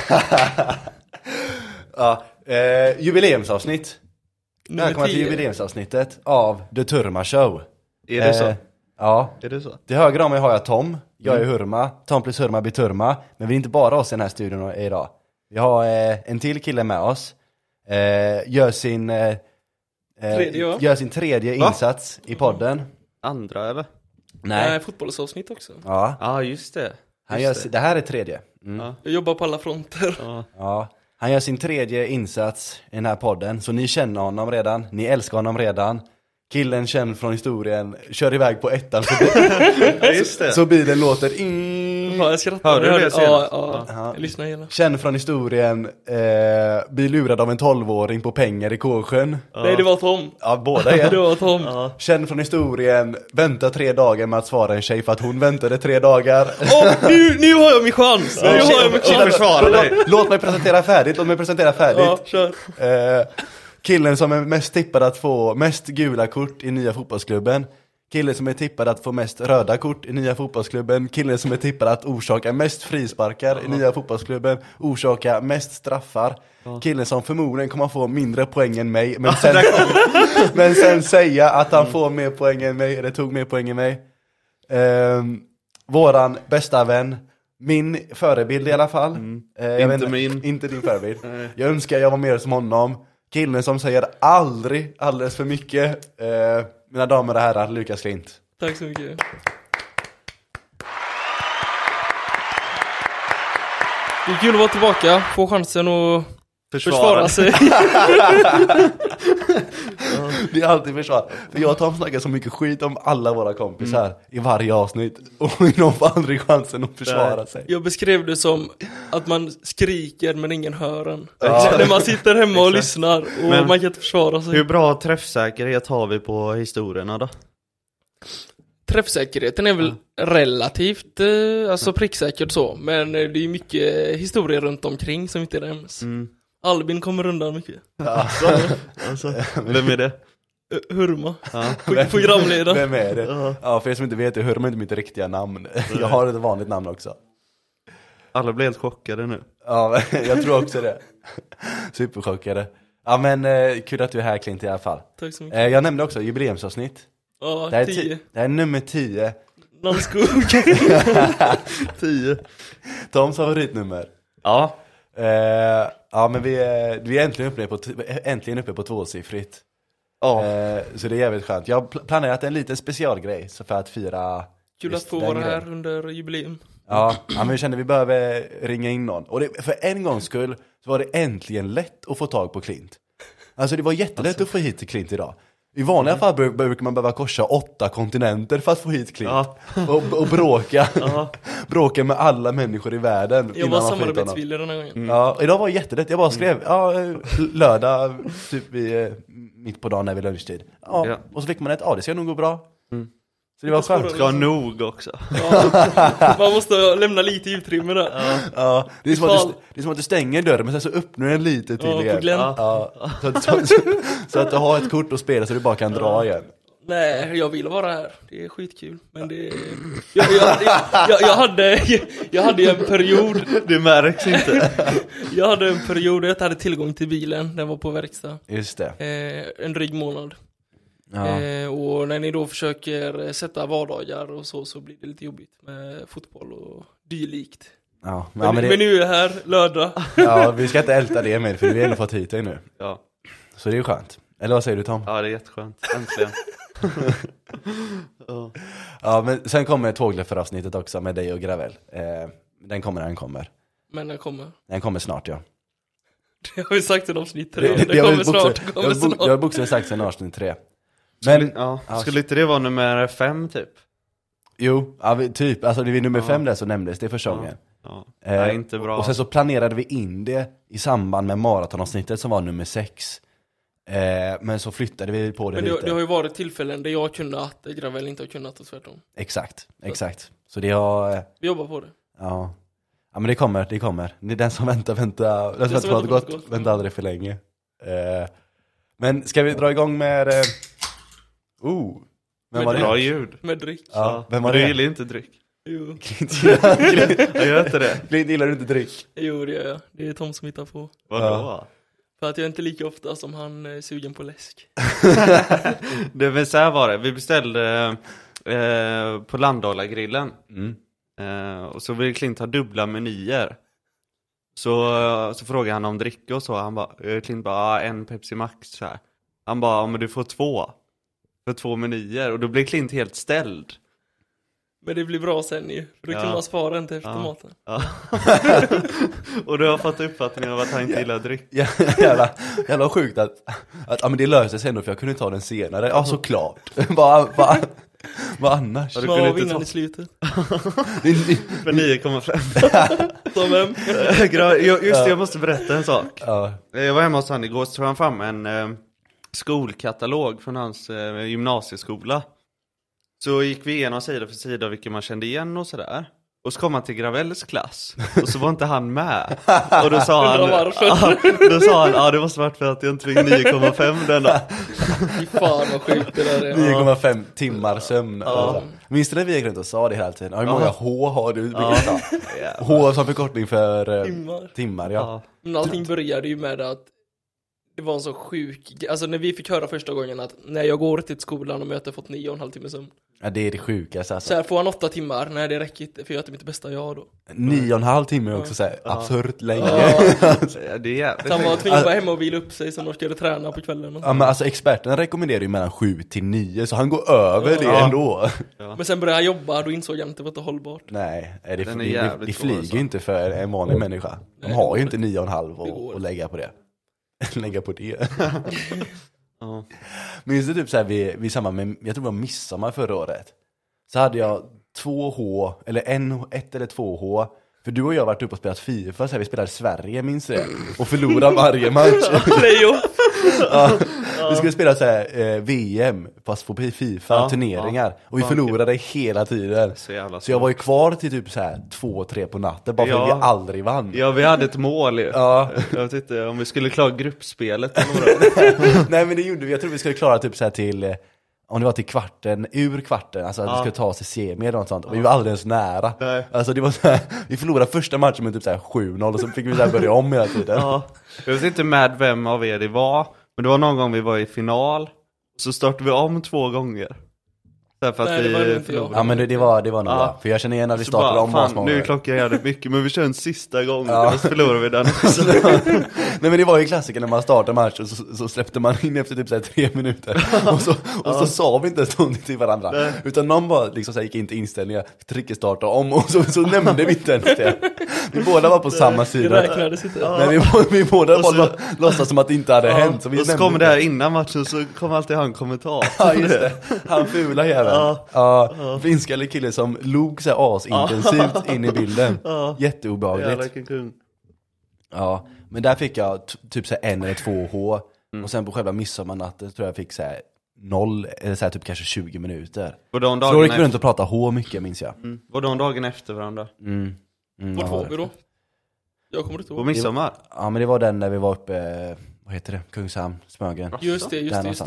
Ja, jubileumsavsnitt. Välkommen till jubileumsavsnittet av The Turma Show. Är det så? Ja. Är det så? Till höger om mig har jag Tom. Jag är Hurma. Tom plus Hurma blir Turma. Men vi är inte bara oss i den här studion idag. Vi har en till kille med oss. Gör sin tredje insats i podden. Andra eller? Nej, fotbollsavsnitt också. Ja. Ja, just det. Det här är tredje. Ja. Jag jobbar på alla fronter. Ja. Han gör sin tredje insats i den här podden. Så ni känner honom redan. Ni älskar honom redan. Killen känd från historien kör iväg på ettan så bilen låter Ja, jag skrattar. Hörde du det senast? Ja. Jag lyssnar gärna. Känd från historien blir lurad av en 12-åring på pengar i Kåsjön. Nej, det var Tom. Ja, båda är. Det var Tom. Känd från historien väntar 3 dagar med att svara en tjej för att hon väntade 3 dagar. Nu har jag min chans. Försvara dig. Låt mig presentera färdigt. Ja, kör. Killen som är mest tippad att få mest gula kort i nya fotbollsklubben. Killen som är tippad att få mest röda kort i nya fotbollsklubben. Killen som är tippad att orsaka mest frisparkar i nya fotbollsklubben. Orsaka mest straffar. Killen som förmodligen kommer få mindre poäng än mig. Men sen säga att han får mer poäng än mig. Eller tog mer poäng än mig. Våran bästa vän. Min förebild i alla fall. Inte din förebild. Jag önskar jag var mer som honom. Killen som säger aldrig alldeles för mycket. Mina damer och herrar, Lukas Klint. Tack så mycket. Det är kul att vara tillbaka. Få chansen att försvara sig. Det är alltid försvar. För jag och Tom snackar så mycket skit om alla våra kompisar i varje avsnitt. Och de får aldrig chansen att försvara sig. Jag beskrev det som att man skriker men ingen hör en. När man sitter hemma och lyssnar och men man kan inte försvara sig. Hur bra träffsäkerhet har vi på historierna då? Träffsäkerheten är väl relativt alltså pricksäkert så. Men det är mycket historier runt omkring som inte nämns. Albin kommer undan mycket. Alltså, vem är det? Hurma. Programledare. Vem är det? Ja, för er som inte vet, Hurma är inte mitt riktiga namn. Jag har ett vanligt namn också. Alla blir helt chockade nu. Ja, jag tror också det. Superchockade. Ja, men kul att du är här, Klint, i alla fall. Tack så mycket. Jag nämnde också jubileumsavsnitt. Ja, det 10. Det är nummer 10. Namnskog. 10. Toms favoritnummer. Ja. Ja, men vi är äntligen uppe på 2-siffrigt. Så det är jävligt skönt. Jag har planerat en liten specialgrej så för att fira. Kul att få vara här under jubileum. Ja, men vi kände vi behöver ringa in någon. Och för en gångs skull så var det äntligen lätt att få tag på Klint. Alltså det var jättelätt att få hit till Klint idag. I vanliga fall brukar man behöva korsa 8 kontinenter för att få hit Klint. Och bråka med alla människor i världen. Jag var samarbetsvillig den här gången. Ja, idag var det jättelätt. Jag bara skrev lördag typ mitt på dagen när vi lunchtid. Och så fick man det ska nog gå bra. Så det var skönt. Ska nog också. Man måste lämna lite utrymme där. Ja, det är som att du stänger dörren men sen så öppnar den lite till igen. Så att du har ett kort att spela så du bara kan dra igen. Nej, jag vill vara här. Det är skitkul. Men det jag hade en period. Det märks inte. Jag hade en period där jag hade tillgång till bilen. Den var på verkstad. Just det. En dryg månad. Och när ni då försöker sätta vardagar och så blir det lite jobbigt med fotboll och dylikt. Men nu är jag här, lördag. Ja, vi ska inte älta det med för vi har ändå fått hit dig nu. Ja. Så det är ju skönt. Eller vad säger du, Tom? Ja, det är jätteskönt. Äntligen. Ja, men sen kommer tågläfferavsnittet också med dig och Gravel. Den kommer. Men den kommer snart, ja. Det har vi sagt i avsnitt 3. Det kommer snart. Jag har bokstavligt sagt sen avsnitt 3. Men skulle inte det vara nummer 5 typ? Jo, typ. Alltså det är nummer 5 där så nämndes det första gången. Det är inte bra. Och sen så planerade vi in det i samband med maratonavsnittet som var nummer 6. Men så flyttade vi på det lite. Det har ju varit tillfällen där jag har kunnat, Gravel inte har kunnat och tvärtom. Exakt. Så det har... Vi jobbar på det. Ja, men det kommer. Det är den som väntar. Den som väntar gott, väntar aldrig för länge. Men ska vi dra igång med... Vem var det? Bra ljud. Med dryck. Ja, vem var det? Du gillar inte dryck. Jo. Jag gör inte det. Klint, gillar du inte dryck? Jo, det gör jag. Det är Tom som hittar på. Vadå? Ja. För att jag är inte lika ofta som han är sugen på läsk. Det vill säga var det. Vi beställde på Landala-grillen. Och så vill Klint ha dubbla menyer. Så frågade han om dricka och så. Han bara, Klint bara, en Pepsi Max så här. Han bara, men du får 2. För 2 menyer. Och då blir Klint helt ställd. Men det blir bra sen ju. För då kan man spara inte efter maten. Ja. Och du har fått uppfattningen av att han inte gillar dryck. Jävla sjukt att ja, men det löser sig ändå för jag kunde ta den senare. Ja, såklart. Vad annars? Vad var vinnaren i slutet? För 9,5. Som vem? Just det, jag måste berätta en sak. Ja. Jag var hemma hos han igår, så tog han fram en skolkatalog från hans gymnasieskola. Så gick vi igenom sida för sida vilka man kände igen och sådär. Och så kom han till Gravells klass. Och så var inte han med. Och då sa han, det måste varit för att jag inte fick 9,5 denna. Fy fan vad sjukt det där är. 9,5 timmar sömn. Minns du när vi gick runt och sa det hela tiden? Hur många H har du? H som förkortning för timmar, ja. Men allting började ju med att det var en så sjuk... Alltså när vi fick höra första gången att när jag går till skolan och möter fått 9,5 timmar sömn. Ja, det är det sjukaste alltså. Så här får han 8 timmar. Nej, det räcker inte, för jag gör mitt bästa jag då. 9,5 timmar är också så här absurt länge. Ja, det är jävligt. Så han var tvingad vara hemma och vila upp sig som de skulle träna på kvällen. Ja, men alltså experterna rekommenderar ju mellan 7 till 9, så han går över det ändå. Ja. Men sen började han jobba, då insåg han inte att det var hållbart. Nej, det flyger alltså. ju inte för en vanlig människa. De har ju inte 9,5 att lägga på det. Lägga på det. Minns du typ så här vi samband med, jag tror det var midsommar förra året, så hade jag 2H eller 1 eller 2H. För du och jag har varit uppe och spelat FIFA, så här, vi spelade Sverige, minns det? Och förlorade varje match. Vi skulle spela så här, VM fast på FIFA, turneringar. Och vi förlorade hela tiden. Så jag var ju kvar till typ så här 2-3 på natten, bara för att vi aldrig vann. Ja, vi hade ett mål ju. Jag vet inte om vi skulle klara gruppspelet eller vad. Nej, men det gjorde vi. Jag tror vi skulle klara typ så här till... Om det var till ur kvarten, alltså att vi skulle ta oss till semi eller något sånt. Och vi var alldeles nära. Nej. Alltså det var så här, vi förlorade första matchen med typ så här 7-0 och så fick vi så här börja om hela tiden. Jag vet inte med vem av er det var, men det var någon gång vi var i final. Så startade vi om 2 gånger. Därför att vi förlorade. Ja, men det var nog bra. För jag känner igen när vi startade om oss många. Nu är klockan jävligt mycket, men vi kör en sista gång. Och så förlorar vi den. Nej, men det var ju klassiker när man startar match och så släppte man in efter typ så här 3 minuter. Och så sa vi inte någonting till varandra. Nej. Utan någon bara liksom så här gick in till inställningar, trycker starta om, och så nämnde vi inte ens det. Vi båda var på samma sida. Det räknades inte. Men vi båda bara låtsas som att det inte hade hänt. Så vi och så kommer det här innan matchen, så kommer alltid han kommentar. Ja, just det. Han fula jäveln. Finska eller kille som log så här asintensivt in i bilden. Jätteobehagligt. Ja, men där fick jag typ så här 1 eller 2H. Och sen på själva midsommarnatten tror jag fick så här 0 eller så här typ kanske 20 minuter. Så då gick vi runt och pratade H mycket, minns jag. Var de dagen efter varandra? Vart var vi då? Jag kommer inte ihåg. På midsommar? Ja, men det var den när vi var uppe, vad heter det? Kungshamn, Smögen. Just det.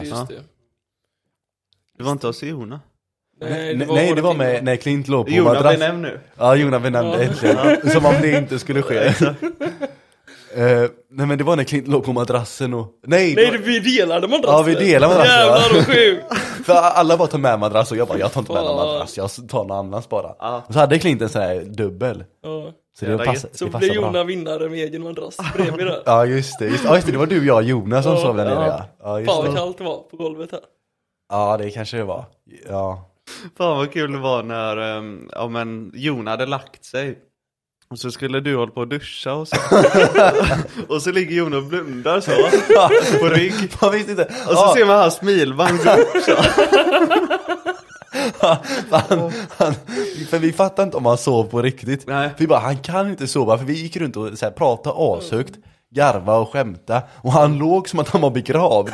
Det var inte hos Jona? Nej, det var med när Klint låg på madrass. Jona benämn nu. Ja, Jona benämnde äntligen. Som om det inte skulle ske. Nej, men det var när Klint låg på madrassen och... vi delade madrassen. Ja, vi delade madrassen. Jävlar och sjukt. För alla bara tar med madrass och jag bara, jag tar inte med någon madrass, jag tar någon annans bara. Och så hade Klint en sån här dubbel. Så det passade. Så blev Jona vinnare med egen madrass bredvid där. Ja, just det. Det var du, jag och Jonas som sov där nere. Ja, fan vad kallt det var på golvet här. Ja, det kanske det var. Ja. Fan vad kul det var när Jona hade lagt sig. Och så skulle du hålla på att duscha och så. Och så ligger Jona och blundar så. På rygg. Och så ser man hans smilband duscha. För vi fattar inte om han sov på riktigt. Nej. Vi bara, han kan inte sova. För vi gick runt och så här, pratade ashögt, garva och skämta. Och han låg som att han var begravd.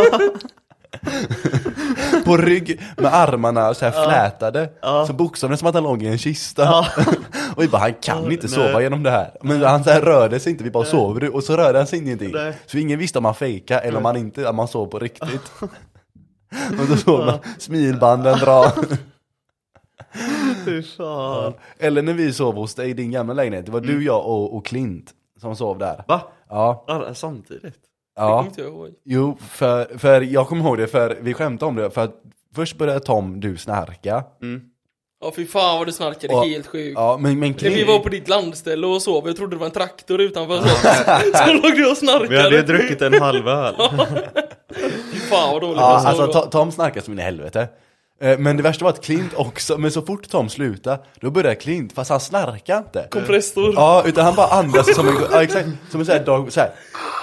På rygg med armarna så här flätade. Så bokstavligen som att han låg i en kista. Och vi bara, han kan inte sova genom det här. Men han så här rörde sig inte, vi bara sover. Och så rörde han sig ingenting. Så ingen visste om han fejkade eller om man sov på riktigt. Och då såg man smilbanden dra. Fy fan. Eller när vi sov hos dig i din gamla lägenhet. Det var du, jag och Clint som sov där. Va? Ja. Samtidigt? Ja. Jo, för jag kommer ihåg det, för vi skämtade om det. För att först började Tom, du snarka. Ja, fy fan vad du snarkade, helt sjukt. Ja, men Clint... Vi var på ditt landställe och sov, jag trodde det var en traktor utanför. Så låg du och snarkade. Vi hade ju druckit en halv öl. Fy fan vad dåligt. Ja, alltså Tom snarkade som in i helvete. Men det värsta var att Clint också, men så fort Tom slutade, då började Clint, fast han snarkade inte. Kompressor. Ja, utan han bara andas som en, ja, exakt, som en sån här dag, så här.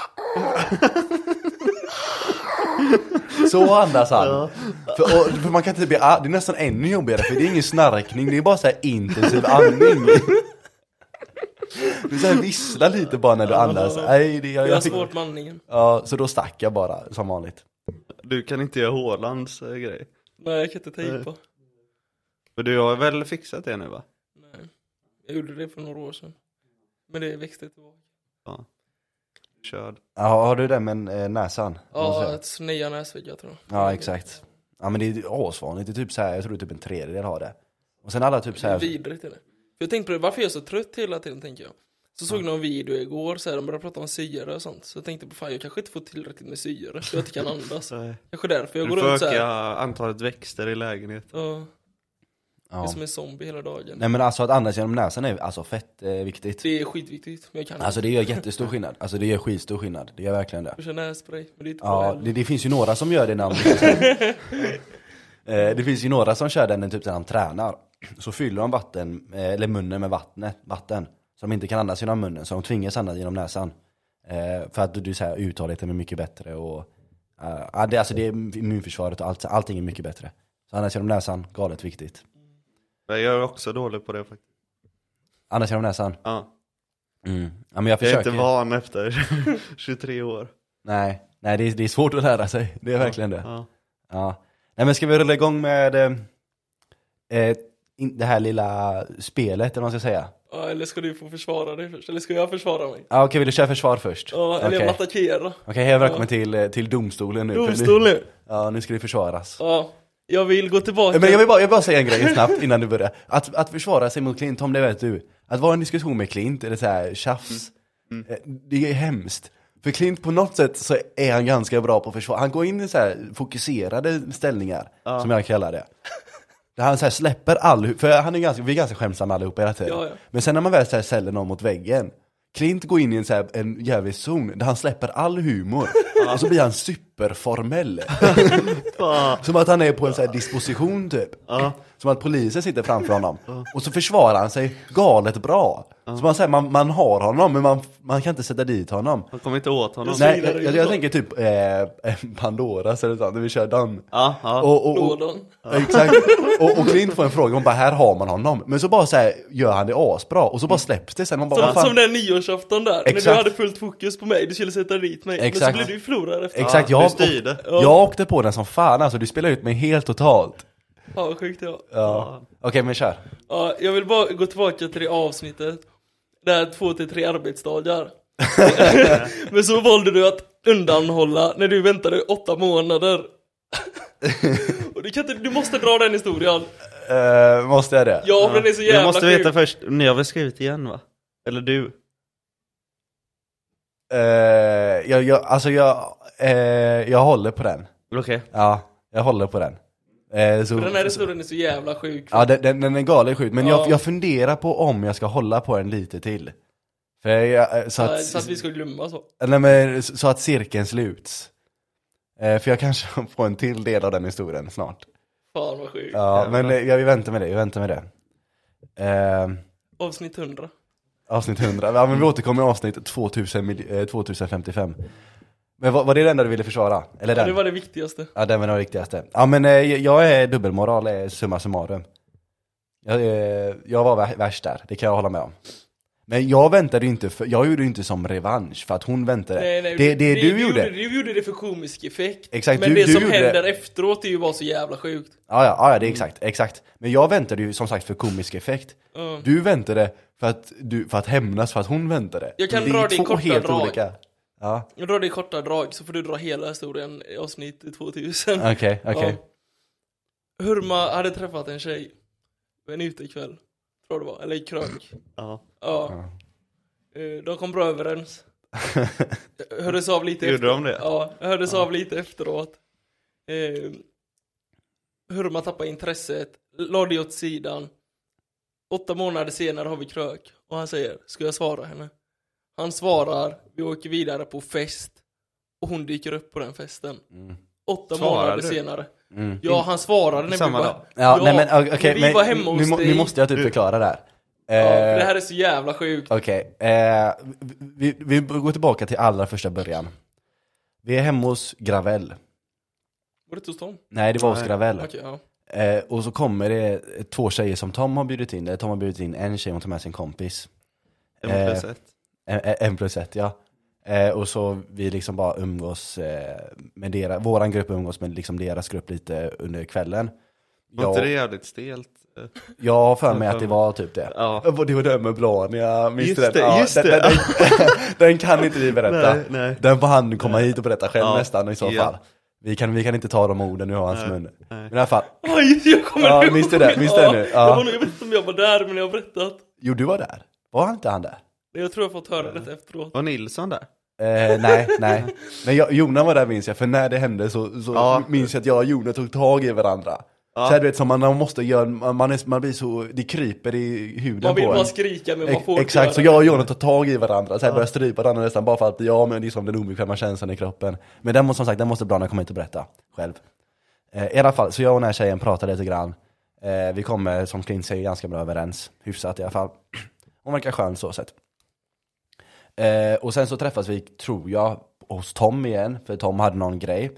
Så andas han. Ja. För man kan inte bli, det är nästan ännu jobbigare, för det är ingen snarkning, det är bara så här intensiv andning. Du så här visslar lite bara när du andas. Nej, jag har svårt med andningen. Ja, så då stack jag bara som vanligt. Du kan inte göra Hålands grej. Nej, jag kan inte tejpa. Men du har väl fixat det nu, va? Nej, jag gjorde det för några år sedan. Men det växte tillbaka. Ja. Körd. Ja, har du det med näsan? Ja, ett sneja näsväggar tror jag. Ja, exakt. Ja, men det är asvanligt. Det är typ så här, jag tror typ en tredjedel har det. Och sen alla typ så här... Det är vidrigt är det. För jag tänkte på det, varför är jag så trött hela tiden, tänker jag. Så såg jag någon video igår, så här, de började prata om syre och sånt. Så jag tänkte på, fan jag kanske inte får tillräckligt med syre, så jag inte kan andas. Kanske därför jag går runt så här. Du får öka antalet växter i lägenheten. Ja. Det är som en zombie hela dagen. Nej, men alltså att andas genom näsan är alltså fett viktigt. Det är skitviktigt, men jag kan alltså det gör jättestor skillnad. Alltså det gör skitstor skillnad. Det gör verkligen det. Jag kör nässpray, men det är inte ja, det finns ju några som gör det när det finns ju några som kör den typ när de tränar. Så fyller de vatten, eller munnen med vatten. Så de inte kan andas genom munnen, så de tvingas andas genom näsan. För att du säger uthålligheten är mycket bättre. Och, det är immunförsvaret och allting är mycket bättre. Så andas genom näsan, galet viktigt. Jag är också dålig på det faktiskt. Andas genom näsan? Ja. Ja, men jag försöker. Jag är inte van efter 23 år. Nej, det är svårt att lära sig. Det är verkligen det. Ja. Nej, men ska vi rulla igång med det här lilla spelet, eller vad man ska säga? Ja, eller ska du få försvara dig först? Eller ska jag försvara mig? Ja, okej, vill du köra försvar först? Ja, eller jag attackera. Okej, hej, välkommen till domstolen nu. Domstolen? Ja, nu ska det försvaras. Ja, jag vill gå tillbaka. Men jag vill bara säga en grej snabbt innan du börjar. Att försvara sig mot Clint, Tom, det vet du. Att vara en diskussion med Clint, eller så här tjafs. Det är hemskt. För Clint på något sätt så är han ganska bra på försvar. Han går in i så här fokuserade ställningar, som jag kallar det. Där han så här släpper för vi är ganska skämsamma allihopa hela tiden. Ja. Men sen när man väl så här ställer någon mot väggen, Clint går in i en jävlig zon där han släpper all humor. Och så blir han superformell. Som att han är på en så här disposition typ. Som att polisen sitter framför honom. Och så försvarar han sig galet bra. Så man säger, man har honom, men man kan inte sätta dit honom. Man kommer inte åt honom. Nej, jag tänker typ Pandora, så är det sant. Vi kör den. Exakt. Och Clint får en fråga, man bara, här har man honom. Men så bara så här, gör han det asbra. Och så bara släpps det sen. Man bara, som den nyårsafton där. Exakt. När du hade fullt fokus på mig, du skulle sätta dit mig. Exakt. Men så blev du förlorare efter. Exakt, jag åkte på den som fan. Alltså, du spelar ut mig helt totalt. Ja, vad sjukt det var. Ja. Okej, men kör. Ja, jag vill bara gå tillbaka till det avsnittet. Det här 2-3 arbetsdagar. Men så valde du att undanhålla när du väntade 8 månader. Och du måste dra den historien. Måste jag det? Ja, för den är så jävla du måste veta först, ni har väl skrivit igen, va? Eller du? Jag håller på den. Okej. Ja, jag håller på den. För den här historien är så jävla sjuk. Ja, den är galet sjuk. Men jag funderar på om jag ska hålla på den lite till. För så att vi ska glömma så. Nej, men så att cirkeln sluts. För jag kanske får en till del av den historien snart. Fan vad sjukt. Ja, men vi väntar med det. Avsnitt 100. Avsnitt 100. Ja, men vi återkommer i avsnitt 2055. Men var det den där du ville försvara? Eller den? Det var det viktigaste. Ja, den var det viktigaste. Ja, men jag är dubbelmoral, summa summarum. Jag var värst där, det kan jag hålla med om. Men jag väntade inte, jag gjorde inte som revansch för att hon väntade. Nej, du gjorde det för komisk effekt. Exakt, men det som händer efteråt är ju bara så jävla sjukt. Ja, det är exakt. Men jag väntade ju som sagt för komisk effekt. Du väntade för att hämnas för att hon väntade. Jag kan dra det i korta drag. Olika. Ja. Jag drar det i korta drag så får du dra hela historien i avsnitt 2000. Okej. Hurma hade träffat en tjej. En utekväll. Tror det var. Eller i krök. Ja. De kom bra överens. Jag hördes av lite Gjorde de det? Ja, jag hördes av lite efteråt. Hur man tappar intresset. La det åt sidan. 8 månader senare har vi krök. Och han säger, ska jag svara henne? Han svarar, vi åker vidare på fest. Och hon dyker upp på den festen. 8 månader senare. Ja, han svarade när samma vi var... dag. Ja, nej men okej, vi var hemma hos dig. nu måste jag typ förklara det här. Det här är så jävla sjukt. Okej, vi går tillbaka till allra första början. Vi är hemma hos Gravel. Var det hos Tom? Nej, det var hos Gravel. Okej, ja. Och så kommer det 2 tjejer som Tom har bjudit in. Tom har bjudit in en tjej och tar med sin kompis. 1+1. 1+1, ja. Och så vi liksom bara umgås med våran grupp umgås med liksom deras grupp lite under kvällen. Var inte det jävligt stelt? Jag har för mig att det var typ det. Ja. Det var den med Blania. Just det. Den kan inte vi berätta. Nej. Den får han komma hit och berätta själv nästan i så Ja. fall. Vi kan inte ta de orden nu har hans mun. Men i alla fall. Jag kommer ihåg. Minns du det? Minns du nu? Ja. Jag vet inte om jag var där, men jag har berättat. Jo, du var där. Var inte han där? Jag tror jag fått höra det efteråt. Var Nilsson där? Nej. Men Jona var där minns jag. För när det hände så minns jag att jag och Jona tog tag i varandra. Så här, du vet, som man måste göra, man blir så, det kryper i huden på en. Man vill bara skrika, men man får exakt, så jag och Jona tar tag i varandra. Så här börjar strypa varandra nästan bara för att bli av med liksom den obekväma känslan i kroppen. Men den måste Blana komma hit och berätta själv. I alla fall, så jag och den här tjejen pratade lite grann. Vi kommer, som Clint säger, ganska bra överens. Hyfsat i alla fall. Hon verkar skön så sett. Och sen så träffas vi, tror jag, hos Tom igen. För Tom hade någon grej.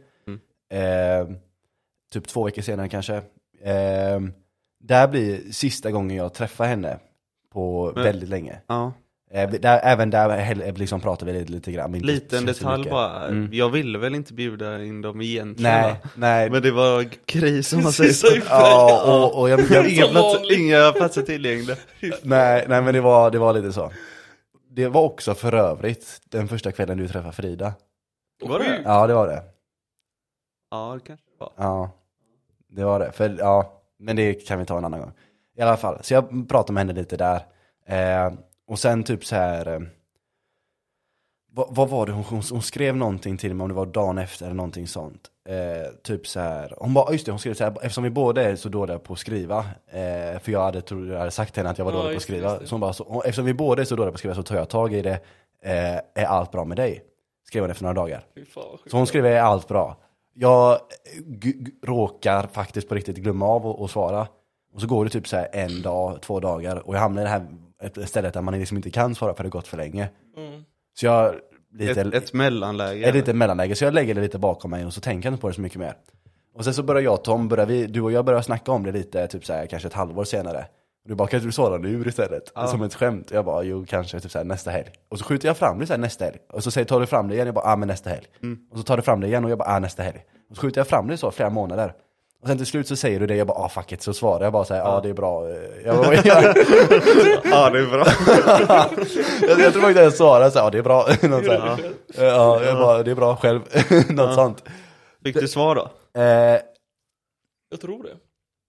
Typ 2 veckor senare kanske. Där blir sista gången jag träffar henne på väldigt länge. Ja. Även där liksom pratar vi lite grann. Liten detalj bara. Jag ville väl inte bjuda in dem egentligen. Nej. Men det var kris som man säger så. Ja, och jag inga platser tillgängliga. nej, men det var lite så. Det var också för övrigt den första kvällen du träffade Frida. Var det? Ja, det var det. Ja, det kanske var. Ja, det var det. Men det kan vi ta en annan gång. I alla fall, så jag pratade med henne lite där. Och sen typ så här. Vad var det? Hon skrev någonting till mig, om det var dagen efter eller någonting sånt. Typ så här. Hon skrev så här, eftersom vi båda är så dåliga på att skriva. För jag hade sagt till henne att jag var dålig på att skriva. Så hon bara, eftersom vi båda är så dåliga på att skriva så tar jag tag i det. Är allt bra med dig? Skrev hon efter några dagar. Så hon skrev, är allt bra? Jag råkar faktiskt på riktigt glömma av att svara. Och så går det typ så här 1 dag, 2 dagar. Och jag hamnar i det här stället där man liksom inte kan svara för det gått för länge. Så jag ett mellanläge. Ett litet mellanläge. Så jag lägger det lite bakom mig och så tänker jag inte på det så mycket mer. Och sen så börjar du och jag börjar snacka om det lite typ så här, kanske ett halvår senare. Och du bara, kan du svara nu istället? Som ett skämt. Jag bara, jo kanske typ så här, nästa helg. Och så skjuter jag fram det så här, nästa helg. Och så tar du fram det igen. Jag bara, men nästa helg. Och så tar du fram det igen och jag bara, nästa helg. Och så skjuter jag fram det så flera månader. Och sen till slut så säger du det. Jag bara, fuck it. Så svarar jag bara så här, det är bra. Ja, det är bra. Jag tror inte jag svarar så här, det är bra. Något så här. Jag bara, det är bra själv. Något sånt. Fick du svar då? Jag tror det.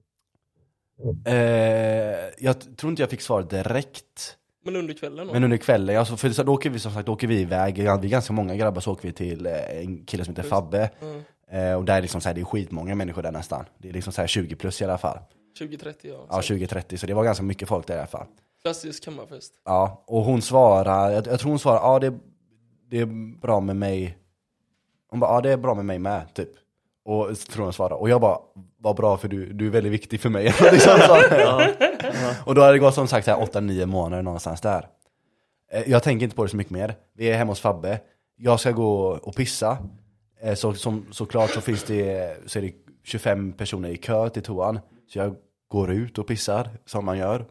Jag tror inte jag fick svar direkt. Men under kvällen då? Men under kvällen, alltså, för så då åker vi som sagt iväg. Vi är ganska många grabbar, så åker vi till en kille som heter Fabbe. Och där är liksom så här, det är skitmånga människor där nästan. Det är liksom så här 20 plus i alla fall. 20-30 ja. Ja, 20-30, så det var ganska mycket folk där i alla fall. Klassisk kammarfest. Ja, och hon svarar, jag tror hon svarar, det är bra med mig. Hon bara, det är bra med mig med, typ. Och tror hon svarar. Och jag bara, vad bra för du är väldigt viktig för mig. Liksom, och då hade det gått som sagt 8-9 månader någonstans där. Jag tänker inte på det så mycket mer. Vi är hemma hos Fabbe. Jag ska gå och pissa. Såklart så är det 25 personer i kö till toan. Så jag går ut och pissar, som man gör.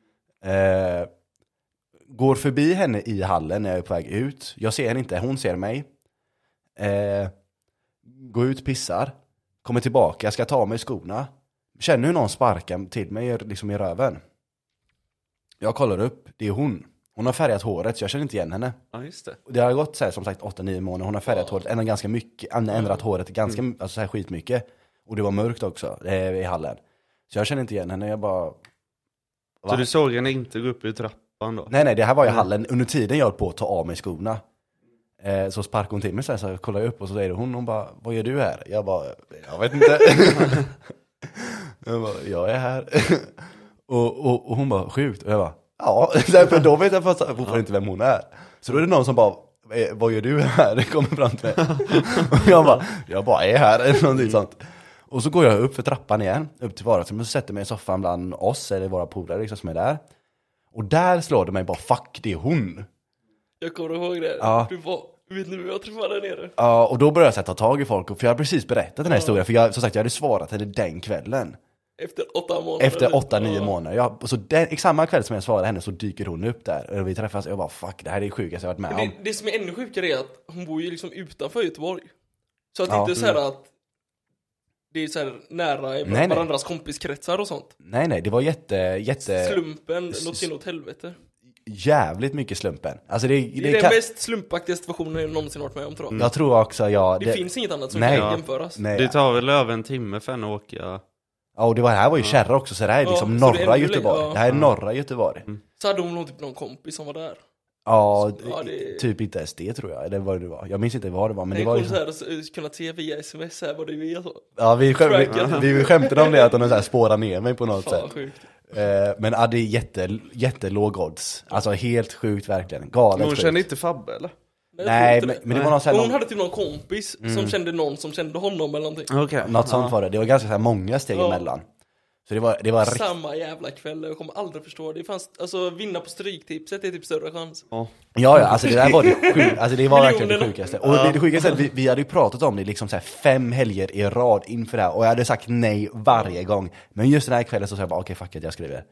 Går förbi henne i hallen när jag är på väg ut. Jag ser henne inte, hon ser mig. Går ut, pissar. Kommer tillbaka, ska ta av mig skorna. Känner hur någon sparkar till mig liksom i röven. Jag kollar upp, det är hon. Hon har färgat håret, så jag känner inte igen henne. Ja, just det. Det har gått så här, som sagt 8-9 månader. Hon har färgat håret, ändrat håret ganska, alltså så här skitmycket. Och det var mörkt också i hallen. Så jag känner inte igen henne. Jag bara, Så du såg henne inte gå upp i trappan då? Nej, det här var i hallen. Under tiden jag höll på att ta av mig skorna. Så sparkade hon till mig så kollar jag upp och så säger hon bara, vad gör du här? Jag bara, jag vet inte. Jag är här. och hon bara, sjukt. Och jag bara, ja. För då vet jag fortfarande inte vem hon är. Så då är det någon som bara, vad gör du här? Det kommer fram till mig. Och jag bara är här. Eller någonting sånt. Och så går jag upp för trappan igen. Upp till vardagsrummet. Och så sätter mig i soffan bland oss. Eller våra polare liksom, som är där. Och där slår det mig bara, fuck, det är hon. Jag kommer ihåg det. Ja. Du var, vet ni hur jag träffade där nere? Ja, och då började jag ta tag i folk. För jag har precis berättat den här historien. För jag, som sagt, jag hade svarat henne den kvällen. Efter 8 månader. Efter 8-9 månader. Så samma kväll som jag svarade henne så dyker hon upp där. Och vi träffas och jag bara, fuck, det här är det sjukaste jag varit med om. Det som är ännu sjukare är att hon bor ju liksom utanför Göteborg. Så att det inte är så här att det är så här nära varandras kompiskretsar och sånt. Nej, det var jätte... Slumpen, något inåt helvete. Jävligt mycket slumpen. Alltså det är den mest slumpaktiga situationen jag någonsin varit med om, tror jag. Jag tror också, det finns inget annat som kan jämföras. Det tar väl över en timme för en att åka. Ja, och det här var ju Kärra också, så det här är liksom norra Göteborg. Det här är norra Göteborg. Så hade hon typ någon kompis som var där. Ja, typ inte ens det tror jag. Eller vad det var. Jag minns inte vad det var, men det var ju så här kunna se via sms här vad det är så. Ja, vi skämtade om det, att de så här spårar ner mig på något sätt. Sjukt. Men det är jättelåg odds. Alltså helt sjukt verkligen. Galet. Hon kände inte Fabbe eller? Nej, men det var någon sån här hon hade typ någon kompis som kände någon som kände honom eller någonting. Okay. Något sånt var det. Det var ganska så här många steg emellan. Så det var samma jävla kväll. Jag kommer aldrig förstå. Det fanns, alltså vinna på stryktipset är typ större chans. Ja, alltså det där var det sjukt. Alltså det var verkligen det sjukaste. Och det sjukaste är att vi hade ju pratat om det liksom så här 5 helger i rad inför det här. Och jag hade sagt nej varje gång. Men just den här kvällen så sa jag bara, okej, fuck it, jag skriver.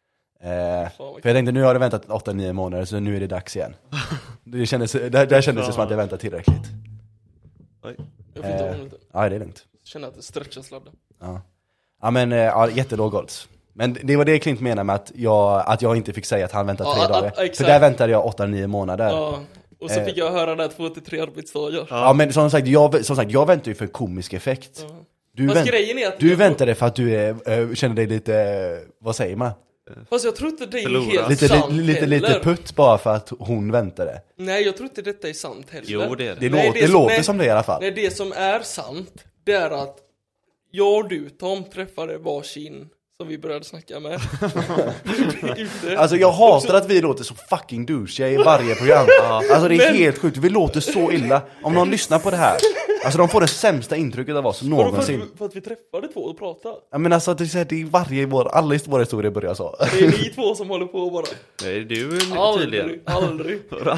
För jag tänkte, nu har jag väntat 8-9 månader, så nu är det dags igen. Det kändes det som att jag väntat tillräckligt. Oj. Jag fick ta lite. Ja, det är lugnt. Jag känner att det stretchas ladda. Ja, men jättelåg odds. Men det var det Klint menade med att jag inte fick säga att han väntat 3 dagar. För där väntade jag 8-9 månader. Ja. Och så fick jag höra där 2-3 arbetsdagar. Ja, men som sagt, jag väntar ju för komisk effekt. Grejen är att du väntade för att du känner dig lite, vad säger man? Fast jag tror inte det är helt sant lite putt bara för att hon väntade. Nej, jag tror inte detta är sant heller. Jo, det är det. Det låter som det i alla fall. Nej, det som är sant, det är att jag och du, Tom, träffade varsin som vi började snacka med. Alltså jag hatar att vi låter så fucking douchiga i varje program. Alltså det är helt sjukt, vi låter så illa. Om någon lyssnar på det här, alltså de får det sämsta intrycket av oss någonsin. För att vi träffade 2 och pratade. Ja, men alltså det är alla våra historier börjar så. Det är ni 2 som håller på bara. Nej, du tydligen. Aldrig.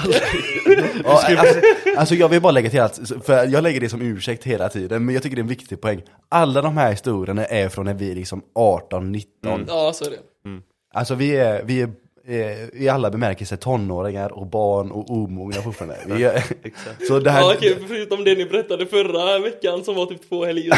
Alltså jag vill bara lägga till att, för jag lägger det som ursäkt hela tiden, men jag tycker det är en viktig poäng. Alla de här historierna är från när vi är liksom 18-19. Ja, så är det. Alltså vi är i alla bemärkelser tonåringar och barn och omogna fortfarande. Så det här... Ja, okej, förutom det ni berättade förra veckan som var typ 2 helger.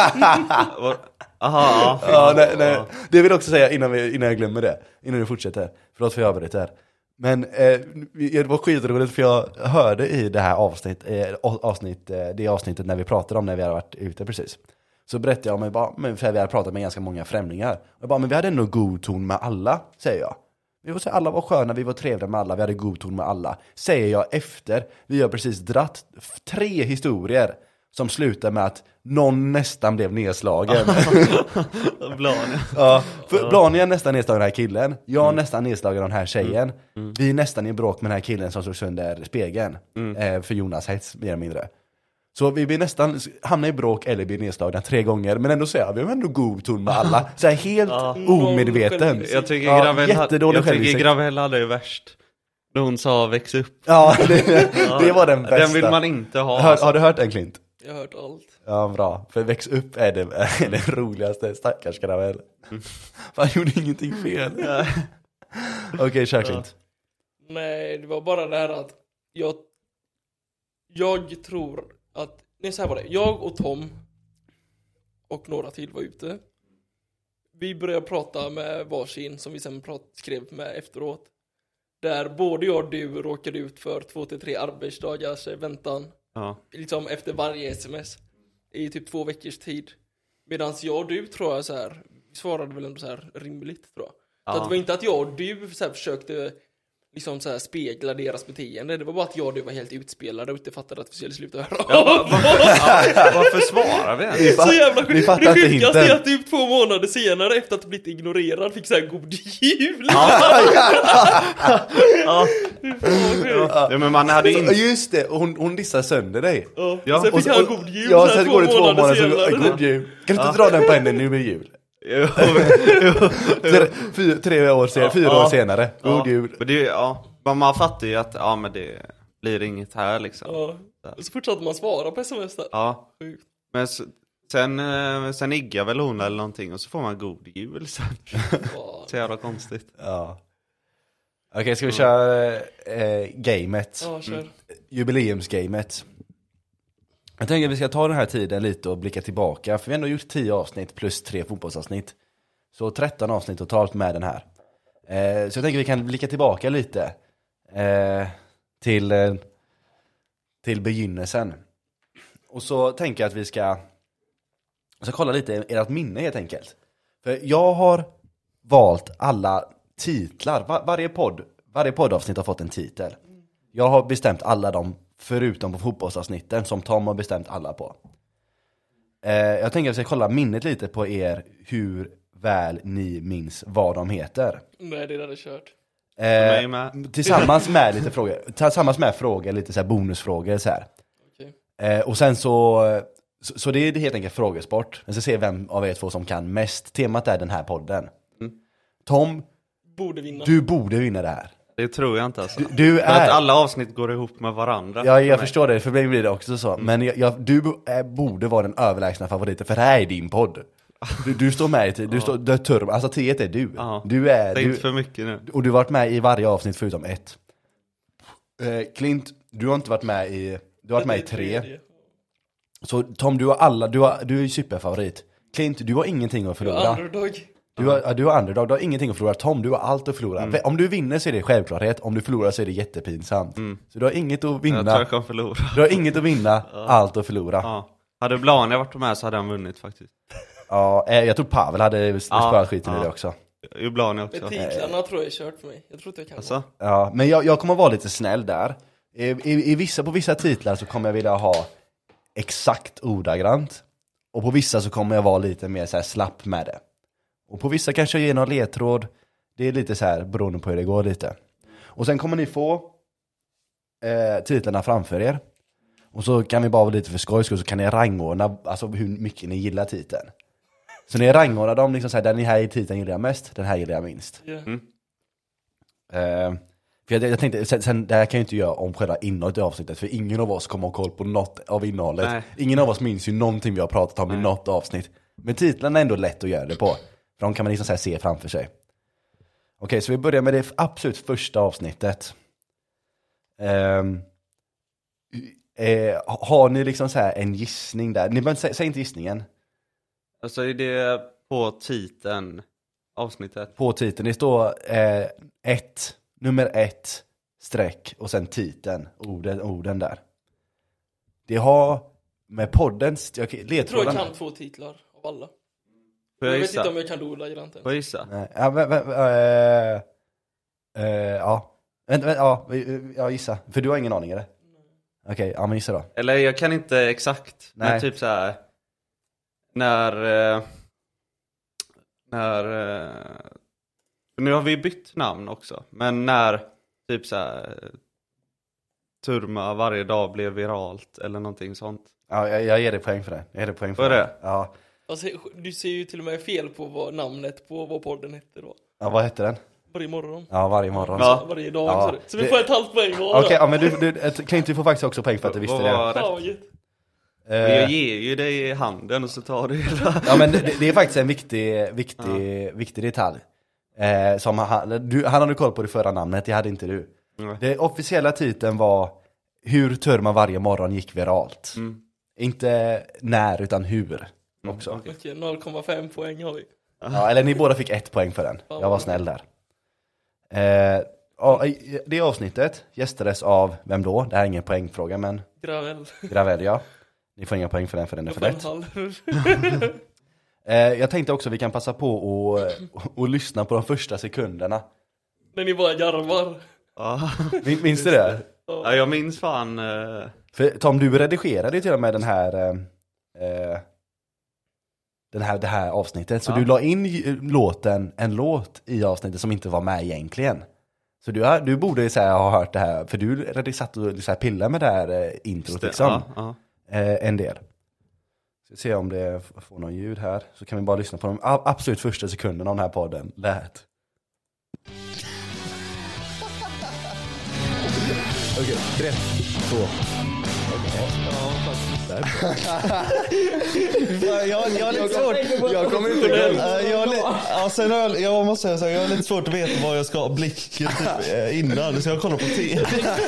Nej. Det vill jag också säga innan jag glömmer det. Innan du fortsätter. Förlåt för jag avbryter här. Men det var skitroligt för jag hörde i det här avsnittet när vi pratade om när vi hade varit ute precis. Så berättade jag om för vi hade pratat med ganska många främlingar. Jag bara, men vi hade ändå god ton med alla, säger jag. Alla var sköna, vi var trevliga med alla, vi hade god ton med alla. Säger jag efter, vi har precis dratt 3 historier som slutar med att någon nästan blev nedslagen. Blania nästan nedslagen den här killen. Jag nästan nedslagen den här tjejen. Vi är nästan i bråk med den här killen som slog sönder spegeln. För Jonas hets, mer eller mindre. Så vi blir nästan hamna i bråk eller blir nedslagna 3 gånger. Men ändå säger vi har ändå god ton med alla. Så här helt omedveten. Jag tycker Gravell hade det värst. När hon sa väx upp. Ja, det var den bästa. Den vill man inte ha. Har du hört den, Klint? Jag har hört allt. Ja, bra. För väx upp är det roligaste. Stackars Gravell. Han gjorde ingenting fel. Okej, kör Klint. Nej, det var bara det här att jag tror att, nej, så här var det. Jag och Tom och några till var ute. Vi började prata med varsin som vi sen skrev med efteråt. Där både jag och du råkade ut för 2-3 arbetsdagars väntan. Liksom efter varje sms. I typ 2 veckors tid. Medan jag och du tror jag så här, vi svarade väl ändå så här rimligt, tror jag. Så att det var inte att jag och du så här försökte liksom så här spegla deras beteende. Det var bara att jag och du var helt utspelade och inte fattade att vi skulle sluta höra. Varför svarar vi ens? Så jävla sjukt. Vi fattar inte Det sjukaste hinten. är att typ 2 månader senare efter att ha blivit ignorerad fick så här god jul. Ja, men man hade inte... Just det, hon dissar sönder dig. Ja. Sen fick han god jul. Ja, så här sen går det 2 månader senare. så god jul. Kan du inte dra den på henne, nu blir jul. 4 år senare, god jul. Men det, men man fattar ju att men det blir inget här liksom. Och så fortsatte man svara på sms där. Ja. Men sen iggar väl hon eller någonting och så får man god jul sen. Så jävla konstigt. Ja. Okej, ska vi köra gamet? Ja, kör. Jubileumsgamet. Jag tänker att vi ska ta den här tiden lite och blicka tillbaka. För vi har ändå gjort 10 avsnitt plus 3 fotbollsavsnitt. Så 13 avsnitt totalt med den här. Så jag tänker att vi kan blicka tillbaka lite till begynnelsen. Och så tänker jag att vi ska kolla lite ert minne helt enkelt. För jag har valt alla titlar. Varje poddavsnitt har fått en titel. Jag har bestämt alla dem förutom på fotbollsavsnitten som Tom har bestämt alla på. Jag tänker att vi ska kolla minnet lite på er hur väl ni minns vad de heter. Nej, det är det kört. Tillsammans med lite frågor. Tillsammans med frågor, lite så här bonusfrågor så här. Okay. Och sen så det är helt enkelt frågesport. Jag ska se vem av er två som kan mest. Temat är den här podden. Tom, du borde vinna det här. Det tror jag inte alltså. Du för att alla avsnitt går ihop med varandra. Ja, jag förstår det, för mig blir det också så. Men du borde vara den överlägsna favoriten, för det här är din podd. Du står med i tid, du är alltså 10 är du. Du är det är inte för mycket nu. Och du har varit med i varje avsnitt förutom 1. Clint, du har inte varit med i, du har varit med i 3. Så Tom, du är ju superfavorit. Clint, du har ingenting att förlora. Underdog. Du har underdog, du har ingenting att förlora. Tom, du har allt att förlora. Om du vinner så är det självklarhet. Om du förlorar så är det jättepinsamt. Så du har inget att vinna. Jag tror jag kan förlora. Du har inget att vinna, allt att förlora. Ja. Hade Blania varit med så hade han vunnit faktiskt. Ja, jag tror Pavel hade sparat skiten i det också. Blania också. Med titlarna tror jag är kört för mig. Jag tror inte jag kan. Alltså? Ja, men jag kommer vara lite snäll där. På vissa titlar så kommer jag vilja ha exakt ordagrant. Och på vissa så kommer jag vara lite mer så här slapp med det. Och på vissa kanske jag ger någon ledtråd. Det är lite så här beroende på hur det går lite. Och sen kommer ni få titlarna framför er. Och så kan vi bara vara lite för skojs så kan ni rangordna alltså hur mycket ni gillar titeln. Så ni rangordnar dem liksom så här, den här i titeln gillar jag mest, den här gillar jag minst. För jag tänkte, sen det här kan jag inte göra om själva innehållet i avsnittet. För ingen av oss kommer ha koll på något av innehållet. Nej. Ingen av oss minns ju någonting vi har pratat om i något avsnitt. Men titlarna är ändå lätt att göra det på. För de kan man liksom så här se framför sig. Okej, så vi börjar med det absolut första avsnittet. Har ni liksom så här en gissning där? Ni behöver säg inte gissningen. Alltså är det på titeln, avsnittet? På titeln, det står nummer 1 streck och sen titeln, orden där. Det har med poddens ledtrådarna. Jag tror jag kan 2 titlar av alla. Jag vet inte om jag kan dola granten. Får jag gissa? Ja, gissa. För du har ingen aning, eller? Okej, ja, men gissa då. Eller jag kan inte exakt. Nej. Men typ så här när nu har vi bytt namn också. Men när typ så här Turma varje dag blev viralt eller någonting sånt. Ja, jag ger dig poäng för det. För det? Ja. Alltså, du ser ju till och med fel på vad namnet på vad podden hette då. Ja, vad hette den? Varje morgon. Ja, varje morgon. Ja. Varje dag. Ja. Så vi får ett halvt poäng var. Okej, ja, men du får faktiskt också poäng för att du visste det. Jag ger ju dig i handen och så tar du hela. Ja, men det är faktiskt en viktig detalj. Som han hade koll på det förra namnet, det hade inte du. Det officiella titeln var Hur Turma varje morgon gick viralt. Inte när utan hur också. Okej, 0,5 poäng har vi. Ja, eller ni båda fick 1 poäng för den. Jag var snäll där. Det avsnittet gästades av, vem då? Det här är ingen poängfråga, men Gravel, ja. Ni får inga poäng för den är för lätt. Jag tänkte också vi kan passa på och lyssna på de första sekunderna. När ni bara garvar. Ja. Minns du det? Ja, jag minns fan. För Tom, du redigerade ju till och med det här avsnittet. Så du la in en låt i avsnittet som inte var med egentligen. Så du borde så här, ha hört det här. För du satt och så här, pillade med det här introt liksom. En del. Så se om det får någon ljud här. Så kan vi bara lyssna på de absolut första sekunderna av den här podden. Lät. Okej, 3, 2. Jag har lite svårt. Jag kommer inte ihåg. Jag måste säga så här, jag har lite svårt att veta vad jag ska ha blicken typ, innan, så jag kollar på TV.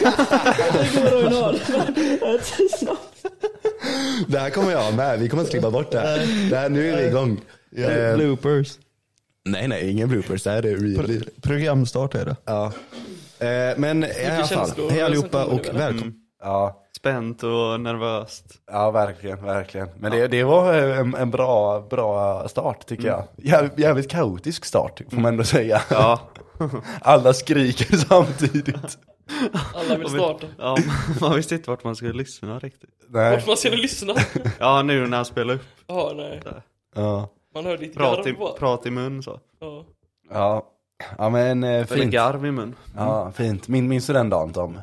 Det här kommer jag med. Vi kommer inte klippa bort det här. Nu är vi igång. Bloopers. Nej, ingen bloopers. Det här är really. Programstart är det. Ja. Men i alla fall, hej allihopa och välkommen. Ja. Spänt och nervöst. Ja, verkligen. Men det var en bra start tycker jag. Jävligt kaotisk start får man ändå säga. Ja. Alla skriker samtidigt. Alla vill starta. Ja, man visste inte vart man skulle lyssna riktigt. Nej. Vart man skulle lyssna. Ja, nu när jag spelar upp. Ja, nej. Ja. Man hör ditt garv. Prat i mun så. Ja. Ja, men fint. Eller garv i mun. Ja, fint. Minns du den dagen, Tom?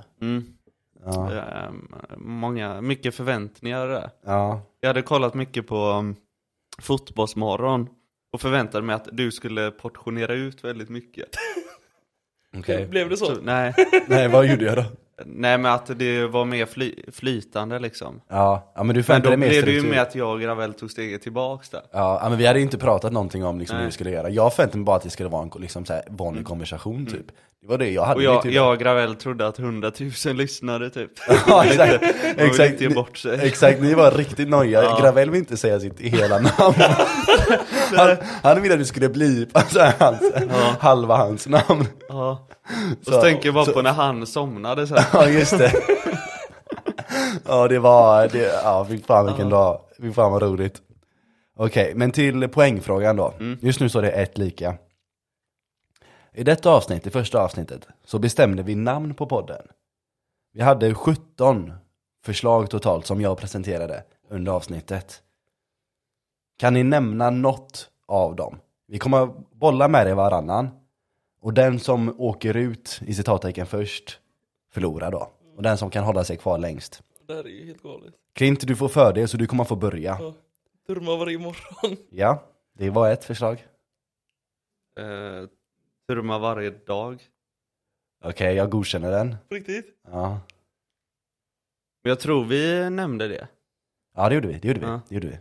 Ja. Mycket förväntningar där. Ja. Jag hade kollat mycket på Fotbollsmorgon och förväntade mig att du skulle portionera ut väldigt mycket. Okej. Blev det så? Nej. Nej, vad gjorde jag då? Nej, men att det var mer flytande liksom. Ja, men du Men då det mer blev det ju struktur. med att jag och Gravel tog steget tillbaks där. Ja, men vi hade inte pratat någonting om liksom hur vi skulle göra. Jag förväntade mig bara att det skulle vara en liksom, så här, vanlig konversation typ. Det var det jag hade. Och jag och Gravel trodde att 100 000 lyssnade typ. Ja, exakt. Ge bort sig. Exakt, ni var riktigt noja. Ja. Gravel vill inte säga sitt hela namn. han ville att du skulle bli halva hans namn. Ja. Och så tänker jag bara på när han somnade så här. Ja, just det. Ja, det var fy fan vilken dag. Fy fan vad roligt. Okej, men till poängfrågan då. Just nu så är det 1 lika. I detta avsnitt, i första avsnittet, så bestämde vi namn på podden. Vi hade 17 förslag totalt som jag presenterade under avsnittet. Kan ni nämna något av dem? Vi kommer bolla med det varannan. Och den som åker ut i citattecken först förlorar då. Och den som kan hålla sig kvar längst. Det här är ju helt galet. Klint, du får fördel så du kommer få börja. Ja. Turma varje morgon. Ja, det var ett förslag. Turma varje dag. Okej, jag godkänner den. På riktigt? Ja. Men jag tror vi nämnde det. Ja, det gjorde vi.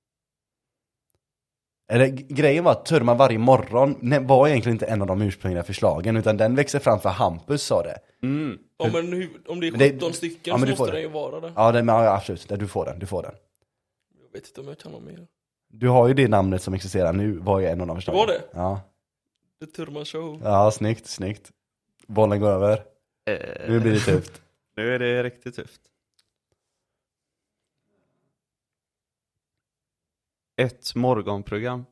Eller grejen var att turma varje morgon var egentligen inte en av de ursprungliga förslagen, utan den växer fram för Hampus, sa det. Ja, men om det är 17 stycken så måste det ju vara det. Ja, absolut. Du får den. Jag vet inte om jag kan något mer. Du har ju det namnet som existerar nu, var ju en av de förslagen. Var det? Ja. The Turma Show. Ja, snyggt. Bollen går över. Nu blir det tufft. Nu är det riktigt tufft. Ett morgonprogram.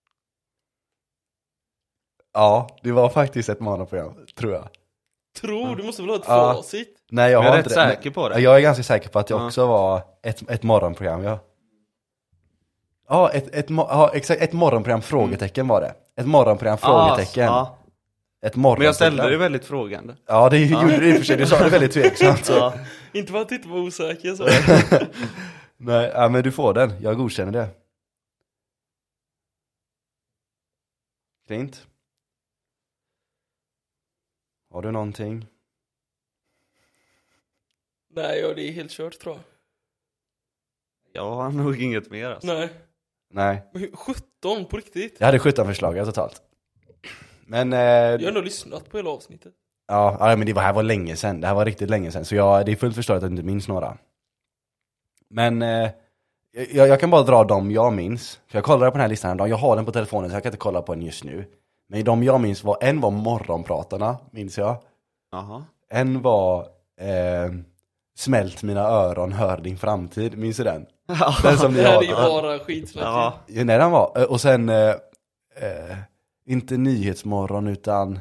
Ja, det var faktiskt ett morgonprogram, tror jag. Du måste väl ha ett facit? Nej, jag är har rätt inte säker på det. Jag är ganska säker på att det också var ett morgonprogram, ja. Ja, exakt, ett morgonprogram, frågetecken var det. Ett morgonprogram, frågetecken. Ja. Ett morgonprogram. Men jag ställde det väldigt frågande. Ja, det gjorde du i och för sig. Du sa det väldigt tveksamt. Ja. Inte för att inte vara osäker så. Nej, men du får den. Jag godkänner det. Klint? Har du någonting? Nej, det är helt kört, tror jag. Jag har nog inget mer alltså. Nej. Men 17 på riktigt? Jag hade 17 förslag totalt. Men jag har ändå lyssnat på hela avsnittet. Ja, men det här var länge sedan. Det här var riktigt länge sedan. Så det är fullt förståeligt att jag inte minns några. Men jag kan bara dra dem jag minns. För jag kollade på den här listan. Jag har den på telefonen så jag kan inte kolla på den just nu. Men de jag minns en var morgonpratarna, minns jag. Aha. En var smält mina öron, hör din framtid. Minns du den? Den som ni Det här är ju hatar. bara skitsnack. Ja. Ja, nej, den var. Och sen, inte Nyhetsmorgon utan,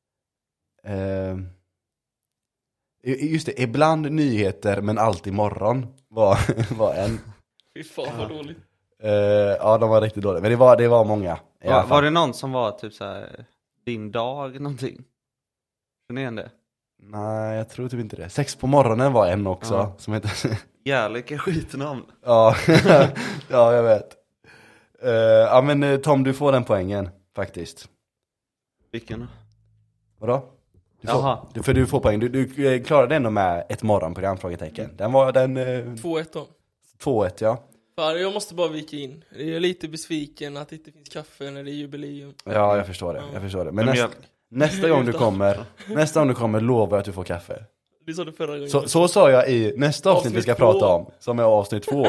just det, ibland nyheter men alltid morgon var en. Fy fan vad dåligt. Ja, de var riktigt dåliga. Men det var många. Var det någon som var typ så här din dag någonting? Känner ni igen det? Nej, jag tror typ inte det. 6 på morgonen var en också. Ja. Som heter... Jävligt skitnamn. Ja, ja, jag vet. Ja, men Tom, du får den poängen faktiskt. Vilken då? Vadå? Jaha. Du får poäng. Du klarade ändå med ett morgonprogram, frågetecken. Den var den... 2-1 då. 2-1, ja. Fan, jag måste bara vika in. Jag är lite besviken att det inte finns kaffe när det är jubileum. Ja, jag förstår det. Jag förstår det. Men mjölk. nästa gång du kommer lovar jag att du får kaffe. Det sa du förra gången. Så sa jag i nästa avsnitt vi ska Avsnitt 2. prata om, som är avsnitt 2.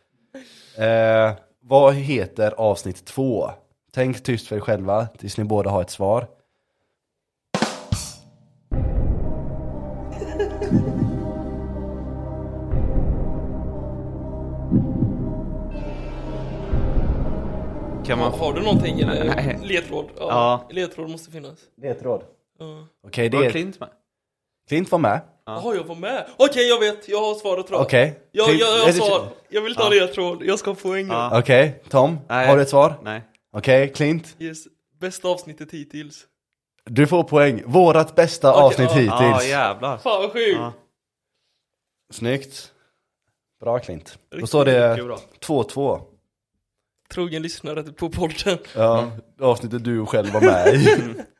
Vad heter avsnitt 2? Tänk tyst för er själva tills ni båda har ett svar. Kan man Har du någonting eller? Nej. Ledtråd? Ja. Ledtråd måste finnas. Ledtråd. Ja. Okej, Var det är... Klint med? Klint var med. Jaha, jag var med. Okej, jag vet. Jag har svaret tror jag. Okej. Jag Klint- har svar. Jag vill ta ledtråd. Jag ska få poäng. Ja. Okej, Tom, Nej. har du ett svar? Nej. Okej, Klint, Yes. Bästa avsnittet hittills. du får poäng. Vårat bästa Okej, avsnitt ja. Ja, hittills. jävlar. Fan vad sjukt. Ja. Snyggt. Bra, Klint. Då Riktigt står det mycket bra. 2-2. Trogen lyssnare på podden. Ja, avsnittet du själv var med i.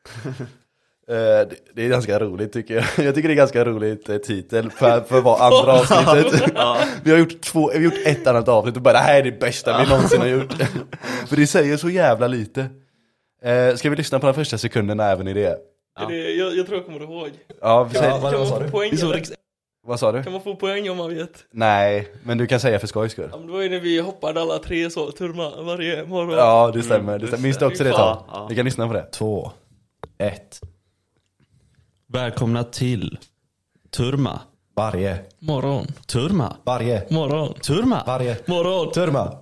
Det är ganska roligt tycker jag. Jag tycker det är ganska roligt titel för vad andra avsnittet. Vi har gjort ett annat avsnitt och bara det här är det bästa vi någonsin har gjort. För det säger så jävla lite. Ska vi lyssna på de första sekunderna även i det? Är det, jag tror jag kommer ihåg. Ja, vi säger, Kan man få poäng? vad sa du? Kan man få poäng om man vet? Nej, men du kan säga för skojs skull. Ja, men det var ju när vi hoppade alla tre så turma varje morgon. Ja, det stämmer. Det stämmer. Minns du också det, Tom? Ja. Vi kan lyssna på det. 2, 1. Välkomna till Turma. Varje. Morgon. Turma. Varje. Morgon. Turma. Varje. Morgon. Turma.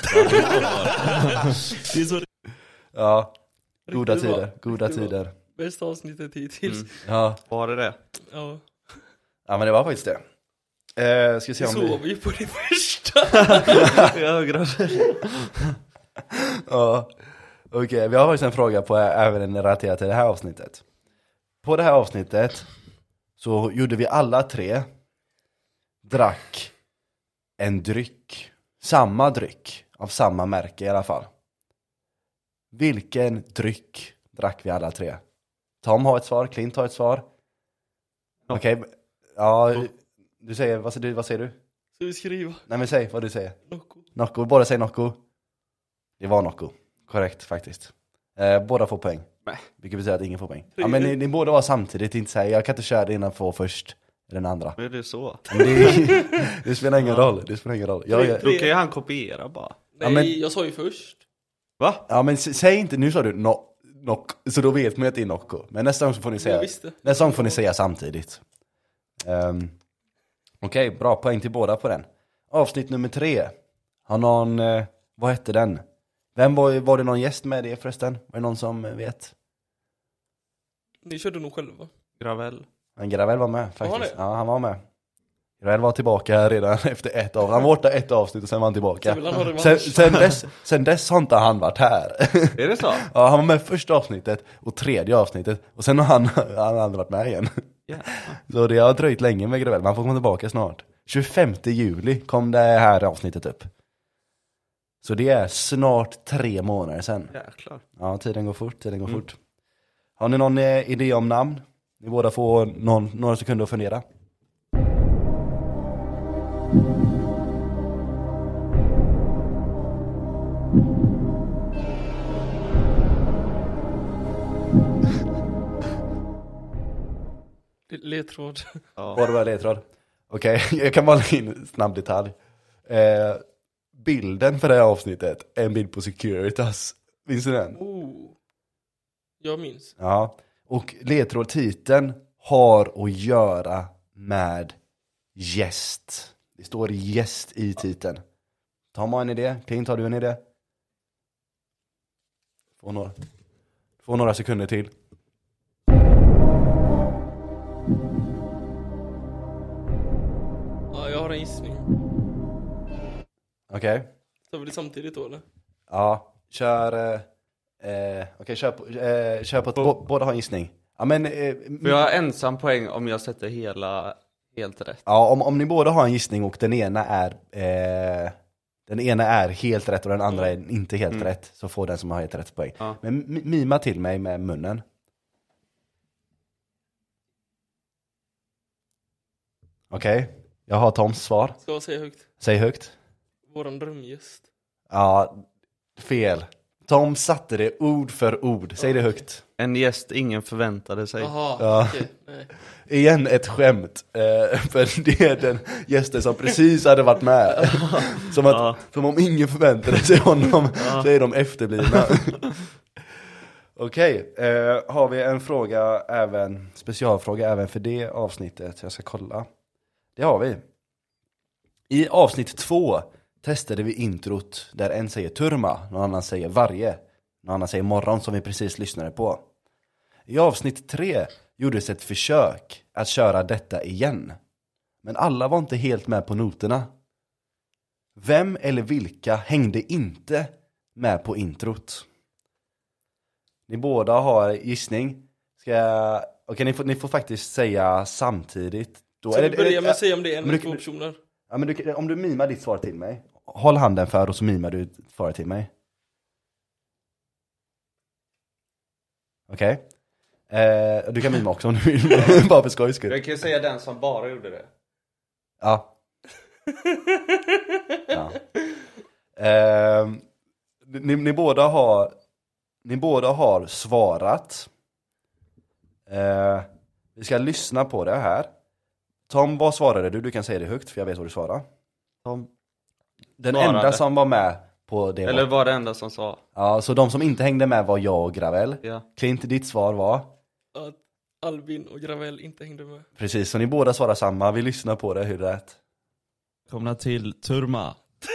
Det är så Ja, goda Riktigt bra. tider. Goda Riktigt bra. tider. bästa avsnittet hittills. Ja. Var det? Ja. Ja, men det var faktiskt det. Ska se Vi om sov ju på det första. Ja. Okej, vi har faktiskt en fråga på även relaterat till det här avsnittet. På det här avsnittet så gjorde vi alla tre drack en dryck. Samma dryck. Av samma märke i alla fall. Vilken dryck drack vi alla tre? Tom har ett svar, Klint har ett svar. Okej, ja, du säger, vad säger du? Så vi skriva. Nej men säg vad du säger. Nocco. Nocco, båda säger Nocco. Det var Nocco, korrekt faktiskt. Båda får poäng. Nej. Vilket betyder att ingen får poäng. Ja men ni båda var samtidigt, inte säga jag kan inte köra det innan få först den andra. Men det är så. Men det spelar ingen roll, det spelar ingen roll. Då kan ju han kopiera bara. Nej, Ja, men- jag sa ju först. Va? Ja men säg inte, nu sa du Nocco, så då vet man ju att det är Nocco. Men nästa gång så får ni Jag säga, visste. nästa gång får ni säga samtidigt. Okej, bra poäng till båda på den. Avsnitt nummer 3. Har någon, vad hette den? Vem var det någon gäst med det förresten? Var det någon som vet? Ni körde nog själva. Gravell. Men Gravel var med faktiskt. Var han det? Ja, han var med. Gravel var tillbaka redan efter ett avsnitt. Han var borta ett avsnitt och sen var han tillbaka. Så vill han ha revansch. Sen dess har inte han varit här. Är det så? Ja, han var med första avsnittet och tredje avsnittet. Och sen har han aldrig varit med igen. Yeah. Så det har dröjt länge med Gravel. Man får komma tillbaka snart. 25 juli kom det här avsnittet upp. Så det är snart 3 månader sen. Jäklar. Ja, tiden går fort. Har ni någon idé om namn? Ni båda får några sekunder att fundera. Ledtråd. Ja. Var det bara ledtråd? Okej, jag kan bara lägga in en snabb detalj. Bilden för det här avsnittet är en bild på Securitas. Minns du den? Oh. Jag minns. Ja. Och ledtrådtiteln har att göra med gäst. Det står gäst i titeln. Tom har en idé. Clint, har du en idé? Få några sekunder till. Ja, jag har en gissning. Okej. Så vi det samtidigt då, eller? Ja, kör... kör på båda har en gissning. Ja, men... jag har ensam poäng om jag sätter helt rätt. Ja, om ni båda har en gissning och den ena är helt rätt och den andra är inte helt rätt, så får den som har helt rätt poäng. Ja. Men mima till mig med munnen. Okej. Jag har Toms svar. Ska jag säga högt? Säg högt. Våran drömgäst. Ja, fel. Tom satte det ord för ord. Säg det högt. En gäst ingen förväntade sig. Jaha, ja. Okej. Nej. Igen ett skämt. För det är den gästen som precis hade varit med. Som om ingen förväntade sig honom, så är de efterblivna. Okej, har vi en fråga specialfråga även för det avsnittet? Jag ska kolla. Det har vi. I avsnitt 2 testade vi introt där en säger turma, någon annan säger varje, någon annan säger morgon som vi precis lyssnade på. I avsnitt 3 gjordes ett försök att köra detta igen. Men alla var inte helt med på noterna. Vem eller vilka hängde inte med på introt? Ni båda har gissning. Ni får faktiskt säga samtidigt. Då så vi börjar med att säga om det är en eller två personer. Ja, men om du mimar ditt svar till mig. Håll handen för och så mimar du svaret till mig. Okej. Du kan mima också om du vill. Bara för skojs skull. Jag kan säga den som bara gjorde det. Ja. Ni båda har svarat. Vi ska lyssna på det här. Tom, vad svarade du? Du kan säga det högt för jag vet vad du svarade. Tom den svarade. Enda som var med på det. Eller var det enda som sa? Ja, så de som inte hängde med var jag och Gravel. Ja. Clint, ditt svar var? Att Albin och Gravel inte hängde med. Precis, så ni båda svarar samma. Vi lyssnar på det, hur det är. Komna till turma.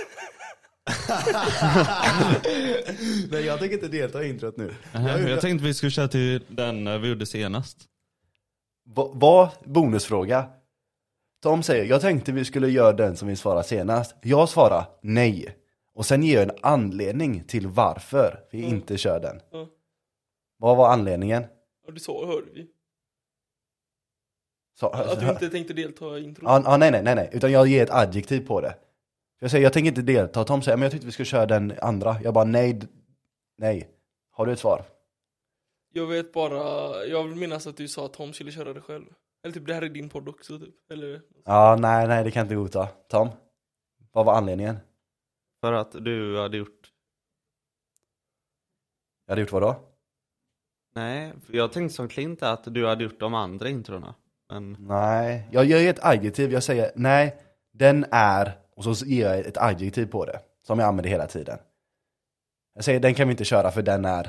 Nej, jag tänker inte delta i introt nu. Jag tänkte vi skulle köra till den vi gjorde senast. Vad bonusfråga? Tom säger, jag tänkte vi skulle göra den som vi svarade senast. Jag svarar nej. Och sen ger jag en anledning till varför vi inte kör den. Vad var anledningen? Ja, du sa, hörde vi. Att du inte tänkte delta i introt. Nej. Utan jag ger ett adjektiv på det. Jag säger, jag tänker inte delta. Tom säger, men jag tyckte vi skulle köra den andra. Jag bara, nej. Har du ett svar? Jag vet bara, jag vill minnas att du sa att Tom skulle köra det själv. Eller typ, det här är din podd också typ. Eller... Ja, nej, det kan jag inte godta. Tom, vad var anledningen? För att du hade gjort... Jag hade gjort vad då? Nej, jag tänkte som Clint att du hade gjort de andra introna. Men... Nej, jag ger ett adjektiv. Jag säger, nej, den är... Och så ger jag ett adjektiv på det. Som jag använder hela tiden. Jag säger, den kan vi inte köra för den är...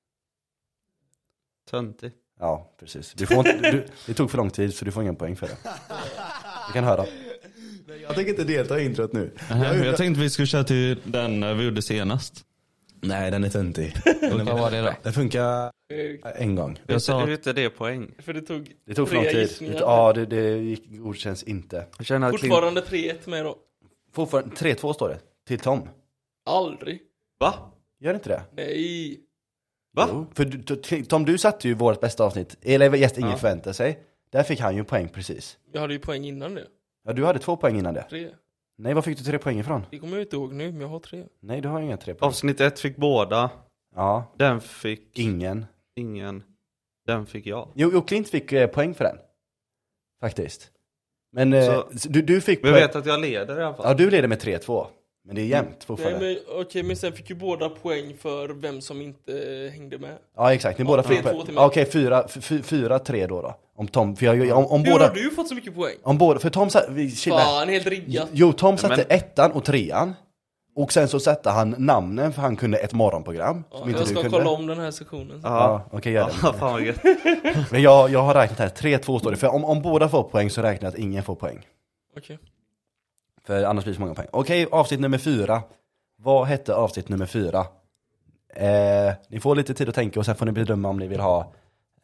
Töntig. Ja, precis. Det tog för lång tid så du får ingen poäng för det. Du kan höra. Jag tänker inte delta i introt nu. Jag tänkte vi skulle köra till den vi gjorde senast. Nej, den är töntig. Vad var det då? Det funkar en gång. Hur heter det poäng? För det tog för lång tid. Ja, det godkänns inte. Fortfarande 3-1 med då. Fortfarande 3-2 står det. Till Tom. Aldrig. Va? Gör inte det? Nej. Va? Jo, för Tom, du satte ju vårt bästa avsnitt. Eller gäst ingen förväntar sig. Där fick han ju poäng precis. Jag hade ju poäng innan det. Ja, du hade 2 poäng innan det. 3. Nej, vad fick du 3 poäng ifrån? Det kommer jag inte ihåg nu, men jag har 3. Nej, du har inga 3 poäng. Avsnitt 1 fick båda. Ja. Den fick... Ingen. Den fick jag. Jo, Clint fick poäng för den. Faktiskt. Men du fick poäng. Jag vet att jag leder i alla fall. Ja, du leder med 3-2. Men det är jämnt fortfarande. Nej, men, men sen fick ju båda poäng för vem som inte hängde med. Ja, exakt. Ni båda fick poäng. Okej, 4-3 då. Om Tom, för om hur båda... har du fått så mycket poäng? Om båda, för Tom satte... Fan, helt riggat. Jo, Tom satte 1:an och 3:an. Och sen så satte han namnen för han kunde ett morgonprogram. Ja, jag ska kolla om den här sektionen. Ja, okej, gör det. Ja, fan vad gött. Men jag har räknat här, 3-2 står det. För om båda får poäng så räknar jag att ingen får poäng. Okej. För annars blir det så många poäng. Okej, avsnitt nummer 4. Vad hette avsnitt nummer 4? Ni får lite tid att tänka och sen får ni bedöma om ni vill ha...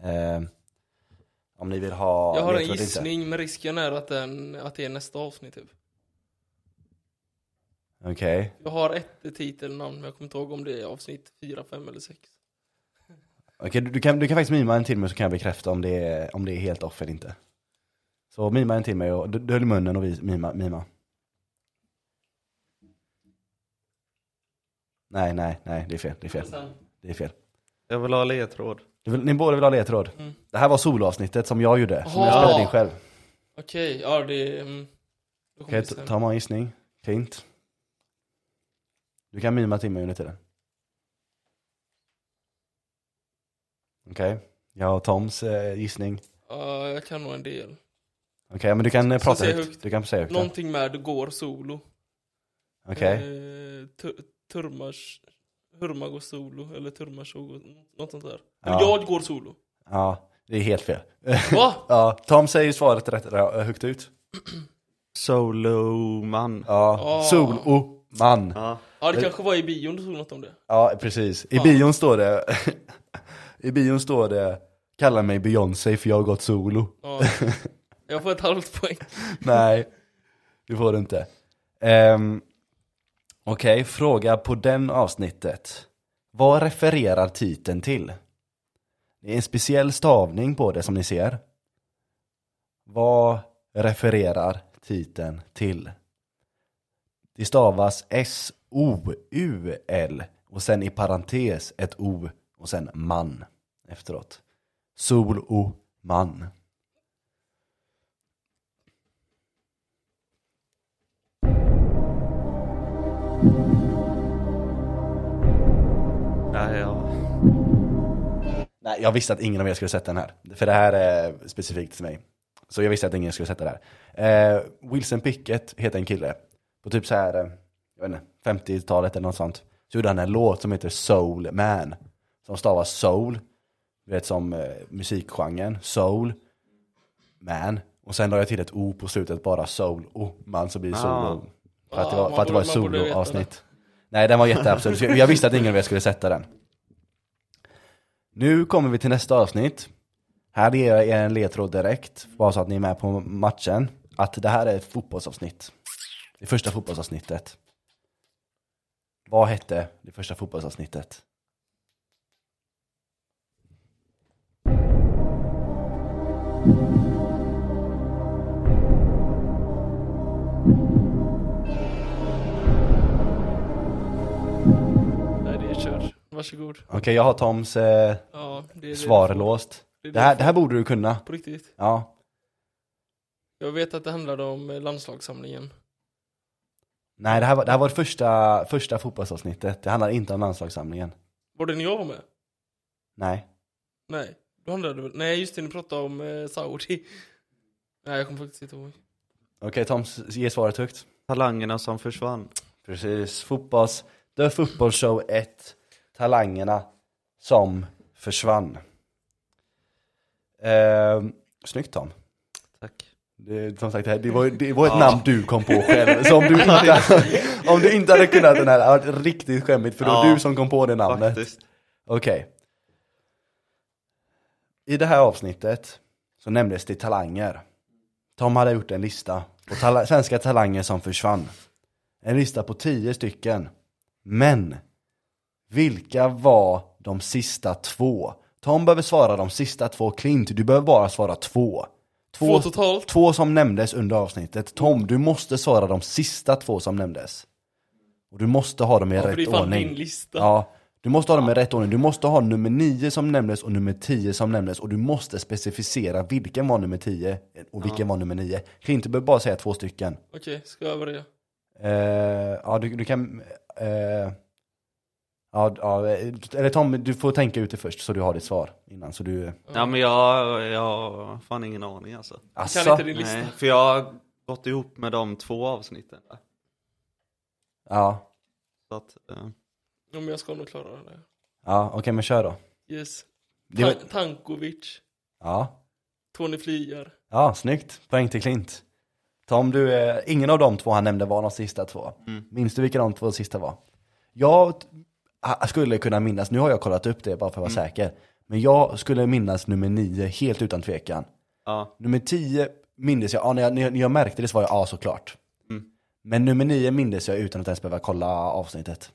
Jag har en gissning, men risken är att det är nästa avsnitt typ. Okej. Jag har ett titelnamn, men jag kommer inte ihåg om det är avsnitt 4, 5 eller 6. Okej, du kan faktiskt mima en till mig så kan jag bekräfta om det är helt off eller inte. Så mima en till mig och du höll munnen och mima. Nej, det är fel. Det är fel. Jag vill ha ledtråd. Ni båda vill ha ledtråd. Det här var soloavsnittet som jag gjorde, som jag spelade in själv. Okej, ja det Okej, ta mig en gissning. Fint. Du kan mima till mig under tiden. Okej. Jag har Toms gissning. Ja, jag kan nog en del. Okej, men du kan prata högt. Du kan säga högt. Någonting med går solo. Okej. Hurma går solo. Eller Turmars går, något sånt där. Ja. Eller jag går solo. Ja, det är helt fel. Va? Ja, Tom säger svaret rätt högt ut. Solo-man. Ja, solo-man. Ja, det kanske var i bion du såg något om det. Ja, precis. I bion står det... I bion står det... Kalla mig Beyoncé för jag har gått solo. Ja. Jag får ett halvt poäng. Nej, det får du inte. Okej, fråga på den avsnittet. Vad refererar titeln till? Det är en speciell stavning på det som ni ser. Vad refererar titeln till? Det stavas S-O-U-L och sen i parentes ett O och sen man efteråt. Sol-o-man. Nej, jag visste att ingen av er skulle sätta den här. För det här är specifikt till mig. Så jag visste att ingen skulle sätta det här. Wilson Pickett heter en kille. På typ så här, jag vet inte, 50-talet eller något sånt. Så gjorde han en låt som heter Soul Man. Som stavas soul. Du vet som musikgenren. Soul Man. Och sen la jag till ett O på slutet, bara soul. Man, så blir det solo. För att det var ett solo-avsnitt. Nej, den var jätteabsurd. Jag visste att ingen av er skulle sätta den. Nu kommer vi till nästa avsnitt. Här ger jag er en ledtråd direkt. Bara så att ni är med på matchen. Att det här är ett fotbollsavsnitt. Det första fotbollsavsnittet. Vad hette det första fotbollsavsnittet? Nej, det är kört. Varsågod. Okej, jag har Toms svar låst. Det här borde du kunna. På riktigt? Ja. Jag vet att det handlade om landslagssamlingen. Nej, det här var det första fotbollsavsnittet. Det handlar inte om landslagssamlingen. Var det när jag var med? Nej. Nej, då handlade det väl... Nej, just det, ni pratade om Saudi. Nej, jag kommer faktiskt inte ihåg. Okej, Tom, ge svaret högt. Talangerna som försvann. Precis, The Football Show 1. Talangerna som försvann. Snyggt, Tom. Tack. Som sagt, det var ett namn du kom på själv. Så om du inte hade kunnat den här, det hade varit riktigt skämmigt. För det var du som kom på det namnet. Okej. I det här avsnittet så nämndes det talanger. Tom hade gjort en lista på svenska talanger som försvann. En lista på 10 stycken. Men vilka var de sista 2? Tom behöver svara de sista 2. Clint, du behöver bara svara 2. 2 totalt? 2 som nämndes under avsnittet. Tom, du måste svara de sista 2 som nämndes. Och du måste ha dem i rätt ordning. Din lista. Ja, du måste ha dem i rätt ordning. Du måste ha nummer 9 som nämndes och nummer 10 som nämndes. Och du måste specificera vilken var nummer 10 och vilken var nummer 9. Clint, du behöver bara säga 2 stycken. Okej, ska jag över det? Ja, du kan... eller Tom, du får tänka ut det först så du har ditt svar innan. Så du... Ja, men jag har fan ingen aning alltså. Jag kan inte din lista. Nej, för jag har gått ihop med de 2 avsnitten där. Ja. Så att... Ja, men jag ska nog klara det. Ja, okej, men kör då. Yes. Det Tankovic. Ja. Tony Flygar. Ja, snyggt. Poäng till Clint. Tom, ingen av de två han nämnde var de sista två. Minns du vilka de två sista var? Jag skulle kunna minnas, nu har jag kollat upp det bara för att vara säker. Men jag skulle minnas nummer 9 helt utan tvekan. Ja. Nummer 10 minns jag, när jag märkte det så var jag såklart. Men nummer 9 minns jag utan att ens behöva kolla avsnittet.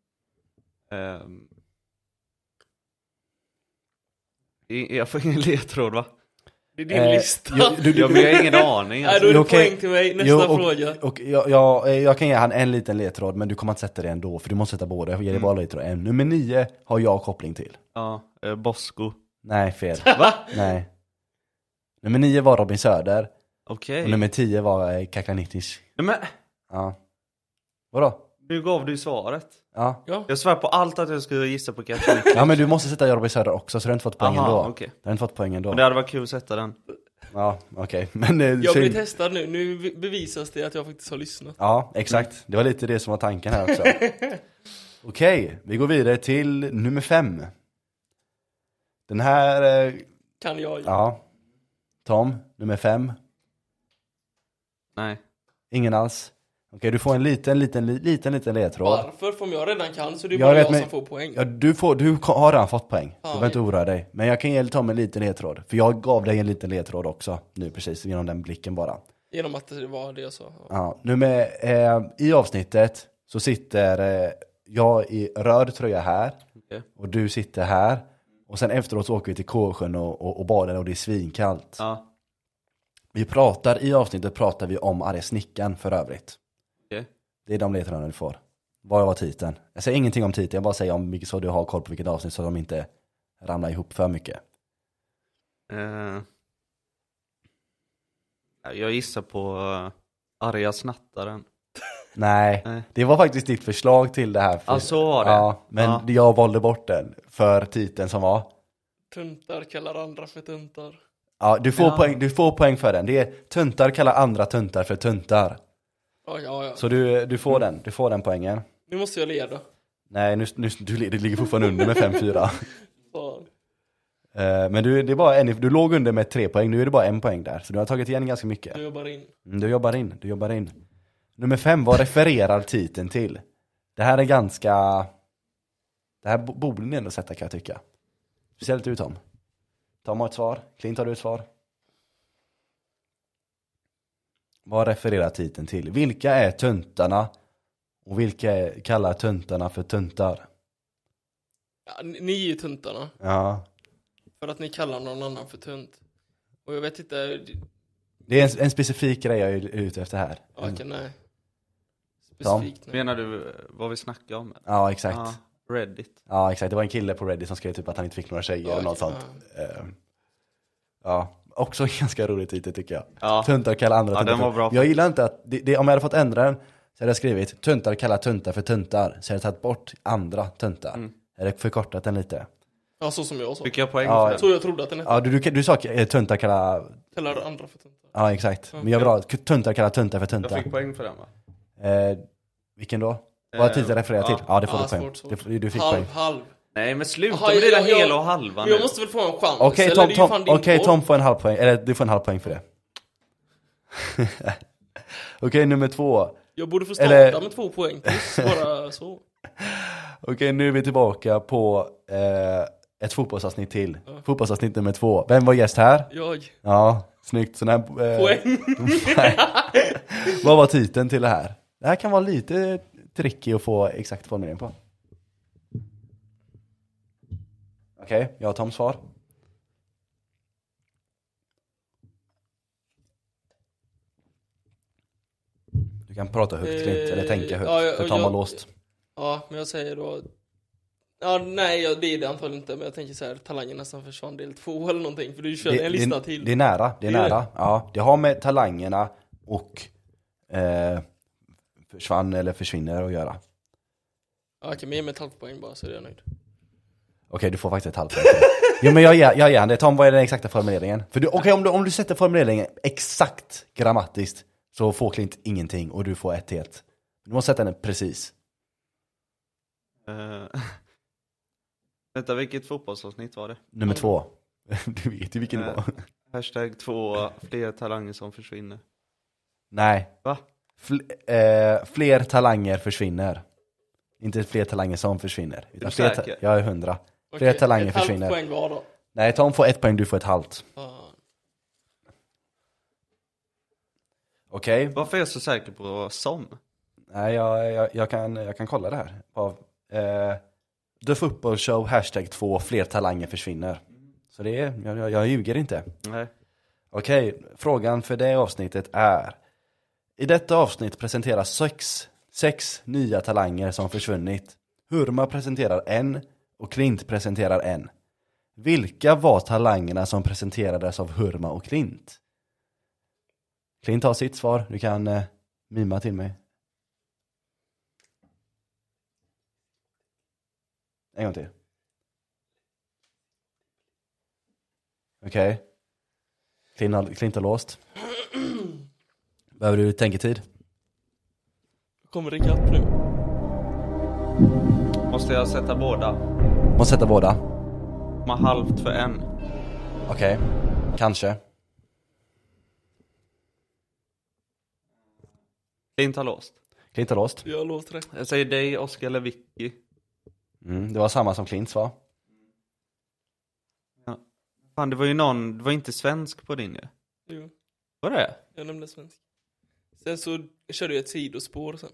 Jag får ingen ledtråd, va? Det är din lista. Men jag har ingen aning. Nej, då är det poäng till mig. Nästa fråga. Och jag kan ge han en liten ledtråd, men du kommer inte sätta det ändå. För du måste sätta båda. Jag ger dig bara ledtråd. Nummer 9 har jag koppling till. Ja, Bosko. Nej, fel. Va? Nej. Nummer 9 var Robin Söder. Okej. Och nummer 10 var Kaklanittis. Men Ja. Vadå? nu gav du svaret. Ja. Jag svär på allt att jag skulle gissa på Kaklanittis. Ja, men du måste sätta Robin Söder också, så du har inte fått poängen då. Okay. Du har inte fått poängen då. Men det hade varit kul att sätta den. Ja, okej. Men jag blir testad nu. Nu bevisas det att jag faktiskt har lyssnat. Ja, exakt. Det var lite det som var tanken här också. Okej, vi går vidare till nummer 5. Den här... Kan jag? Ja. Tom, nummer 5. Nej. Ingen alls. Okej, du får en liten ledtråd. Varför? För om jag redan kan så det är bara jag som får poäng. Ja, du har redan fått poäng. Du behöver inte oroa dig. Men jag kan ge Tom en liten ledtråd. För jag gav dig en liten ledtråd också. Nu precis, genom den blicken bara. Genom att det var det jag sa. Ja, i avsnittet så sitter jag i röd tröja här. Okay. Och du sitter här. Och sen efteråt så åker vi till Kåsjön och badar och det är svinkallt. Ja. I avsnittet pratar vi om Arga Snickaren för övrigt. Okay. Det är de ledtrådarna du får. Vad var titeln? Jag säger ingenting om titeln, jag bara säger om så du har koll på vilket avsnitt så de inte ramlar ihop för mycket. Jag gissar på Arga Snattaren. Nej, det var faktiskt ditt förslag till det här. Ja, så var det. Ja, men jag valde bort den för titeln som var. Tuntar kallar andra för tuntar. Ja, du får poäng för den. Det är tuntar kallar andra tuntar för tuntar. Ja. Så du får den poängen. Nu måste jag leda. Nej, du ligger fortfarande under med 5-4. Men det är bara du låg under med 3 poäng. Nu är det bara 1 poäng där. Så du har tagit igen ganska mycket. Du jobbar in. Du jobbar in. Nummer 5, vad refererar titeln till? Det här är ganska... Det här borde ni ändå sätta, kan jag tycka. Speciellt du, Tom. Tom har ett svar. Clint, har du ett svar? Vad refererar titeln till? Vilka är tuntarna? Och vilka kallar tuntarna för tuntar? Ja, ni är ju tuntarna. Ja. För att ni kallar någon annan för tunt. Och jag vet inte... Det är en specifik grej jag är ute efter här. Okej, nej. Specifikt. Nej. Menar du vad vi snackar om? Ja, exakt. Reddit. Ja, exakt. Det var en kille på Reddit som skrev typ att han inte fick några tjejer eller något sånt. Ja, också ganska roligt titel tycker jag. Ja. Tuntar kallar andra tuntar. Den var bra. Jag gillar inte att, om jag hade fått ändra den så hade jag skrivit tuntar kallar tuntar för tuntar. Så hade jag tagit bort andra tuntar. Jag hade förkortat den lite. Ja, så som jag sa. Fick jag poäng för det? Så jag trodde att den hette. Ja, du sa tuntar kallar andra för tuntar. Ja, exakt. Men jag vill ha tuntar kallar tuntar för tuntar. Jag fick poäng för den, va? Vilken då? Vad titeln refererar till? Ja, det får du poäng. Du fick poäng. Halv. Nej, men sluta med det där hela och halva nu. Jag måste väl få en chans. Okej, Tom får en halv poäng. Eller du får en halv poäng för det. Okej, nummer 2. Jag borde få starta med 2 poäng. Bara så. Okej, nu är vi tillbaka på ett fotbollsavsnitt till. Fotbollsavsnitt nummer 2. Vem var gäst här? Jag. Ja, snyggt. Sån här, poäng. Vad var titeln till det här? Det här kan vara lite tricky att få exakt formulering på. Okej, jag har Toms svar. Du kan prata högt, Clint, eller tänka högt, för Tom har låst. Ja, men jag säger då... Ja, nej, det är det antagligen inte, men jag tänker så här, Talangen nästan försvann del 2 eller någonting, för du körde en lista till. Det är nära. Ja, det har med talangerna och försvann eller försvinner att göra. Ja, okej, men ge mig ett halvt poäng bara, så är jag nöjd. Okej, du får faktiskt ett halvt poäng. Jo, men jag ger han det. Tom, vad är den exakta formuleringen? För om du sätter formuleringen exakt grammatiskt så får Clint ingenting och du får ett helt. Du måste sätta den precis. Vänta, vilket fotbollsavsnitt var det? Nummer 2. Du vet ju vilken det var. #2, fler talanger som försvinner. Nej. Va? Fler talanger försvinner. Inte fler talanger som försvinner. Utan jag är 100. Fler talanger försvinner. Ett halvt poäng var då. Nej, Tom får 1 poäng, du får ett halvt. Okej. Varför är jag så säker på som? Nej, jag kan kolla det här. The Football Show #2 fler talanger försvinner. Så det är, jag ljuger inte. Nej. Okej, frågan för det avsnittet är: i detta avsnitt presenteras sex nya talanger som försvunnit. Hurma presenterar en och Klint presenterar en. Vilka var talangerna som presenterades av Hurma och Klint? Klint har sitt svar, du kan mima till mig. En gång till. Okej. Klint har låst. Behöver du tänketid? Kommer det ikapp nu? Måste jag sätta båda? Måste sätta båda. Man har halvt för en. Okej, kanske. Klint har låst. Klint har låst. Jag har låst rätt. Jag säger dig, Oskar eller Vicky. Det var samma som Klints va? Ja. Fan, det var ju någon, det var inte svensk på din ju. Jo. Var det? Jag nämnde svensk. Sen så körde jag ett sidospår sen.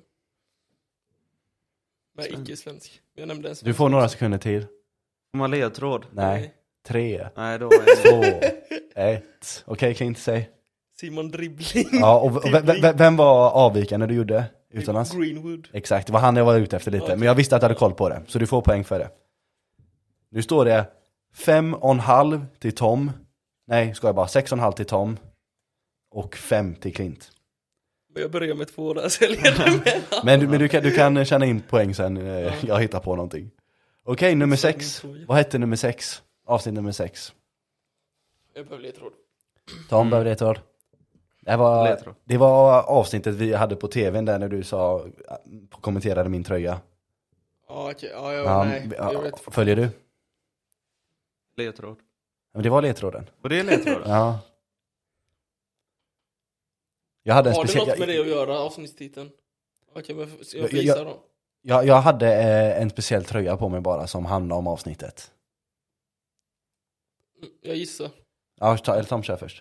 Men icke-svensk. Jag nämnde en svensk. Du får några sekunder till. Får man ledtråd? Nej. 3, Nej, då är det 2, 1. Okej, Klint, säg. Simon Dribbling. Ja, och vem var avvikande du gjorde utomlands? Greenwood. Exakt, det var han jag var ute efter lite. Men jag visste att du hade koll på det. Så du får poäng för det. Nu står det 5,5 till Tom. Nej, ska jag bara 6,5 till Tom. Och 5 till Klint. Jag börjar med 2 där, så jag leder med. Men du kan tjäna in poäng sen. Jag hittar på någonting. Okej, nummer 6. Vad hette nummer 6? Avsnitt nummer 6. Jag behöver ledtråd. Tom behöver ledtråd. Det var avsnittet vi hade på tvn där när du kommenterade min tröja. Ja, okej. Nej. Jag vet. Följer du? ledtråd. Men det var ledtråden. Och det är ledtråden? Ja. Jag hade Har det något med det att göra, avsnittstiteln? Okej, men jag får gissa då. Jag hade en speciell tröja på mig bara som handlade om avsnittet. Jag gissar. Ja, eller Tom kör först.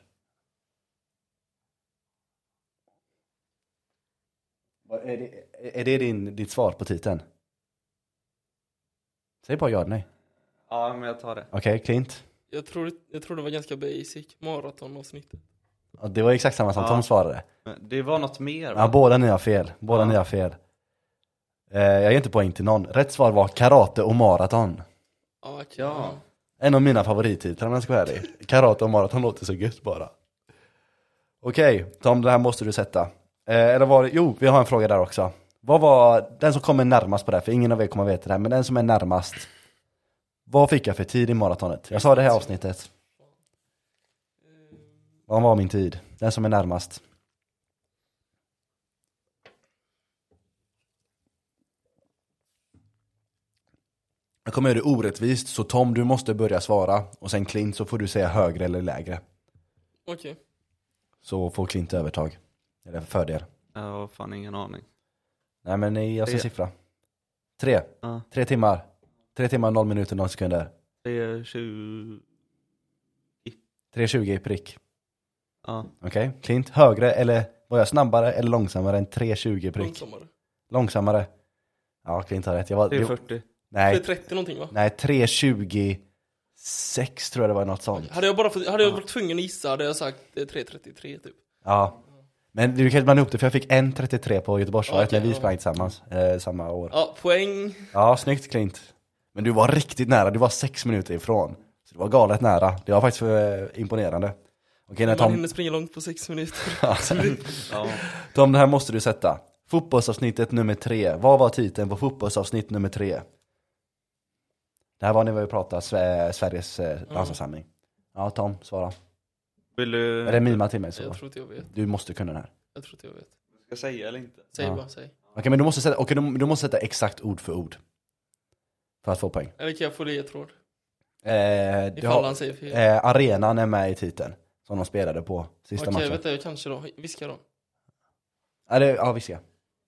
Är det ditt svar på titeln? Säg bara ja eller nej. Ja, men jag tar det. Okej, Klint. Jag tror det var ganska basic. Maratonavsnittet. Ja, det var exakt samma som Tom svarade. Men det var något mer, va? Ja, båda ni har fel. Ni har fel. Jag ger inte poäng till någon. Rätt svar var karate och maraton. Ja. En av mina favorittitlar om jag ska vara ärlig. Karate och maraton låter så gött bara. Okej, Tom, det här måste du sätta. Vi har en fråga där också. Vad var den som kommer närmast på det här? För ingen av er kommer veta det här, men den som är närmast. Vad fick jag för tid i maratonet? Jag sa det här avsnittet. Vad var min tid? Den som är närmast. Jag kommer göra det orättvist, så Tom, du måste börja svara. Och sen Klint, så får du säga högre eller lägre. Okej. Så får Klint övertag. Eller fördel. Jag har fan ingen aning. Nej, men jag ska siffra. 3. 3 timmar. 3 timmar, 0 minuter, 0 sekunder. 3:20. 3:20 prick. Ja. Okej. Klint, högre eller var jag snabbare eller långsammare än 3:20 prick? Långsammare. Ja, Klint har rätt. 3:40. Nej. 3:30 någonting, va? Nej, 3:26 tror jag det var, något sånt. Hade jag varit tvungen att gissa hade jag sagt 3:33 typ. Ja. Men du kan man ihop det, för jag fick 1:33 på Göteborgsvaret när vi sprang tillsammans samma år. Ja, poäng. Ja, snyggt Klint. Men du var riktigt nära, du var 6 minuter ifrån. Så det var galet nära. Det var faktiskt imponerande. Okej, man hinner springa långt på 6 minuter. Ja. Tom, det här måste du sätta. Fotbollsavsnittet nummer 3. Vad var titeln på fotbollsavsnitt nummer 3? Det här var när vi pratade Sveriges landslagssamling. Ja, Tom, svara. Vill du... Är det mima till mig? Så? Jag tror inte jag vet. Du måste kunna den här. Jag tror inte jag vet. Ska jag säga eller inte? Säg bara, säg. Okej, men du måste sätta exakt ord för ord. För att få poäng. Eller kan jag få ledtråd? Ifall han säger fel. Arenan är med i titeln. Som de spelade på sista matchen. Okej, vet jag kanske då. Viska då. Ja, visst ja.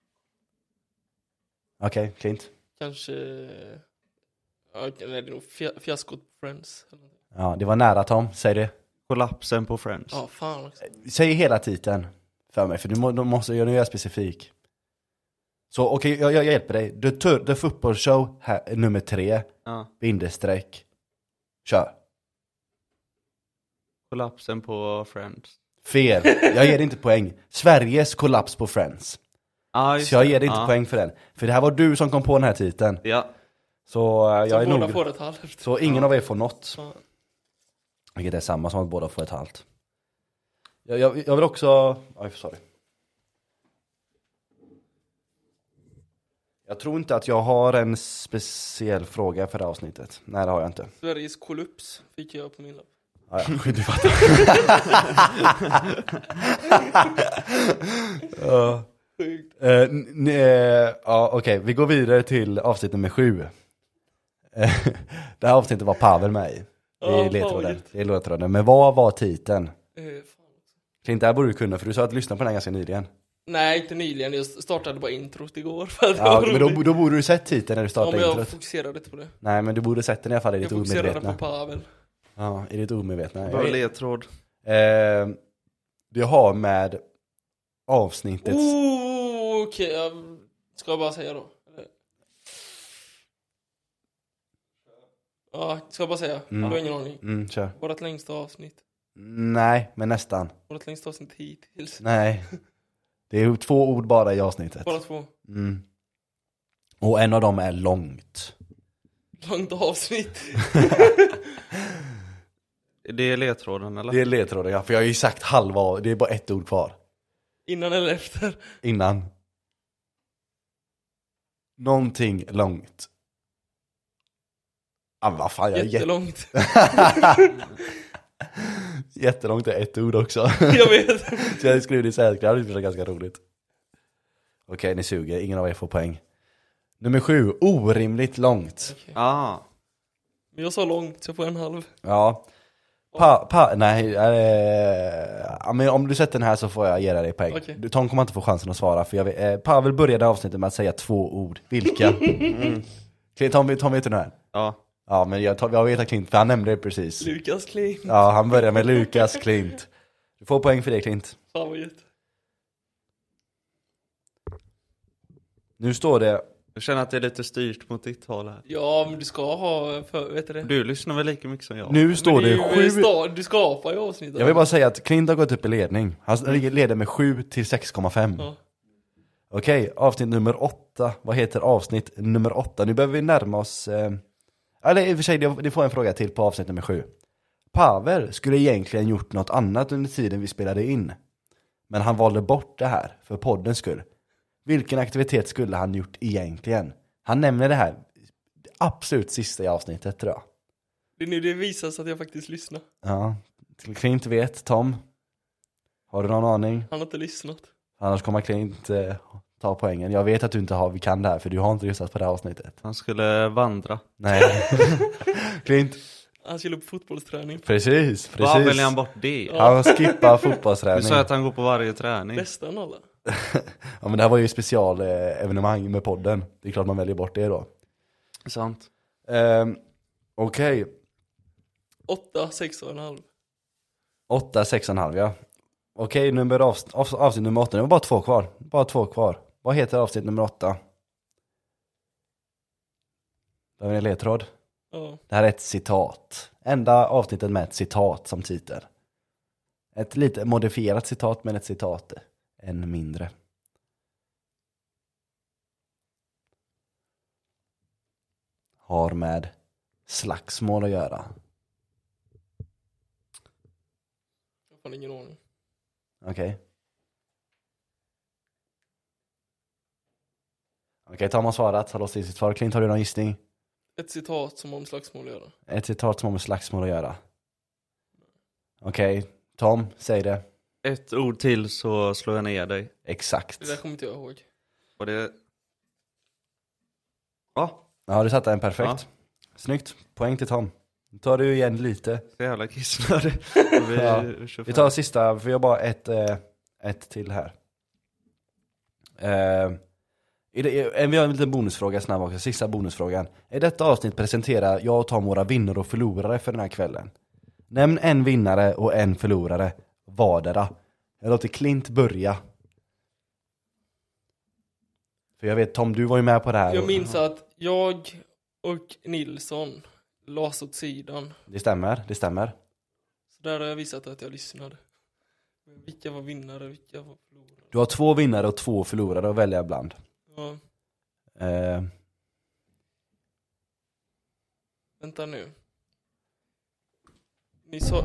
Okej, Clint. Kanske... Ja, det är nog fiaskot på Friends. Ja, det var nära Tom, säg det. Kollapsen på Friends. Ja, fan också. Säg hela titeln för mig, för du måste göra specifik. Så okej, jag hjälper dig. The Football Show, här, nummer 3, bindestreck. Kör. Kollapsen på Friends. Fel, jag ger dig inte poäng. Sveriges kollaps på Friends. Så jag ger dig inte poäng för den. För det här var du som kom på den här titeln. Ja. Så jag är nog... får ett halvt. Så ingen av er får något. Vilket är samma som att båda får ett halvt. Jag vill också... Oj, sorry. Jag tror inte att jag har en speciell fråga för det avsnittet. Nej, det har jag inte. Sveriges kollaps fick jag på min lapp. Ja, du fattar. Okej, vi går vidare till avsnitt nummer 7. Det här avsnittet var Pavel med i. Det är ledtråden. Men vad var titeln? Klint, där borde du kunna, för du sa att du lyssnade på den ganska nyligen. Nej, inte nyligen. Jag startade bara introt igår. Ja, men då borde du sett titeln när du startade introt. Jag fokuserade inte på det. Nej, men du borde sett den i alla fall i ditt omedvetna. Jag fokuserade på Pavel. Ja, i ditt omedvetna. Vad är ledtråd? Det har med avsnittet... Okej. Ska jag bara säga då? Ja, ska jag bara säga. Jag har ingen aning. Kör. Vårat längsta avsnitt. Nej, men nästan. Vårat längsta avsnitt hittills. Nej. Det är 2 ord bara i avsnittet. Bara 2. Och en av dem är långt. Långt avsnitt. Det är ledtråden, eller? Det är ledtråden, ja. För jag har ju sagt halva. Det är bara 1 ord kvar. Innan eller efter? Innan. Någonting långt. Vad fan, jag är jättelångt. Jättelångt är 1 ord också. Jag vet. Så jag skrev det så här, det är ganska roligt. Okej, ni suger. Ingen av er får poäng. Nummer 7, orimligt långt. Okay. Men jag sa långt, så jag får 1,5. Ja. Men om du sätter den här så får jag ge dig poäng. Okay. Tom kommer inte få chansen att svara, för Pavel började avsnittet med att säga 2 ord. Vilka? Tom vet du den här? Ja, men jag vet att Klint, för han nämnde det precis. Lukas Klint. Ja, han börjar med Lukas Klint. Du får poäng för det, Klint. Fan vad gött. Nu står det... Jag känner att det är lite styrt mot ditt håll här. Ja, men du ska ha... vet du det? Du lyssnar väl lika mycket som jag? Nu står det 7... Du skapar ju avsnittet. Jag vill bara säga att Klint har gått upp i ledning. Han leder med 7 till 6,5. Ja. Okej, avsnitt nummer 8. Vad heter avsnitt nummer 8? Nu behöver vi närma oss... Eller i och för sig, det får en fråga till på avsnitt nummer 7. Pavel skulle egentligen gjort något annat under tiden vi spelade in. Men han valde bort det här för poddens skull. Vilken aktivitet skulle han gjort egentligen? Han nämner det här absolut sista i avsnittet, tror jag. Det är nu det visas att jag faktiskt lyssnar. Ja, Klint vet. Tom, har du någon aning? Han har inte lyssnat. Annars kommer Klint ta poängen. Jag vet att du inte vi kan det här, för du har inte lyssnat på det här avsnittet. Han skulle vandra. Nej. Klint. Han skulle på fotbollsträning. Precis. Vad väljer han bort det? Ja. Han skippar fotbollsträning. Du sa att han går på varje träning. Nästan alla. Ja, men det här var ju special evenemang med podden. Det är klart man väljer bort det då. Sant. Okej. 8, 6,5. 8, 6,5, ja. Okej, avsnitt nummer 8. Det var bara två kvar. Vad heter avsnitt nummer 8? Där har vi en ledtråd. Ja. Det här är ett citat. Enda avsnittet med ett citat som titel. Ett lite modifierat citat, men ett citat än mindre. Har med slagsmål att göra. Jag har ingen aning. Okej. Okej, Tom har svarat. Har låst in sitt svar. Klint, har du någon gissning? Ett citat som om slagsmål att göra. Ett citat som om slagsmål att göra. Okej, Tom, säg det. Ett ord till så slår jag ner dig. Exakt. Det där kommer inte jag ihåg. Och det... Ja, du satte en perfekt. Ja. Snyggt. Poäng till Tom. Nu tar du igen lite. Så jävla kissnödig. Vi tar sista, för jag har bara ett till här. Vi har en liten bonusfråga snabb också, sista bonusfrågan. I detta avsnitt presenterar jag och Tom våra vinnare och förlorare för den här kvällen. Nämn en vinnare och en förlorare vardera. Jag låter Klint börja. För jag vet, Tom, du var ju med på det här. Jag minns att jag och Nilsson las åt sidan. Det stämmer. Så där har jag visat att jag lyssnade. Vilka var vinnare, vilka var förlorare? Du har 2 vinnare och 2 förlorare att välja bland. Ja. Vänta nu. Ni sa...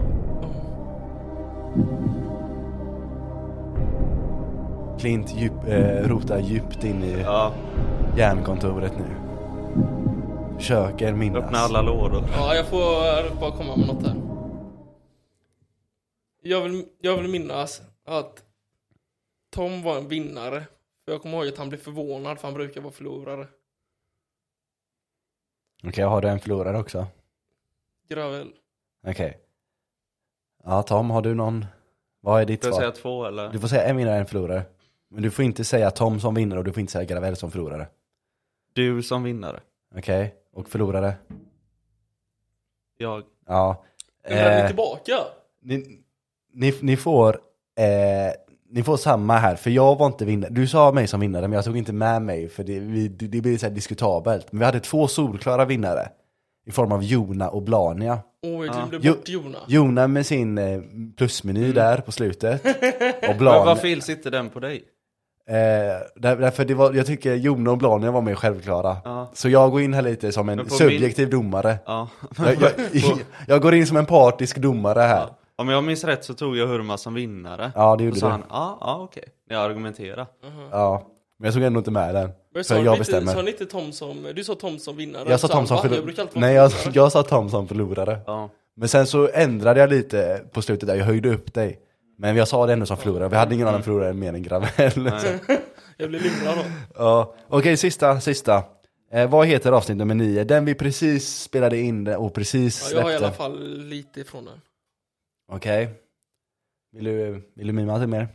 Klint rotar djupt in i hjärnkontoret nu. Försöker minnas. Öppna alla lådor. Ja, jag får bara komma med något här. Jag vill minnas att Tom var en vinnare. För jag kommer ihåg att han blev förvånad för han brukar vara förlorare. Okej, har du en förlorare också? Gravel. Okej. Ja, Tom, har du någon... Vad är ditt svar? Får jag säga 2 eller? Du får säga en vinnare och en förlorare. Men du får inte säga Tom som vinnare och du får inte säga Gravel som förlorare. Du som vinnare. Okej, och förlorare? Jag. Ja. Är vi tillbaka? Ni får samma här, för jag var inte vinnare. Du sa mig som vinnare, men jag tog inte med mig för det blir så här diskutabelt. Men vi hade 2 solklara vinnare i form av Jona och Blania. Jag glömde bort Jona. Jona med sin plusmeny där på slutet. Och Men varför finns inte den på dig? Därför jag tycker Jona och Blania var mer självklara. Så jag går in här lite som en subjektiv domare. Jag går in som en partisk domare här. Om jag minns rätt så tog jag Hurma som vinnare. Ja, det gjorde du. Okej. Jag argumenterar. Ja, men jag tog ändå inte med den. Men för jag bestämmer. Sa ni inte Tom som... Du sa Tom som vinnare. Jag sa Tom som förlorare. Nej, jag sa Tom som förlorare. Ja. Men sen så ändrade jag lite på slutet där. Jag höjde upp dig. Men jag sa det ändå som förlorare. Vi hade ingen annan förlorare mer än Gravel. Jag blev lurad då. Ja, okej, sista. Vad heter avsnitt nummer 9? Den vi precis spelade in och precis släppte. Jag har i alla fall lite ifrån den. Okej. Vill du mima till mer?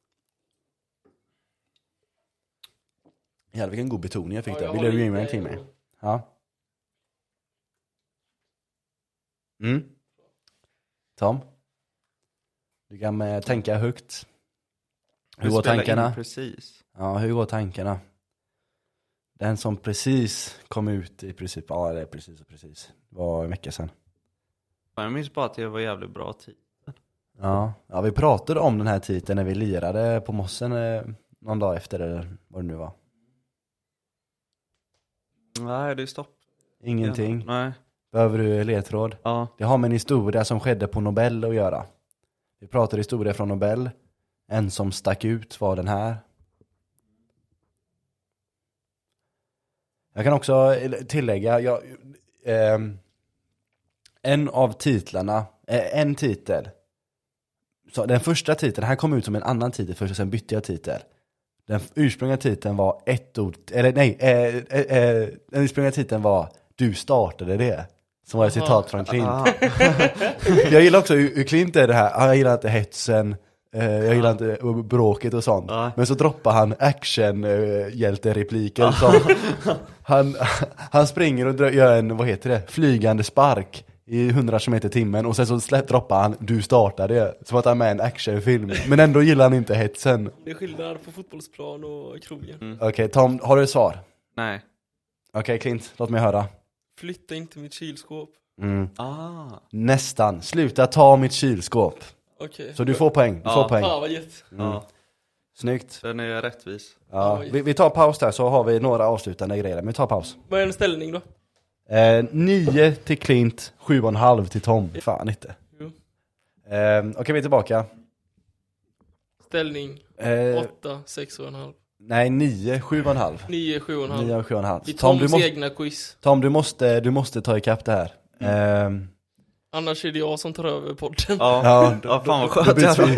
Jävlar, vilken god betoning jag fick där. Vill du mima till mig? Ja. Tom? Du kan tänka högt. Hur går tankarna? Precis. Ja, hur går tankarna? Den som precis kom ut i princip. Ja, det är precis. Det var en vecka sedan. Jag minns bara att det var jävligt bra tid. Ja, vi pratade om den här titeln när vi lirade på Mossen någon dag efter, eller vad det nu var. Nej, det är stopp. Ingenting? Ja, nej. Behöver du ledtråd? Ja. Det har med en historia som skedde på Nobel att göra. Vi pratade historia från Nobel. En som stack ut var den här. Jag kan också tillägga, en av titlarna, en titel. Så den första titeln, här kom ut som en annan titel först och sen bytte jag titel. Den ursprungliga titeln var den ursprungliga titeln var Du startade det. Som var ett citat från Klint. Jag gillar också hur Klint är det här. Jag gillar inte hetsen. Jag gillar inte bråket och sånt. Men så droppar han action-hjälte-repliker. Han springer och gör en, flygande spark i 100 km/h. Och sen så droppar han Du startade det. Som att han är med i en actionfilm. Men ändå gillar han inte hetsen. Det är skillnad på fotbollsplan och krogen. Okej, Tom, har du ett svar? Nej. Okej, Klint, låt mig höra. Flytta inte mitt kylskåp. Nästan. Sluta ta mitt kylskåp. Okay. Så du får poäng. Fan vad gett. Snyggt. Den är rättvis. Ja. Vi tar paus där så har vi några avslutande grejer. Men vi tar paus. Vad är en ställning då? 9 till Klint, 7,5 till Tom. Fan inte. Okej, vi är tillbaka. Ställning 8, 6,5. Nej, 9, 7,5. 9, 7,5. 9 och 7,5. I Toms egna quiz. Tom, du måste ta ikapp det här. Annars är det jag som tar över podden. Ja, fan vad skönt.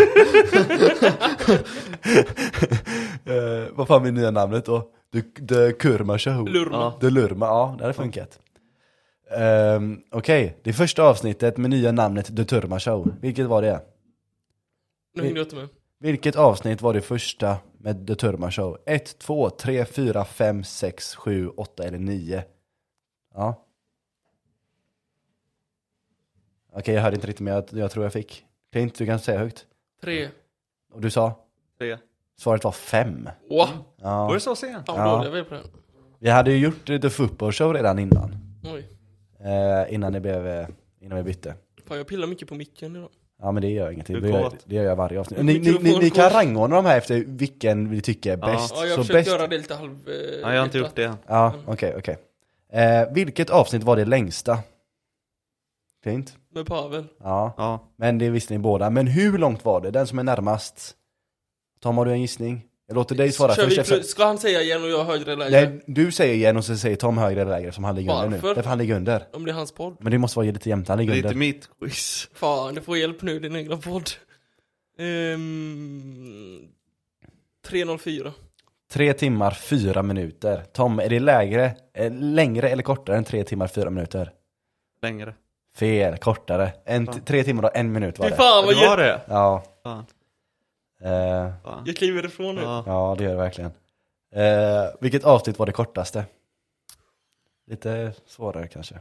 Vad fan är nya namnet då? The Kurma Show. The Lurma, ja, det hade funkat. Okej, det första avsnittet med nya namnet The Turma Show. Vilket var det? Nu hänger jag inte med. Vilket avsnitt var det första med The Turman Show. 1, 2, 3, 4, 5, 6, 7, 8 eller 9. Ja. Okej, jag hörde inte riktigt, men jag tror jag fick. Klint, du kan säga högt. 3. Och du sa? 3. Svaret var 5. Åh! Ja. Var det så sent? Fan, dåliga vi är på den. Vi hade ju gjort The Football Show redan innan. Oj. Innan vi bytte. Fan, jag pillar mycket på micken idag. Ja, men det gör ingenting. Det Det gör jag varje avsnitt. Ni kan rangordna de här efter vilken vi tycker är bäst. Ja, jag så försöker bäst... göra det lite halv... Ja, jag har inte gjort det än. Ja, okej. Vilket avsnitt var det längsta? Fint. Med Pavel. Ja, men det visste ni båda. Men hur långt var det? Den som är närmast. Tom, har du en gissning? Jag låter dig svara först. Ska han säga igen och jag högre eller lägre? Nej, du säger igen och så säger Tom högre eller lägre som han ligger under nu. Därför han ligger under. Om det är hans podd. Men det måste vara lite jämnt, han ligger Det är under. inte mitt quiz. Fan, du får hjälp nu, din egna podd. 3:04. 3 timmar 4 minuter. Tom, är det längre eller kortare än 3 timmar 4 minuter? Längre. Fel, kortare. 3 timmar och 1 minut var Fy det. fan vad Var det? Ja. Fan. Jag kliver ifrån nu. Ja, det gör det verkligen. Vilket avsnitt var det kortaste? Lite svårare kanske.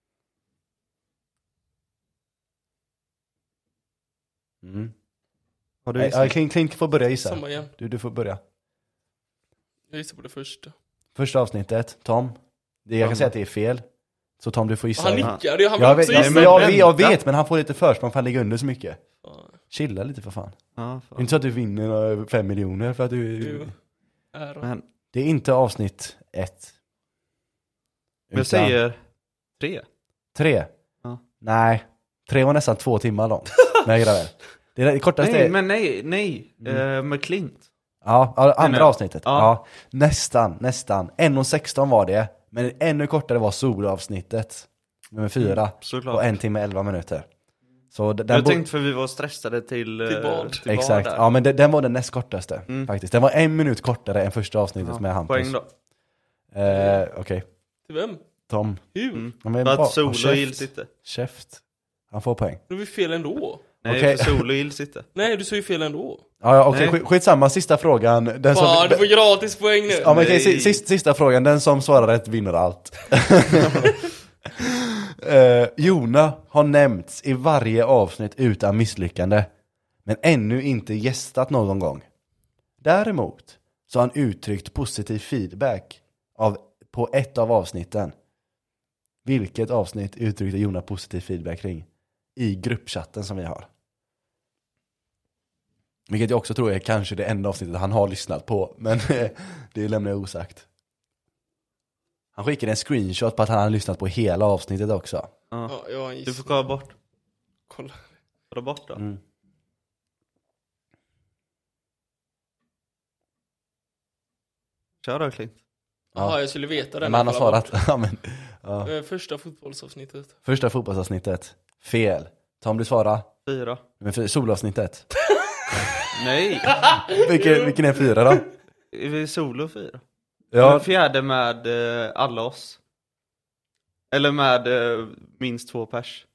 Har du gissat? Klink får börja gissa. Samma igen. Du får börja. Jag gissar på det första. Första avsnittet, Tom. Jag kan säga att det är fel. Så Tom, du får gissa. Han nickade, han jag vill också vet, gissa. jag vet, men han får lite försprång för han ligger under så mycket. Fan. Chilla lite för fan. Ja, Det är inte så att du vinner 5 miljoner för att du... Men Det är inte avsnitt 1. jag säger 3. 3? Ja. Nej, 3 var nästan 2 timmar långt. Men jag väl. Det är det kortaste. Nej. Med Klint. Ja, andra avsnittet. Ja. Ja, nästan. 1:16 var det. Men ännu kortare var solavsnittet. Nummer 4. Såklart. På 1 timme 11 minuter. Så Jag tänkte för vi var stressade till bad. Exakt, där. ja men den var den näst kortaste faktiskt. Den var 1 minut kortare än första avsnittet med Hampus. Poäng då. Okej. Till vem? Tom. Hur? Ja, men För bara- att Sol och käft. Ill sitter. Käft. Han får poäng. Det var ju fel ändå. Nej, Okej. för Sol och Ill sitter. Nej, du sa ju fel ändå. Ja, okej, Nej. skitsamma. Sista frågan. Den som, Fan, du får gratis poäng nu. ja, men okej, Nej. sista frågan. Den som svarar rätt vinner allt. Jona har nämnts i varje avsnitt utan misslyckande. Men ännu inte gästat någon gång. Däremot så har han uttryckt positiv feedback på ett av avsnitten. Vilket avsnitt uttryckte Jona positiv feedback kring? I gruppchatten som vi har. Vilket jag också tror är kanske det enda avsnittet han har lyssnat på. Men det lämnar jag osagt. Han skickade en screenshot på att han har lyssnat på hela avsnittet också. Ja. Ja, jag har en Du gissning. får kolla bort. Kolla. Kolla bort då. Kör då, Klint. Jaha, jag skulle veta den. Men han har Kolla svarat. Ja, men, ja. bort. Första fotbollsavsnittet. Första fotbollsavsnittet. Fel. Tom, du svarar. 4. Men solavsnittet. Nej. Vilken är 4 då? Är vi solo 4? Ja, 4 med alla oss. Eller med minst 2 pers.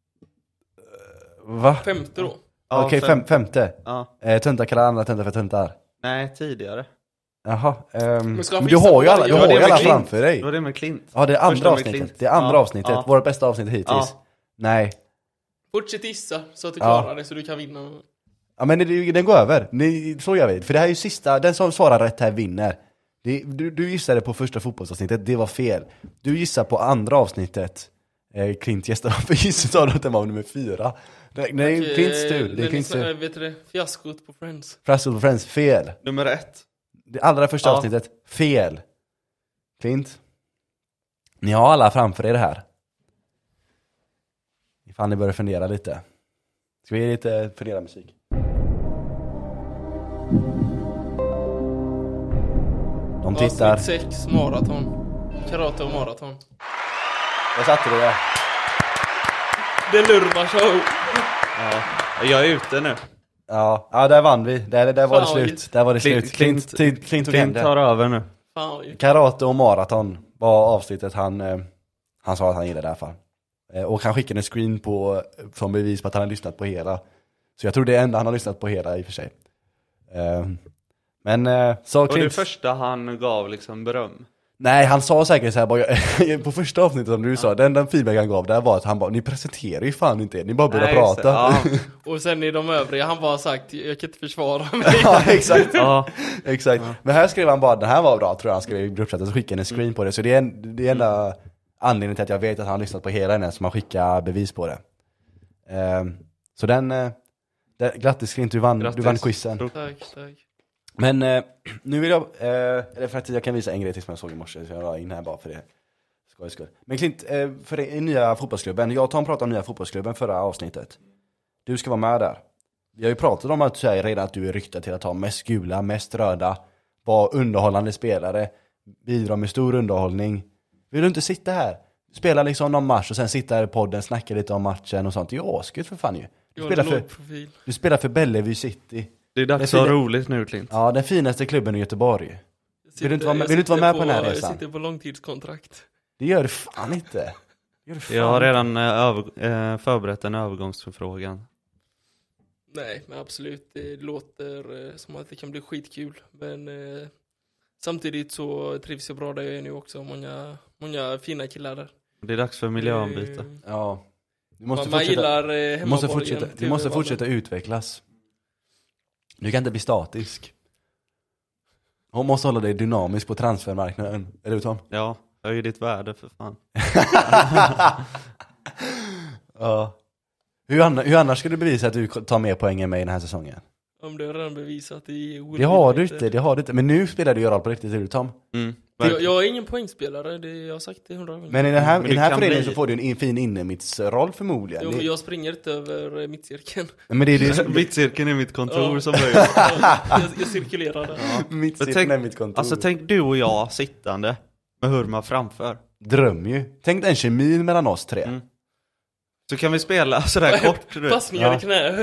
va? Femte då. Ja, Okej, femte. Ja. Töntar kallar andra töntar för töntar. Nej, tidigare. Jaha. ska han Men du visa har ju på alla, varje? du Ja, har det ju är alla med Klint. framför dig. Det var det med Klint. Ja, det är andra Första med avsnittet. Klint. Det är andra Ja, avsnittet. ja. Vårt bästa avsnitt hittills. Ja. Nej. Fortsätt gissa så att du Ja. klarar det så du kan vinna. Ja, men den går över. Så gör vi. För det här är ju sista. Den som svarar rätt här vinner. Du gissade på första fotbollsavsnittet. Det var fel. Du gissar på andra avsnittet. Klint gästade. För gissade sa du att den var nummer 4. Nej, Klints tur. Det är Klints tur. Vet du det? Fiaskot på Friends. Frassel på Friends. Fel. Nummer 1. Det allra första Ja. avsnittet. Fel. Klint. Ni har alla framför er det här. Ifall ni börjar fundera lite. Ska vi ge lite fundera musik? De tittar. Avsnitt 6, maraton. Karate och maraton. Där satte du det. Det lurvar show. Ja. Jag är ute nu. Ja, där vann vi. Där var det Fan, slut. Där var det slut. Klint tog hem Klint det. tar över nu. Fan vad djupt. Karate och maraton var avsnittet han sa att han gillade i alla fall. Och han skickade en screen på som bevis på att han har lyssnat på hela. Så jag tror det är enda han har lyssnat på hela i och för sig. Men Och det första han gav liksom beröm. Nej, han sa säkert så här bara, på första avsnittet som du sa, den feedback han gav där var att han bara, ni presenterar ju fan inte, ni bara börjar prata. Ja. Och sen i de övriga, han bara sagt, jag kan inte försvara mig. Ja, exakt. Ja. Exakt. Men här skrev han bara, den här var bra, tror jag han skrev i gruppchatten, så skickade en screen på det. Så det är enda anledningen till att jag vet att han har lyssnat på hela den här, som han skickar bevis på det. Så grattis Clint, du vann quizen. Tack. Men nu vill jag, eller för att jag kan visa en grej till som jag såg i morse, så jag la in här bara för det. Skoj. Men Clint, för den nya fotbollsklubben, jag och Tom pratade om nya fotbollsklubben förra avsnittet. Du ska vara med där. Vi har ju pratat om att du säger redan att du är ryktad till att ha mest gula, mest röda, vara underhållande spelare, bidra med stor underhållning. Vill du inte sitta här? Spela liksom någon match och sen sitta här i podden, snacka lite om matchen och sånt. Det är ju askult för fan ju. Du spelar för Bellevue City. Det är dags att ha roligt nu, Clint. Ja, den finaste klubben i Göteborg. Vill du inte vara med på den här resan? Jag sitter på långtidskontrakt. Det gör du fan inte. Jag har redan förberett en övergångsförfrågan. Nej, men absolut. Det låter som att det kan bli skitkul. Men samtidigt så trivs jag bra där jag är nu också. Många fina killar där. Det är dags för miljöombyte. Ja. Du måste fortsätta utvecklas. Du kan inte bli statisk. Hon måste hålla dig dynamisk på transfermarknaden. Är du Tom? Ja, höj ditt värde för fan. Ja. Hur annars ska du bevisa att du tar mer poäng än mig i den här säsongen? Om det har redan bevisat det har du inte. Men nu spelar du ju roll på riktigt, är du Tom? Jag är ingen poängspelare, jag har sagt det 100 gånger. Men i den här föreningen så får du en fin innermittsroll förmodligen. Jo, men jag springer inte över mittcirkeln. Men det är mittcirkeln är mitt kontor som börjar. Jag cirkulerar där. Ja. Mittcirkeln är mitt kontor. Alltså tänk du och jag sittande med Hurma framför. Dröm ju. Tänk den kemin mellan oss tre. Så kan vi spela sådär kort. Passningar i knä.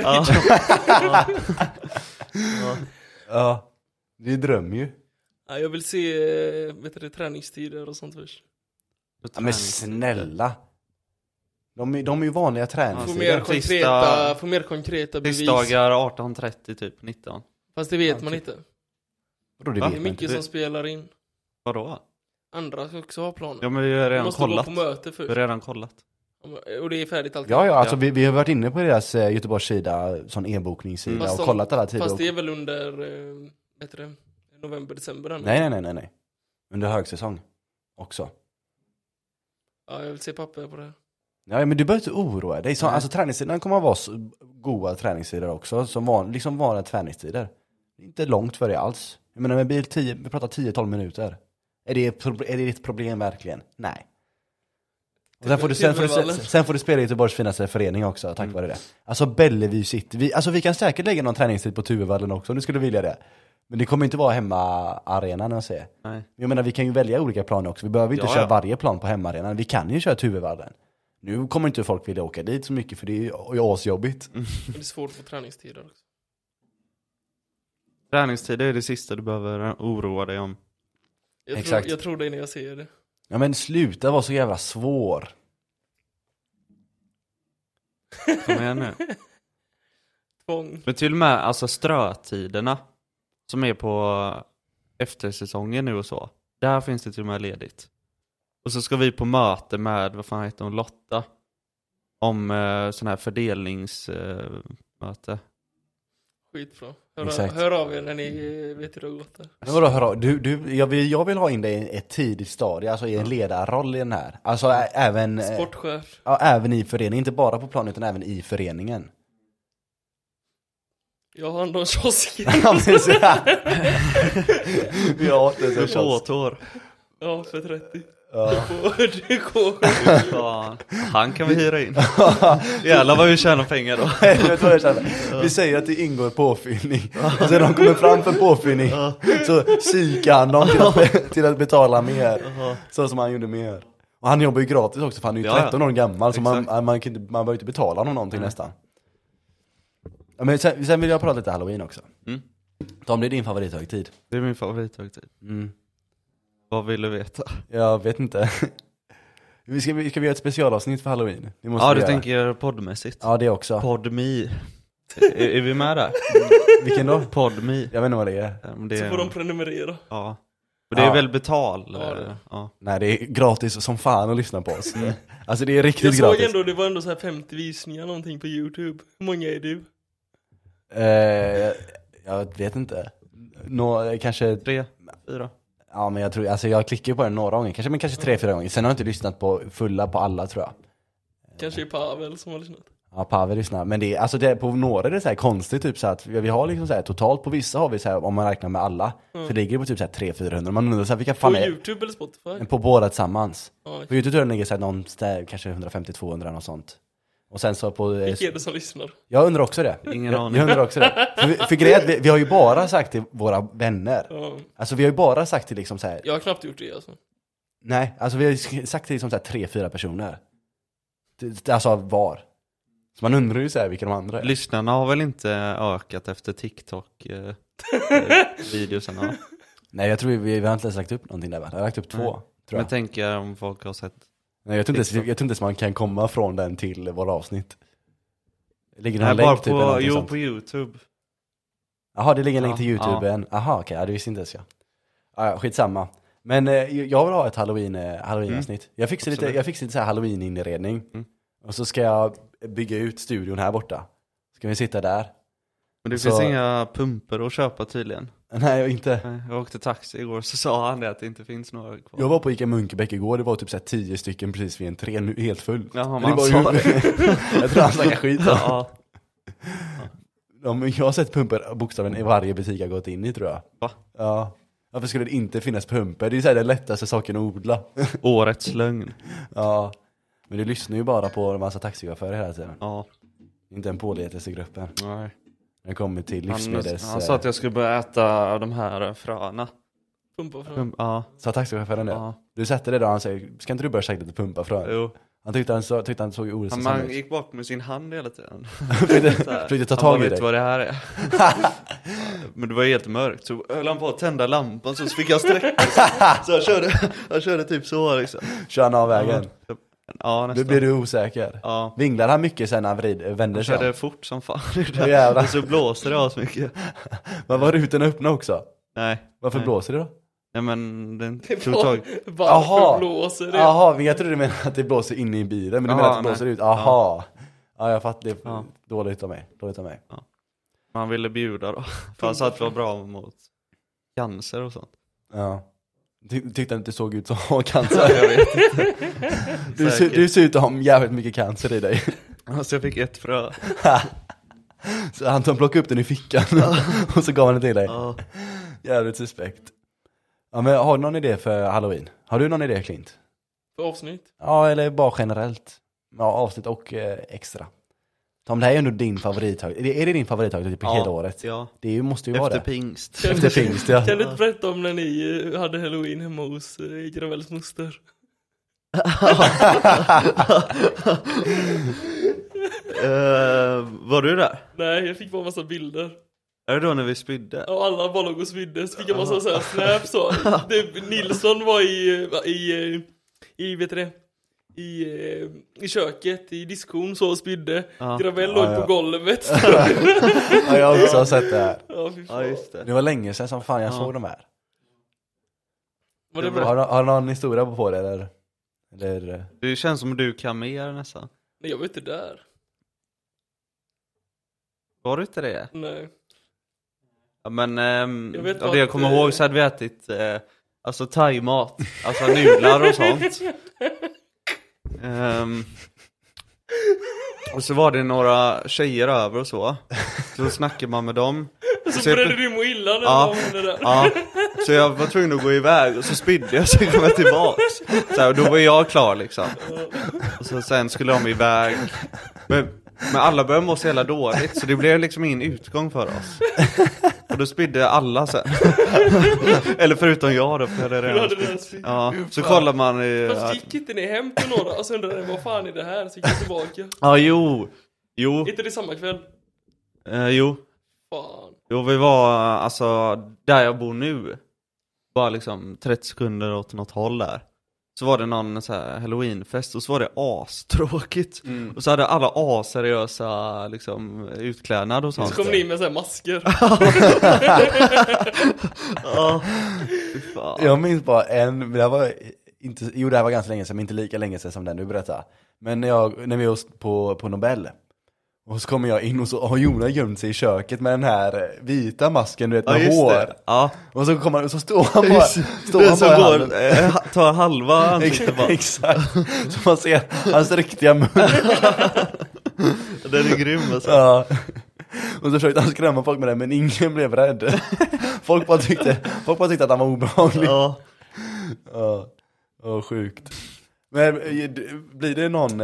Ja. Det är dröm ju. Ja, jag vill se träningstider och sånt först. Ja, men snälla. De är ju vanliga träningstider. Få mer konkreta bevis. Tisdagar 18:30 typ 19. Fast det vet man inte. Vadå, det är mycket som spelar in. Vadå? Andra ska också ha planer. Ja, men vi har redan kollat. Gå på möte först. Vi har redan kollat. Och det är färdigt allt. Ja, alltså vi har varit inne på deras Göteborgs sida, sån e-bokningssida och kollat alla tider. Fast det är väl under november, december. Nej. Under högsäsong också. Ja, jag vill se papper på det. Ja, men du behöver inte oroa dig. Alltså träningstiderna kommer att vara goda träningstider också. Som vanliga träningstider. Inte långt för det alls. Jag menar med bil 10, vi pratar 10-12 minuter. Är det ett problem verkligen? Nej. Och sen får du spela i Göteborgs finaste förening också, tack vare det. Alltså Bellevue City. Vi kan säkert lägga någon träningstid på Tuvevallen också om du skulle vilja det. Men det kommer inte vara hemmaarenan jag säger. Nej. Jag menar vi kan ju välja olika planer också. Vi behöver inte köra varje plan på hemmaarenan. Vi kan ju köra Tuvevallen. Nu kommer inte folk vilja åka dit så mycket för det är ju asjobbigt. Det är svårt att få träningstider också. Träningstider är det sista du behöver oroa dig om. Jag tror det när jag ser det. Ja men sluta vara så jävla svår. Kom igen nu. Tvång. Men till och med alltså strötiderna som är på eftersäsongen nu och så. Där finns det till och med ledigt. Och så ska vi på möte med, vad fan heter hon, Lotta. Om sån här fördelningsmöte. Skitbra. Hör av er när ni vet hur det har gått där. Vadå, hör av? Jag vill ha in dig i ett tidigt stadie, alltså i en ledarroll i den här. Alltså även sportchef. Ja, även i föreningen, inte bara på planen utan även i föreningen. Jag har hand om kiosken. Vi har det så kiosk. Ja, för 30. Ja. Det går. Fan. Han kan vi hyra in. Jävlar vad vi tjänar pengar då. Vi säger att det ingår påfyllning. Och sen de kommer fram för påfyllning så psykar han dem till att betala mer. Så som han gjorde mer. Och han jobbar ju gratis också för han är ju 13 år gammal. Så man behöver inte betala honom någonting nästan. Ja, men sen vill jag prata lite Halloween också. Tom, det är din favorithögtid. Det är min favorithögtid. Vad vill du veta? Jag vet inte. Ska vi göra ett specialavsnitt för Halloween? Ja, du tänker poddmässigt. Ja, det också. Podme. Är vi med där? Vilken då? Podme. Jag vet inte vad det är. Så får de prenumerera. Ja. Och det är väl betal? Ja. Nej, det är gratis som fan att lyssna på oss. Alltså det är riktigt gratis. Jag såg ändå, det var ändå så här 50 visningar någonting på YouTube. Hur många är du? Jag vet inte. Kanske 3, 4. Ja, men jag tror, alltså jag klickar på den några gånger. Kanske 3-4 gånger. Sen har jag inte lyssnat på alla, tror jag. Kanske är Pavel som har lyssnat. Ja, Pavel lyssnar. Men det är, alltså det, på några är det så här konstigt typ så att vi har liksom så här, totalt på vissa har vi så här, om man räknar med alla, så ligger det på typ så här 300-400. Man undrar så här, vilka fan på är YouTube eller Spotify? På båda tillsammans. Okay. På YouTube tror jag ligger så här någon där, kanske 150-200 något sånt. Och sen så på... Vilka är det som lyssnar? Jag undrar också det. Ingen aning. Jag undrar också det. För grejen, vi har ju bara sagt till våra vänner. Alltså vi har ju bara sagt till liksom så här. Jag har knappt gjort det alltså. Nej, alltså vi har sagt till liksom så här 3-4 personer. Alltså var. Så man undrar ju så här vilka de andra är. Lyssnarna har väl inte ökat efter TikTok videosarna? Nej, jag tror vi har inte ens lagt upp någonting där, va? Jag har lagt upp 2, tror jag. Men tänker om folk har sett. Nej, jag tror inte ens man kan komma från den till våra avsnitt. Ligger det någon länk bara typ på, eller sånt? på YouTube. Jaha, det ligger en länk till YouTube än. Jaha, okej, det visste inte ens jag. Ja, skitsamma. Men jag vill ha ett Halloween-avsnitt. Jag fixar lite så här Halloween-inredning. Och så ska jag bygga ut studion här borta. Ska vi sitta där. Men det finns inga pumper att köpa tydligen. Nej, inte. Nej, jag åkte taxi igår så sa han det att det inte finns några kvar. Jag var på Ica Munkebäck igår, det var typ så här 10 stycken precis vid entré, nu helt full. Jaha, man sa det. Jag tror han snackar skit. Ja. Jag har sett pumper bokstaven i varje butik jag gått in i, tror jag. Va? Ja. Varför skulle det inte finnas pumper? Det är ju så här den lättaste saken att odla. Årets lögn. Ja. Men du lyssnar ju bara på en massa taxichaufförer hela tiden. Ja. Inte en pålitelse i gruppen. Nej. Den kommer till livsmedels... Han sa att jag skulle börja äta de här fröna. Pumpafrön? Ja. Sa taxichauffören det? Ja. Du sätter det då, han säger, ska inte du börja säga lite pumpafrön? Jo. Han tyckte han såg orätt. Han gick bak med sin hand hela tiden. Försökte ta tag i dig. Vet vad det här är. Men det var helt mörkt. Så höll han på att tända lampan så fick jag sträcka. Så jag körde typ så liksom. Kör han av vägen? Ja, nästan. Nu blir du osäker. Ja. Vinglar han mycket sen när han vänder sig? Han körde fort som fan. Jävlar. Och så blåser det av så mycket. Men var rutan öppna också? Nej. Varför blåser det då? Nej, men den tog tag. Varför blåser det? Jaha, men jag trodde du menade att det blåser inne i bilen. Men du menar att det blåser ut? Jaha. Ja, jag fattar. Det är dåligt av mig. Ja. Man ville bjuda då. För han sa att det var bra mot cancer och sånt. Ja. Tyckte han inte såg ut som cancer? Jag vet inte. Du ser ut att ha jävligt mycket cancer i dig. Så jag fick ett frö. Så Anton plockade upp den i fickan och så gav han det till dig. Jävligt suspekt. Ja, men har du någon idé för Halloween? Har du någon idé, Klint? För avsnitt? Ja, eller bara generellt. Ja, avsnitt och extra. Tom, det här är ändå din favorithög. Är det din favorithög typ hela året? Ja. Det måste ju vara det. Efter pingst. Efter pingst, ja. Kan du inte berätta om när ni hade Halloween hemma hos Gravells moster? Var du där? Nej, jag fick bara massa bilder. Är det då när vi spydde? Ja, alla bara låg och spydde. Så fick jag massa såhär snaps så. Nilsson var i köket, i diskon så och spydde. Gravell låg på golvet. Ja, jag har också sett det här. Ja, just det. Det var länge sedan som fan jag såg de här. Var det bra? Har du någon historia på det eller? Det känns som du kan mer nästan. Nej, jag var inte där. Var du inte det? Nej. Ja, men av det jag kommer ihåg så hade vi ätit alltså thaimat, alltså nudlar och sånt. Och så var det några tjejer över och så snackade man med dem. Så började du må illa när det där. Ja, så jag var tvungen att gå iväg och så spydde jag, så kom jag tillbaks. Så här, och då var jag klar liksom. Och så sen skulle de iväg. Men alla började må så jävla dåligt, så det blev liksom ingen utgång för oss. Och då spydde alla sen. Eller förutom jag då, för jag hade redan ja, så kollar man fast gick inte ni hem till några och så undrade vad fan är det här? Så gick jag tillbaka. Ja, jo. Inte det samma kväll? Jo. Fan. Jo, vi var alltså där jag bor nu. Bara liksom 30 sekunder åt något håll där. så var det någon så här Halloweenfest och så var det astråkigt. Och så hade alla aseriösa liksom utklädnad och sånt. Så kom ni med så här masker. Jag minns bara en, det var inte, jo det här var ganska länge sedan, men inte lika länge sedan som den du berättade. Men när vi var på Nobel, och så kommer jag in och så har Jonas gömt sig i köket med den här vita masken, du vet, med hår. Ja. Och så kommer så står han bara, tar halva ansiktet bara. Exakt. Så man ser hans riktiga mun. Den är grym alltså. Ja. Och så försökte han skrämma folk med det, men ingen blev rädd. Folk bara tyckte att han var obehaglig. Ja. Ja, sjukt. Men blir det någon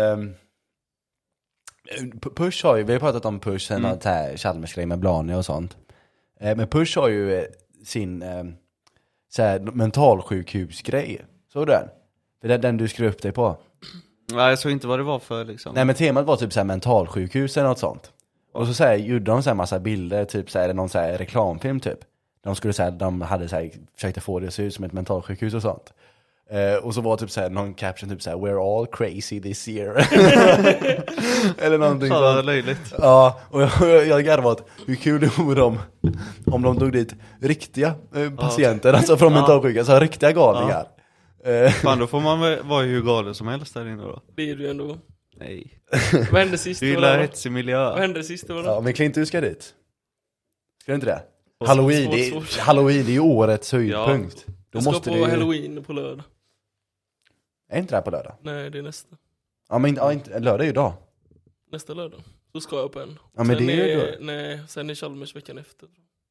Push har ju, vi har pratat om Push sen att Chalmers-grej med Blania och sånt. Men Push har ju sin så här mentalsjukhusgrej. Såg du den? För det är den du skrev upp dig på. Nej, jag såg inte vad det var för liksom. Nej, men temat var typ så här mentalsjukhus eller något sånt. Och så säger gjorde de så här massa bilder, typ så här, någon så här reklamfilm typ. De hade så här, försökte få det att se ut som ett mentalsjukhus och sånt. Och så var typ så här någon caption typ så här, we're all crazy this year. Eller någonting så löjligt. Ja, och jag garvat hur kul det vore om de tog dit riktiga patienter, alltså från mentalsjuka, så riktiga galningar. Fan, då får man vara hur galen som helst där inne då. Det är du ändå. Nej. Vad hände sist? Du gillar hetsig miljö. Vad hände sist? Ja, men Clint, du ska dit. Ska du inte det? Halloween, det är ju årets höjdpunkt. Ja. Jag ska på Halloween på lördag. Är inte det här på lördag? Nej, det är nästa. Ja, men inte, lördag är ju idag. Nästa lördag. Så ska jag på en. Ja, men det är ju då. Nej, sen är Chalmers veckan efter.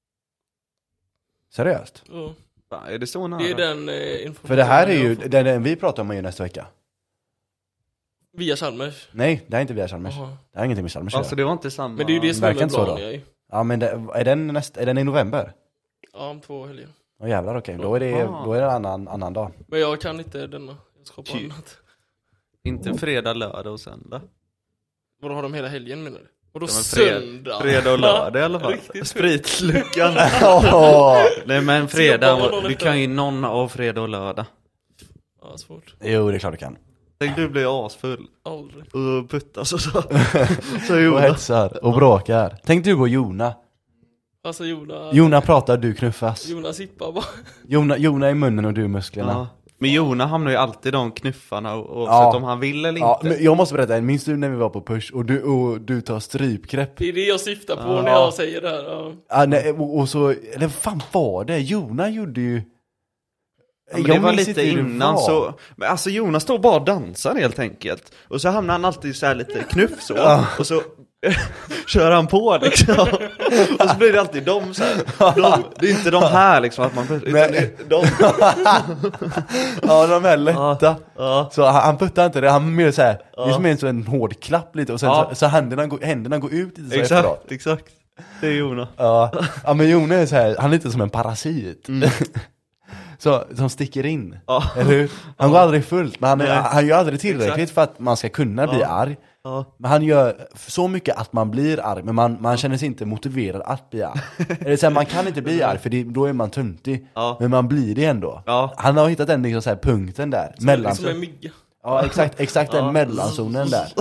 Seriöst? Ja. Va, är det så nära? Det är den informationen. För det här är ju, den vi pratar om är ju nästa vecka. Via Chalmers? Nej, det är inte via Chalmers. Det är ingenting med Chalmers. Alltså det var inte samma. Men det är ju det som är med Blania. Ja, men är den i november? Ja, om 2 helger. Åh jävlar, okej. Då är det en annan dag. Men jag kan inte denna. Jag ska på annat. Inte fredag, lördag och söndag. Vadå, har de hela helgen menar du? Och då söndag. Fredag och lördag i alla fall. Spritluckan. Nej, men fredag, du kan ju någon av fredag och lördag. Ja, svårt. Jo, det är klart du kan. Tänk du blir asfull. Aldrig. Och puttas och så. Och hetsar och bråkar. Tänk du och Jona. Alltså Jona pratar, du knuffas. Jona sippar bara. Jona i munnen och du i musklerna. Ja. Men Jona hamnar ju alltid de knuffarna oavsett om han vill eller inte. Men jag måste berätta, minns du när vi var på Push och du tar strypgrepp? Det är det jag syftar på när jag säger det här. Ja, nej, och så, eller vad fan var det? Jona gjorde ju... Ja, men det var lite innan så... Men alltså Jonas står bara och dansar helt enkelt. Och så hamnar han alltid så här lite knuff så. Och så kör han på liksom. Och så blir det alltid de så här. Det är inte de här liksom att man... Utan det är de. Ja, de är lätta. Så han puttar inte det. Han mer så här. Det är som en hård klapp lite. Och sen så händerna går ut lite så efteråt. Exakt. Det är Jona. Ja, men Jona är så här. Han är lite som en parasit. Så, som sticker in. Eller hur? Han går aldrig fullt, men han gör aldrig tillräckligt för att man ska kunna bli arg. Men han gör så mycket att man blir arg, men man känner sig inte motiverad att bli arg. Eller så här, man kan inte bli arg för då är man tuntig. Men man blir det ändå. Han har hittat den liksom så här punkten där. Som en mygga. Ja, exakt den mellanzonen där.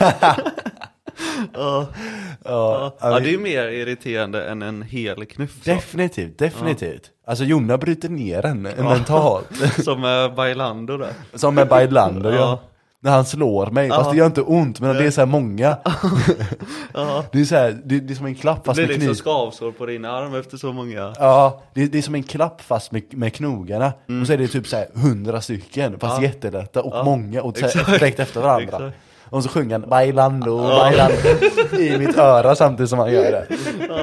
Det är mer irriterande än en hel knuff. Definitivt. Alltså Jona bryter ner en mentalt. Som med Bailando där. Som med Bailando, ja. När han slår mig, fast det gör inte ont, men det är så här många. Det är så här, det är som en klapp fast med kniv. Det blir liksom skavsår på din arm efter så många. Ja, det är som en klapp fast med knogarna. Och så är det typ så här 100 stycken, fast jättelätta och många och direkt efter varandra. Exakt. Och så sjunger han Bailando i mitt öra samtidigt som han gör det.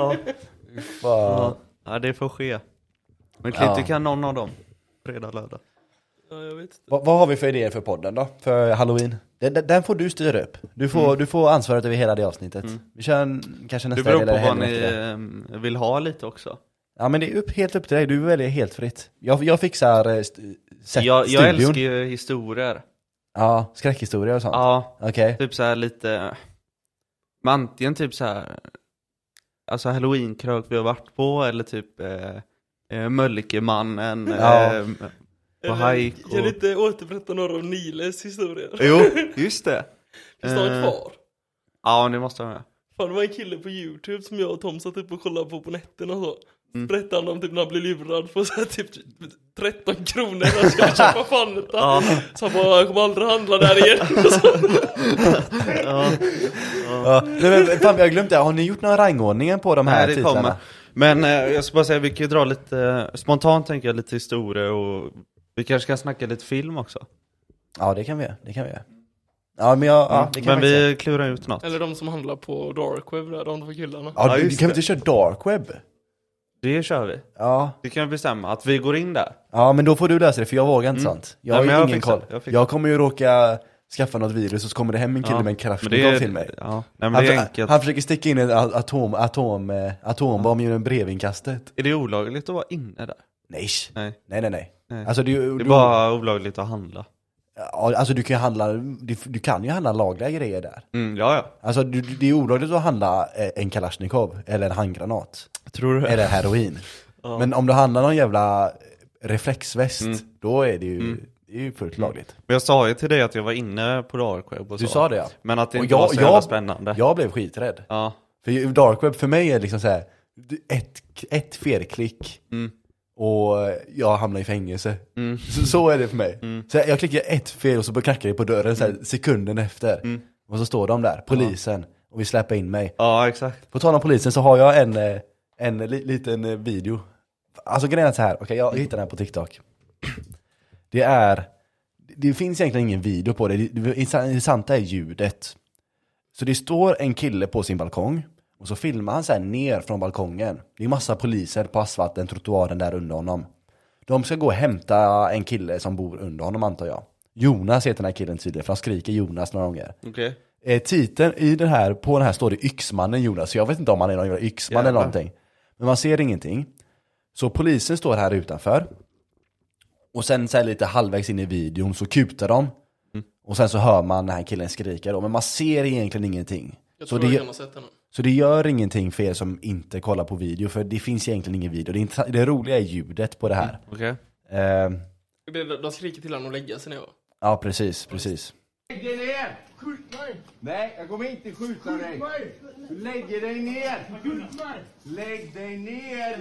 Ja, det får ske. Men kan inte kan någon av dem fredag, lördag. Ja, jag vet inte. Vad har vi för idéer för podden då? För Halloween? Den får du styra upp. Du får ansvaret över hela det avsnittet. Vi kör kanske nästa. Det beror på vad ni vill ha lite också. Ja, men det är helt upp till dig. Du väljer helt fritt. Jag fixar jag älskar ju historier. Ja, skräckhistorier och sånt. Ja, okej. Typ så här lite... Men antingen typ så här... Alltså Halloween-krök vi har varit på. Eller typ Mölkemannen. på hike. Kan du inte återberätta några av Niles historier? Jo, just det. Finns det något kvar? Ja, det måste jag med. Fan, det var en kille på YouTube som jag och Tom satt upp och kollade på nätterna och så. Berättade han om typ när han blev lurad på så här, typ 13 kronor när han skulle köpa Fanta. Ja. Så han bara, jag kommer aldrig handla där igen. Men fan, jag har glömt det. Har ni gjort några rangordningen på de här titlarna? Kommer. Men jag ska bara säga, vi kan ju dra lite, spontant tänker jag, lite historia och vi kanske ska snacka lite film också. Ja, det kan vi göra. Ja, men det kan men vi klurar ut något. Eller de som handlar på Dark Web där, de två killarna. Ja, du kan inte köra Dark Web? Det kör vi. Ja. Det kan vi bestämma, att vi går in där. Ja, men då får du läsa det, för jag vågar inte sånt. Jag har ingen koll. Jag kommer ju råka skaffa något virus och så kommer det hem en kille med en Kalashnikov till mig. Ja. Nej, men det är enkelt. Han försöker sticka in en atombomb genom brevinkastet. Är det olagligt att vara inne där? Nej. Nej. Alltså, det är bara olagligt att handla. Ja, alltså du kan ju handla lagliga grejer där. Ja. Alltså det är olagligt att handla en Kalashnikov eller en handgranat. Tror du? Eller heroin. Ja. Men om du handlar någon jävla reflexväst, då är det ju fullt lagligt. Men jag sa ju till dig att jag var inne på Dark Web och så. Du sa det, ja. Men att det inte var så jävla spännande. Jag blev skiträdd. Ja. För Dark Web för mig är liksom så här, ett felklick. Och jag hamnar i fängelse. Så är det för mig. Så jag klickar ett fel och så knackar det på dörren så här, sekunden efter. Och så står de där, polisen. Och vi släpper in mig. Ja, exakt. På tal om polisen så har jag en liten video. Alltså grejen är så här. Okej, jag hittar den här på TikTok. Det finns egentligen ingen video på det. Det intressanta är ljudet. Så det står en kille på sin balkong. Och så filmar han så här ner från balkongen. Det är massa poliser på asfalten, trottoaren där under honom. De ska gå och hämta en kille som bor under honom, antar jag. Jonas heter den här killen tydligen, för han skriker Jonas några gånger. Okej. Titeln på den här står det Yxmannen Jonas. Så jag vet inte om han är någon yxman eller någonting. Men man ser ingenting. Så polisen står här utanför. Och sen så här lite halvvägs in i videon så kutar de. Och sen så hör man den här killen skrika då. Men man ser egentligen ingenting. Så det gör ingenting för er som inte kollar på video. För det finns egentligen ingen video. Det roliga är ljudet på det här. Okej. De skriker till honom att lägga sig ner. Ja, precis. Lägg dig ner! Skjut mig! Nej, jag kommer inte skjuta dig. Skjut mig! Du lägger dig ner! Skjut mig! Lägg dig ner!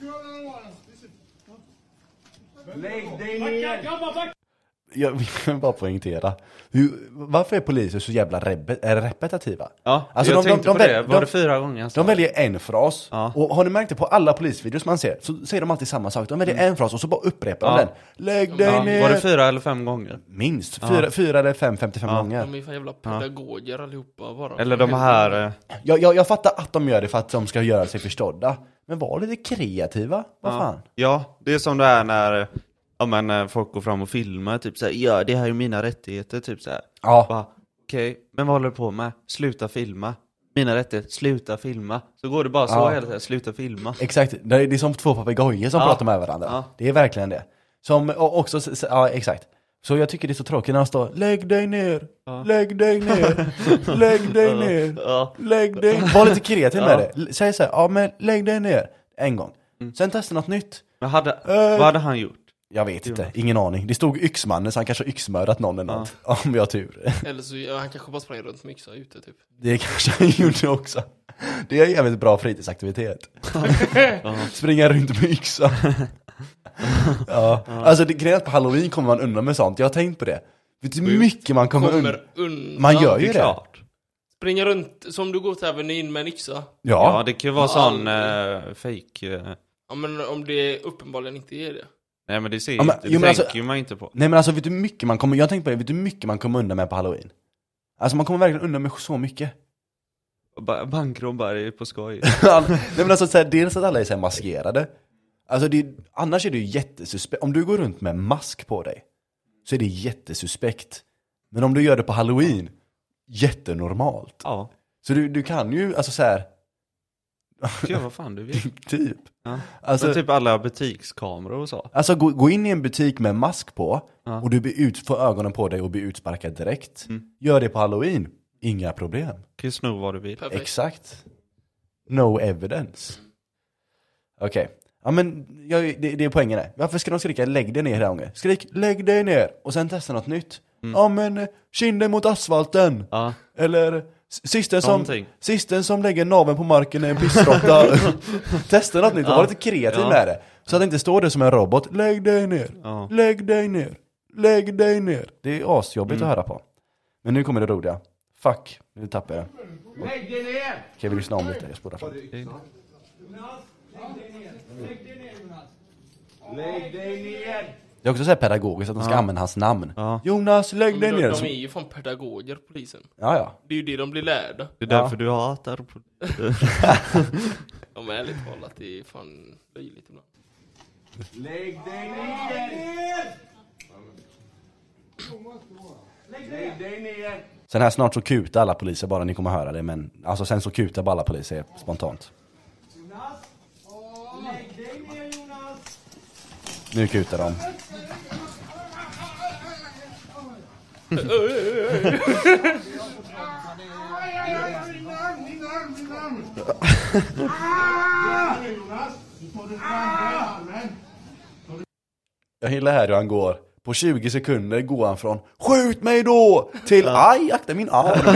Lägg dig ner! Jag vill bara poängtera. Varför är poliser så jävla repetitiva? Ja, alltså jag tänkte på det. Var det 4 gånger? De väljer en fras. Ja. Och har ni märkt det på alla polisvideos man ser, så säger de alltid samma sak. De väljer en fras och så bara upprepar de den. Lägg dig ner. Var det 4 eller 5 gånger? Minst. 4 eller 55 gånger. De är fan jävla pedagoger allihopa. Bara. Eller de här... Jag fattar att de gör det för att de ska göra sig förstådda. Men var lite kreativa. Vad fan? Ja, det är som det är när... Ja, men folk går fram och filmar typ så här, ja, det här är mina rättigheter typ så här. Ja. Okej, men vad håller du på med? Sluta filma. Mina rättigheter, sluta filma. Så går det bara så hela tiden, sluta filma. Exakt, det är som 2 papegojor som pratar med varandra. Ja. Det är verkligen det. Som också, ja exakt. Så jag tycker det är så tråkigt när de står, lägg dig ner, lägg dig ner, lägg dig ner, lägg dig. Var lite kreativ med det. Säg så här, ja men lägg dig ner en gång. Sen testa något nytt. Men vad hade han gjort? Jag vet inte, ingen aning. Det stod yxmannen så han kanske har yxmördat någon eller något. Om jag har tur. Eller så han kanske bara sprang runt med yxa ute typ. Det kanske han gjorde också. Det är en jävligt bra fritidsaktivitet. Springa runt med yxa. Alltså det grejen på Halloween kommer man undan med sånt. Jag har tänkt på det. Vet du hur mycket man kommer undan? Man gör ju det. Klart. Springa runt som du går till Avenyn med en yxa. Ja, det kan ju vara sån fake. Ja, men om det uppenbarligen inte är det. Nej, men det tänker man inte på. Nej, men alltså vet du hur mycket man kommer... Jag tänker på det, vet du hur mycket man kommer undan med på Halloween? Alltså man kommer verkligen undan med så mycket. Bankrån bara är på skoj. Nej, men alltså så här, dels att alla är så här maskerade. Alltså annars är det ju jättesuspekt. Om du går runt med mask på dig så är det jättesuspekt. Men om du gör det på Halloween, jättenormalt. Ja. Så du kan ju, alltså så här... Ja, vad fan du vet. Typ. Ja. Alltså, typ alla butikskameror och så. Alltså gå in i en butik med mask på och du får ögonen på dig och blir utsparkad direkt. Gör det på Halloween. Inga problem. Kan ju sno vad du vill. Perfekt. Exakt. No evidence. Okej. Ja men det är poängen där. Varför ska de skrika lägg dig ner här gånger? Skrik lägg dig ner och sen testa något nytt. Ja men kinden mot asfalten. Ja. Eller sisten som lägger naveln på marken är en pissrotta. Testa något nytt och var lite kreativ med det. Så att det inte står det som en robot. Lägg dig ner. Ja. Lägg dig ner. Lägg dig ner. Det är asjobbigt att höra på. Men nu kommer det roliga. Fuck, nu tappar jag det. Lägg dig ner! Okej, vi lyssnar om lite. Jag spårar fram. Lägg dig ner! Det är också så här pedagogiskt att de ska använda hans namn. Ja. Jonas, lägg dig ner. De är ju fan pedagoger, polisen. Ja. Det är ju det de blir lärda. Det är därför du hatar. De är ärligt talat, det är fan löjligt ibland. Lägg dig ner! Lägg dig ner! Sen här snart så kutar alla poliser bara ni kommer höra det. Men alltså sen så kutar bara alla poliser spontant. Jonas! Lägg dig ner, Jonas! Nu kutar de. Jag gillar här hur han går. På 20 sekunder går han från skjut mig då till aj, akta min arm.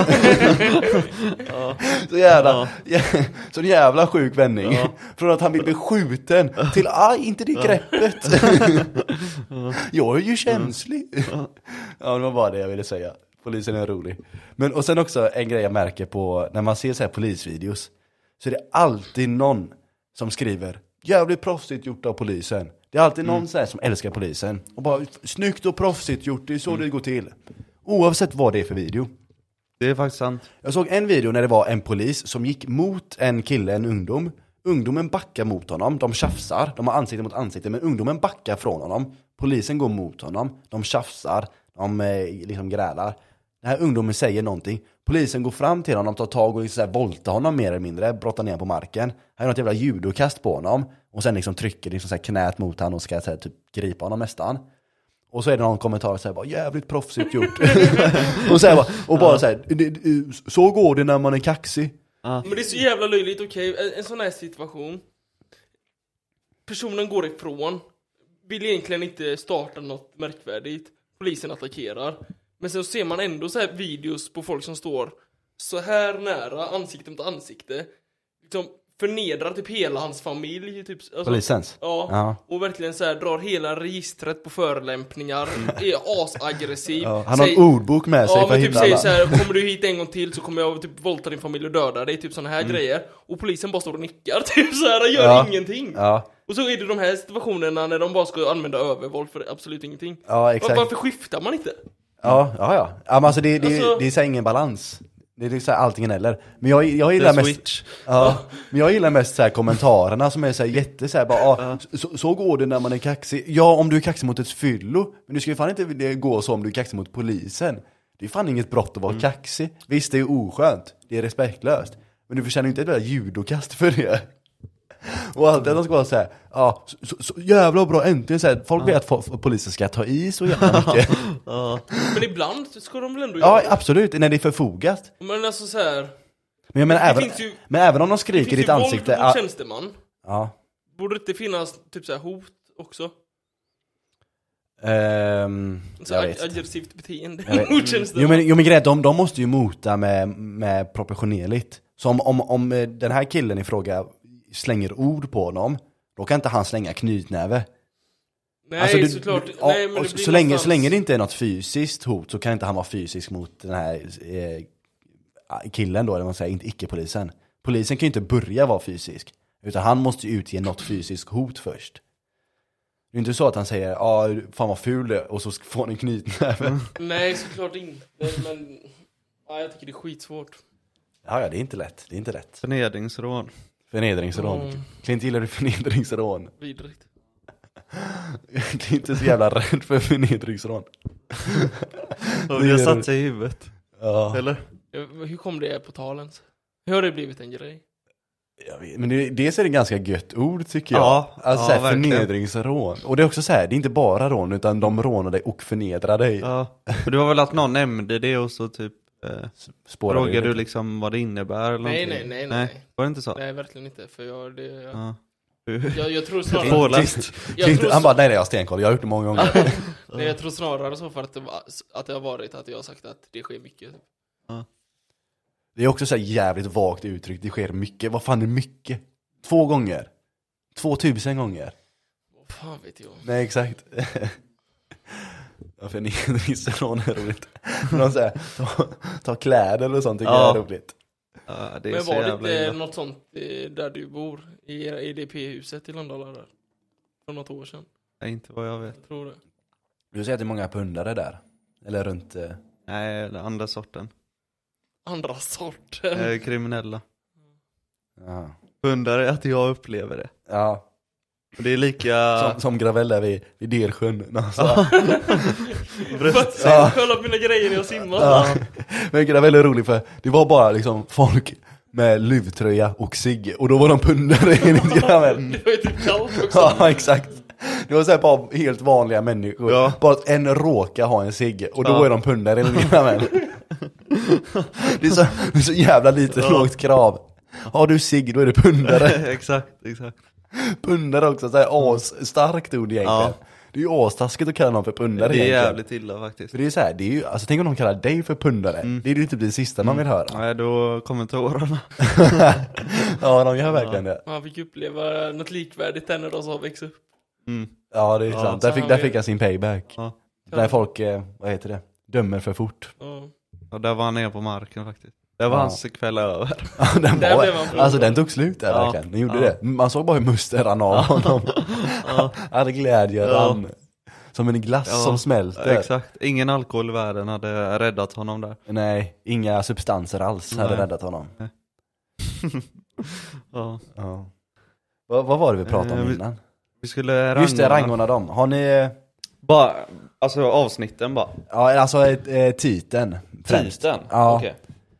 Så jävla sjuk vändning. Från att han vill bli skjuten till aj, inte det greppet. Jag är ju känslig. Ja, det var bara det jag ville säga. Polisen är rolig. Men och sen också en grej jag märker på när man ser så här polisvideos, så är det alltid någon som skriver jävligt proffsigt gjort av polisen. Det är alltid någon så här som älskar polisen och bara snyggt och proffsigt gjort, det är så det går till. Oavsett vad det är för video. Det är faktiskt sant. Jag såg en video när det var en polis som gick mot en kille, en ungdom. Ungdomen backar mot honom, de tjafsar, de har ansikte mot ansikte, men ungdomen backar från honom. Polisen går mot honom, de tjafsar, de liksom grälar. Den här ungdomen säger någonting. Polisen går fram till honom, tar tag och liksom voltar honom mer eller mindre, brottar ner på marken. Här är något jävla judokast på honom. Och sen liksom trycker liksom så här knät mot honom och ska så här, typ gripa honom nästan. Och så är det någon kommentar så här, bara jävligt proffsigt gjort. Och så här, bara så här, så går det när man är kaxig. Men det är så jävla löjligt, okej. En sån här situation. Personen går ifrån. Vill egentligen inte starta något märkvärdigt. Polisen attackerar. Men sen ser man ändå så här videos på folk som står så här nära, ansikte mot ansikte. Liksom förnedrar typ hela hans familj. Typ, alltså, Polisens? Ja, och verkligen så här drar hela registret på förolämpningar. Är asaggressiv. Ja, han har en ordbok med sig för men att typ hitta säger alla. så här, kommer du hit en gång till så kommer jag typ volta din familj och döda dig. Typ såna här grejer. Och polisen bara står och nickar. Typ så här, gör ingenting. Ja. Och så är det de här situationerna när de bara ska använda övervåld för absolut ingenting. Ja, exakt. Varför skiftar man inte? Ja. Men alltså det är så ingen balans. Det är så här allting eller. Men jag gillar mest. Ja, men jag gillar mest så här kommentarerna som är så här jätte så här bara så går det när man är kaxig. Ja, om du är kaxig mot ett fyllo, men du ska ju fan inte gå så om du är kaxig mot polisen. Det är fan inget brott att vara kaxig. Visst, det är oskönt. Det är respektlöst. Men du förtjänar inte ett där judokast för det. Och allt det de ska vara så här, så jävla bra, äntligen så här, folk vet att polisen ska ta i så jävla mycket. Men ibland ska de väl ändå göra det? Absolut, när det är förfogat. Men alltså så här. Men jag menar, även om de skriker i ditt ansikte. Det finns ju våld mot tjänsteman. Ja. Borde det inte finnas typ så här hot också? Aggressivt beteende mot tjänsteman. Jo men grejen, de måste ju mota med proportionerligt. Så om den här killen i fråga slänger ord på honom, då kan inte han slänga knytnäve. Nej, alltså, såklart. Nej, men så länge det inte är något fysiskt hot så kan inte han vara fysisk mot den här killen då, eller man säger, inte icke-polisen. Polisen kan ju inte börja vara fysisk, utan han måste ju utge något fysiskt hot först. Det är inte så att han säger, fan vad ful det, och så får han en knytnäve. Nej, såklart inte. Men jag tycker det är skitsvårt. Ja, det är inte lätt. Det är inte lätt. Förnedringsrån. Klint, gillar du förnedringsrån? Vidrigt. Klint är så jävla rädd för förnedringsrån. Och vi har satt sig i huvudet. Ja. Eller? Hur kom det på talen? Hur har det blivit en grej? Jag vet, men dels är det ganska gött ord tycker jag. Alltså förnedringsrån. Och det är också så här, det är inte bara rån utan de rånar dig och förnedrar dig. Ja. För du har väl att någon nämnde det och så typ frågar du liksom vad det innebär eller nej. Var det inte så? Nej, verkligen inte. För Jag tror snarare... Han bara, nej jag har stenkoll, jag har gjort det många gånger. Nej, jag tror snarare så för att det har varit att jag har sagt att det sker mycket. Ja. Det är också så här jävligt vagt uttryck, det sker mycket. Vad fan är mycket? 2 gånger? 2000 gånger? Vad fan vet jag? Nej, exakt. Ja, för Nisserån är roligt. De säger, ta kläder och sånt tycker jag är roligt. Ja, det är men så var det jävla något sånt där du bor? I EDP-huset i Landala där? För något år sedan? Nej, inte vad jag vet. Jag tror det. Du säger att det är många pundare där? Eller runt... Nej, den andra sorten. Andra sorten? Kriminella. Ja. Pundare är att jag upplever det. Ja. Och det är lika... Som Gravel där vid Dersjön. Kolla på mina grejer när jag simmar. Ja. Men Gravel är rolig för det var bara liksom folk med luvtröja och cigg. Och då var de pundare enligt Gravel. Det var ju typ kallt också. Ja, exakt. Det var så här bara helt vanliga människor. Ja. Bara att en råkar ha en cigg. Och då är de pundare enligt Gravel. Det är så jävla lite lågt krav. Har du cigg, då är det pundare. exakt. Pundare också, så här starkt ord egentligen. Ja. Det är ju astaskigt att kalla någon för pundare. Det är egentligen. jävligt illa faktiskt. För det är så här, det är ju, alltså tänk om de kallar dig för pundare. Det är ju typ det sista man vill höra. Nej, då kommer tårarna. Ja, de gör verkligen det. Man fick uppleva något likvärdigt när de så växte upp. Ja, det är sant. Där fick jag sin payback. Ja. Där folk, vad heter det? Dömer för fort. Och där var han ner på marken faktiskt. Där var hans kväll över. Ja, den tog slut där verkligen. Den gjorde det. Man såg bara hur musten rann av honom. Hade glädje rann. Som en glass som smälter. Ja, exakt. Ingen alkohol i världen hade räddat honom där. Nej, inga substanser alls hade räddat honom. Ja. Vad var det vi pratade om innan? Vi skulle rangordna. Just det, rangordna dem. Har ni... Bara, alltså avsnitten bara. Ja, alltså titeln. Titeln? Ja. Okej.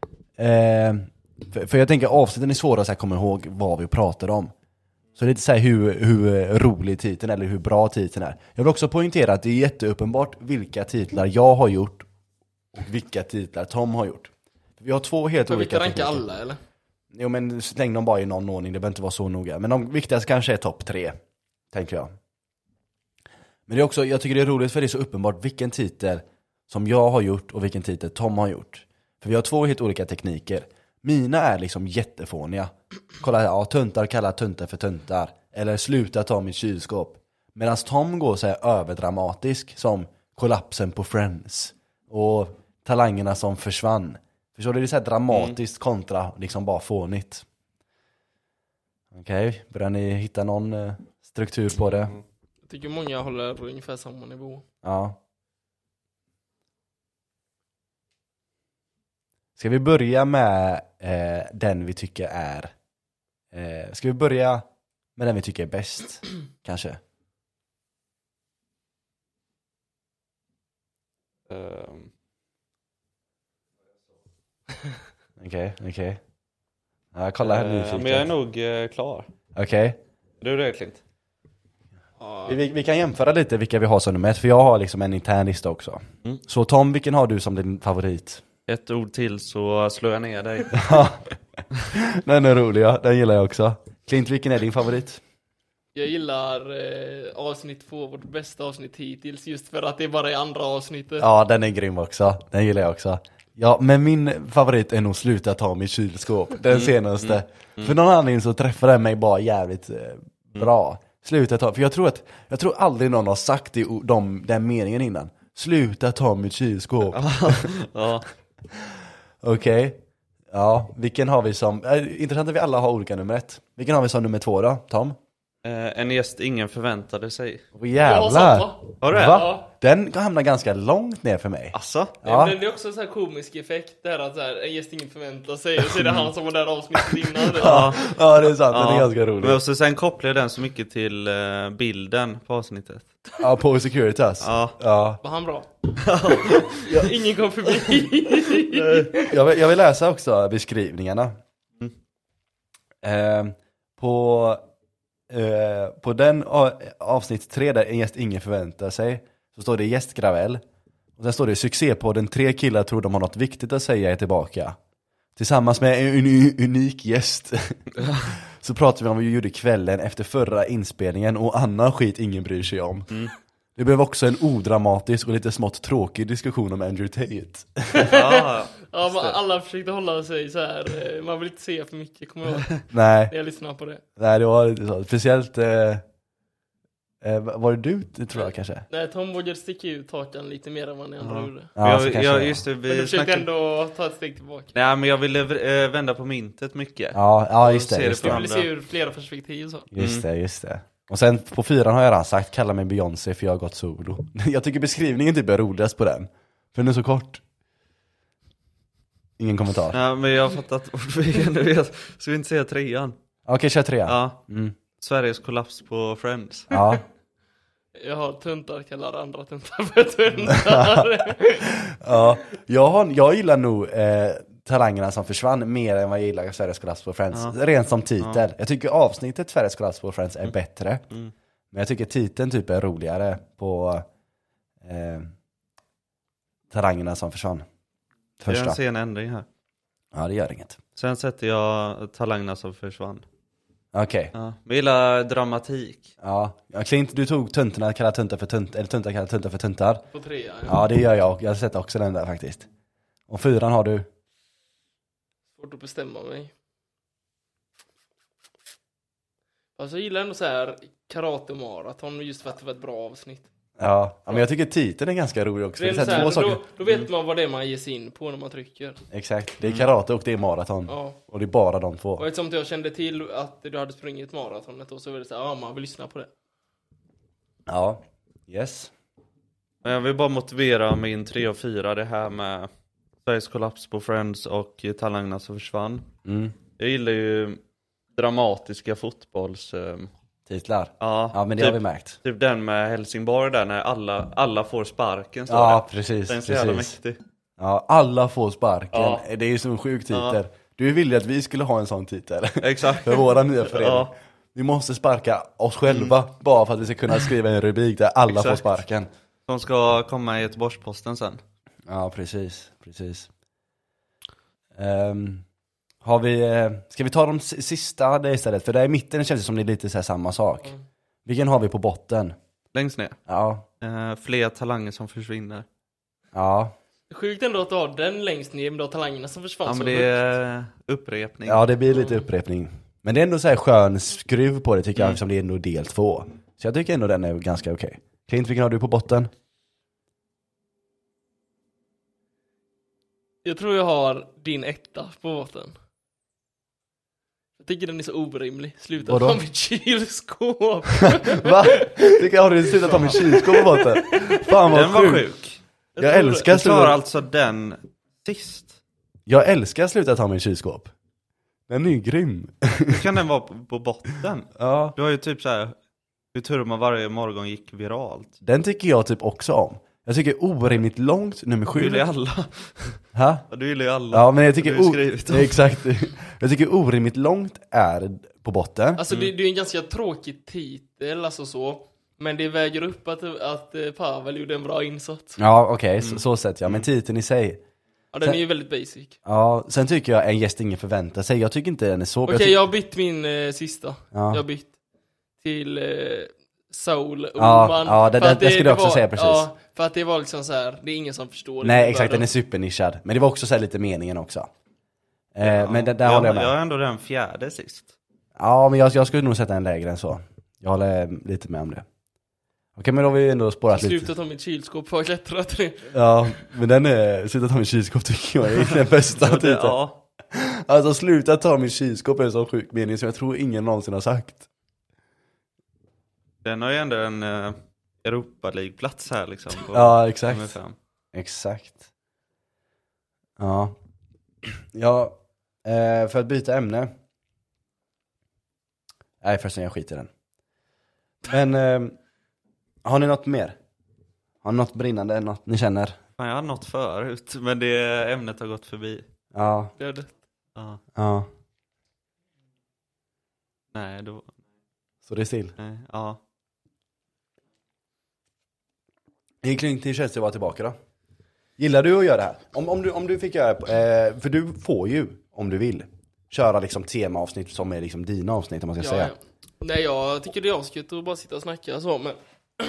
För jag tänker avsnitten är svåra att komma ihåg vad vi pratar om. Så det är inte så här hur rolig titeln eller hur bra titeln är. Jag vill också poängtera att det är jätteuppenbart vilka titlar jag har gjort och vilka titlar Tom har gjort. Vi har 2 helt olika titlar. Vi kan ranka alla, eller? Jo, men släng dem bara i någon ordning. Det behöver inte vara så noga. Men de viktigaste kanske är topp 3, tänker jag. Men det är också, jag tycker det är roligt för det är så uppenbart vilken titel som jag har gjort och vilken titel Tom har gjort. För vi har 2 helt olika tekniker. Mina är liksom jättefåniga. Kolla, tuntar kallar tuntar för tuntar. Eller sluta ta mitt kylskåp. Medan Tom går så här överdramatisk, som kollapsen på Friends. Och talangerna som försvann. Förstår du? Det är så här dramatiskt kontra liksom bara fånigt. Okej, börjar ni hitta någon struktur på det? Jag tycker många håller ungefär samma nivå. Ja. Ska vi börja med den vi tycker är... ska vi börja med den vi tycker är bäst? Kanske. Okej. Ja, kolla här nu. Men jag är nog klar. Okej. Du är Klint. Vi kan jämföra lite vilka vi har som nummer 1. För jag har liksom en intern lista också. Så Tom, vilken har du som din favorit? Ett ord till så slår jag ner dig. Den är rolig, ja. Den gillar jag också. Klint, vilken är din favorit? Jag gillar avsnitt 2, vårt bästa avsnitt hittills. Just för att det är bara i andra avsnittet. Ja, den är grym också. Den gillar jag också. Ja, men min favorit är nog sluta ta mitt kylskåp. Den senaste. För någon anledning så träffar den mig bara jävligt bra. Sluta ta, för jag tror aldrig någon har sagt den meningen innan. Sluta ta mitt kylskåp. Ja. Okej. Ja, vilken har vi som... intressant att vi alla har olika nummer 1. Vilken har vi som nummer 2 då, Tom? En gäst ingen förväntade sig. Jävlar! Har du det? Va? Den hamnar ganska långt ner för mig. Asså? Ja. Det är också en sån här komisk effekt där att så här, en gäst ingen förväntar sig. Och så är det han som var där avsnittet innan. Ja, det är sant. Den är ganska rolig. Men också sen kopplar jag den så mycket till bilden på avsnittet. Ja, på Securitas. Ja. Var han bra? Ingen kom förbi. Jag vill läsa också beskrivningarna. På den avsnitt 3 där en gäst ingen förväntar sig, så står det gäst Gravel. Och sen står det succépodden 3 killar tror de har något viktigt att säga är tillbaka. Tillsammans med en unik gäst. så pratade vi om vad vi gjorde kvällen efter förra inspelningen och annan skit ingen bryr sig om. Det blev också en odramatisk och lite smått tråkig diskussion om Andrew Tate. Ja, men alla försökte hålla sig så här. Man vill inte se för mycket, kommer jag ihåg. Nej. Jag lyssnar på det. Nej, det var lite så. Speciellt var det du, tror jag kanske? Nej, Tom vågade sticka ut hakan lite mer än vad ni andra gjorde. Ja, just det, men du försökte ändå ta ett steg tillbaka. Nej, men jag ville vända på myntet mycket. Ja, just det. Du ville se ur flera perspektiv så. Just det. Och sen på 4 har jag redan sagt, kalla mig Beyoncé för jag har gått solo. Jag tycker beskrivningen typ är roligast på den. För den är så kort. Ingen kommentar. Ja, men jag har fattat ordvägen. Ska vi inte säga 3:an? Okej, kör 3. Ja. Sveriges kollaps på Friends. Ja. Jag har tuntar, kallar andra tuntar för tuntar. Ja, jag gillar nog talangerna som försvann mer än vad jag gillar Sveriges kollaps på Friends. Rent som titel. Jag tycker avsnittet Sveriges kollaps på Friends är bättre. Men jag tycker titeln typ är roligare på talangerna som försvann. Första. Jag ser en ändring här. Ja, det gör inget. Sen sätter jag talangerna som försvann. Okej. Ja. Vi gillar dramatik. Ja, Clint, du tog tuntarna kallar tuntar för tuntar, eller tuntar kallar tuntar för tuntar. På 3, Ja, det gör jag. Jag har sett också den där faktiskt. Och 4 har du? Svårt att bestämma mig. Alltså jag gillar ändå så här karate-maraton just för att det var ett bra avsnitt. Ja, men jag tycker titeln är ganska rolig också. Det är så här, då vet man vad det är man ger sig in på när man trycker. Exakt, det är karate och det är maraton. Ja. Och det är bara de två. Och eftersom jag kände till att du hade sprungit maratonet och så var det så här, man vill lyssna på det. Ja, yes. Jag vill bara motivera min 3 och 4, det här med Sveriges kollaps på Friends och talangerna som försvann. Jag gillar ju dramatiska fotbolls... Titlar? Ja, men det typ, har vi märkt. Typ den med Helsingborg där när alla får sparken. Ja, precis. Den är så jävla mäktig. Ja, alla får sparken. Det är ju som en sjuk titel. Ja. Du ville att vi skulle ha en sån titel. Exakt. För våra nya förening. Ja. Vi måste sparka oss själva bara för att vi ska kunna skriva en rubrik där alla får sparken. De ska komma i Göteborgs-Posten sen. Ja, precis. Har vi, ska vi ta de sista där istället? För där i mitten känns det som det är lite så här samma sak. Vilken har vi på botten? Längst ner. Ja. Fler talanger som försvinner. Ja. Sjukt ändå att du har den längst ner med de talangerna som försvann. Ja, men det är upprepning. Ja, det blir lite upprepning. Men det är ändå så här skön skruv på det tycker jag, som det är ändå del 2. Så jag tycker ändå den är ganska okej. Clint, vilken har du på botten? Jag tror jag har din 1 på botten. Jag tycker den är så orimlig. Sluta ta mitt kylskåp. Va? Har du slutat ta mitt kylskåp på botten? Fan vad den var sjuk. Jag älskar du tar alltså den sist. Jag älskar sluta ta min kylskåp. Den är ju grym. Kan den vara på botten? Ja. Du har ju typ så här hur turma varje morgon gick viralt. Den tycker jag typ också om. Jag tycker orimligt långt, nummer 7. Du gillar ju alla. Ha? Ja, du gillar ju alla. Ja, men jag tycker exakt. Jag tycker orimligt långt är på botten. Alltså det är en ganska tråkig titel, alltså så. Men det väger upp att Pavel gjorde en bra insats. Ja, okej, så sett jag. Men titeln i sig. Ja, den är ju väldigt basic. Ja, sen tycker jag en gäst ingen förväntar sig. Jag tycker inte den är så... Okej, jag har bytt min sista. Ja. Jag har bytt till Saul Ullman. Ja, det skulle jag också säga precis. Ja, för att det var liksom så här, det är ingen som förstår. Nej, exakt, den är supernischad. Men det var också så här lite meningen också. Men där håller jag med. Jag är ändå den 4:e sist. Ja, men jag skulle nog sätta en lägre än så. Jag håller lite med om det. Okej, men då har vi ändå spårat lite. Sluta ta mitt kylskåp för att klättra till det. Ja, men den är... Sluta ta mitt kylskåp tycker jag är den bästa titeln. Ja. Alltså, sluta ta mitt kylskåp är en sån sjuk mening som jag tror ingen någonsin har sagt. Den har ju ändå en Europa League-plats här liksom. Ja, exakt. Exakt. Ja. Ja, för att byta ämne. Nej, förresten jag skiter i den. Men har ni något mer? Har ni något brinnande, något ni känner? Fan, jag har något förut, men det ämnet har gått förbi. Ja. Det är det. Ja. Nej, då... Så det är still? Nej, ja. Hur känns det att vara tillbaka då? Gillar du att göra det här? Om du fick göra för du får ju, om du vill, köra liksom temaavsnitt som är liksom dina avsnitt om man ska säga. Nej, jag tycker det är asket att bara sitta och snacka så, men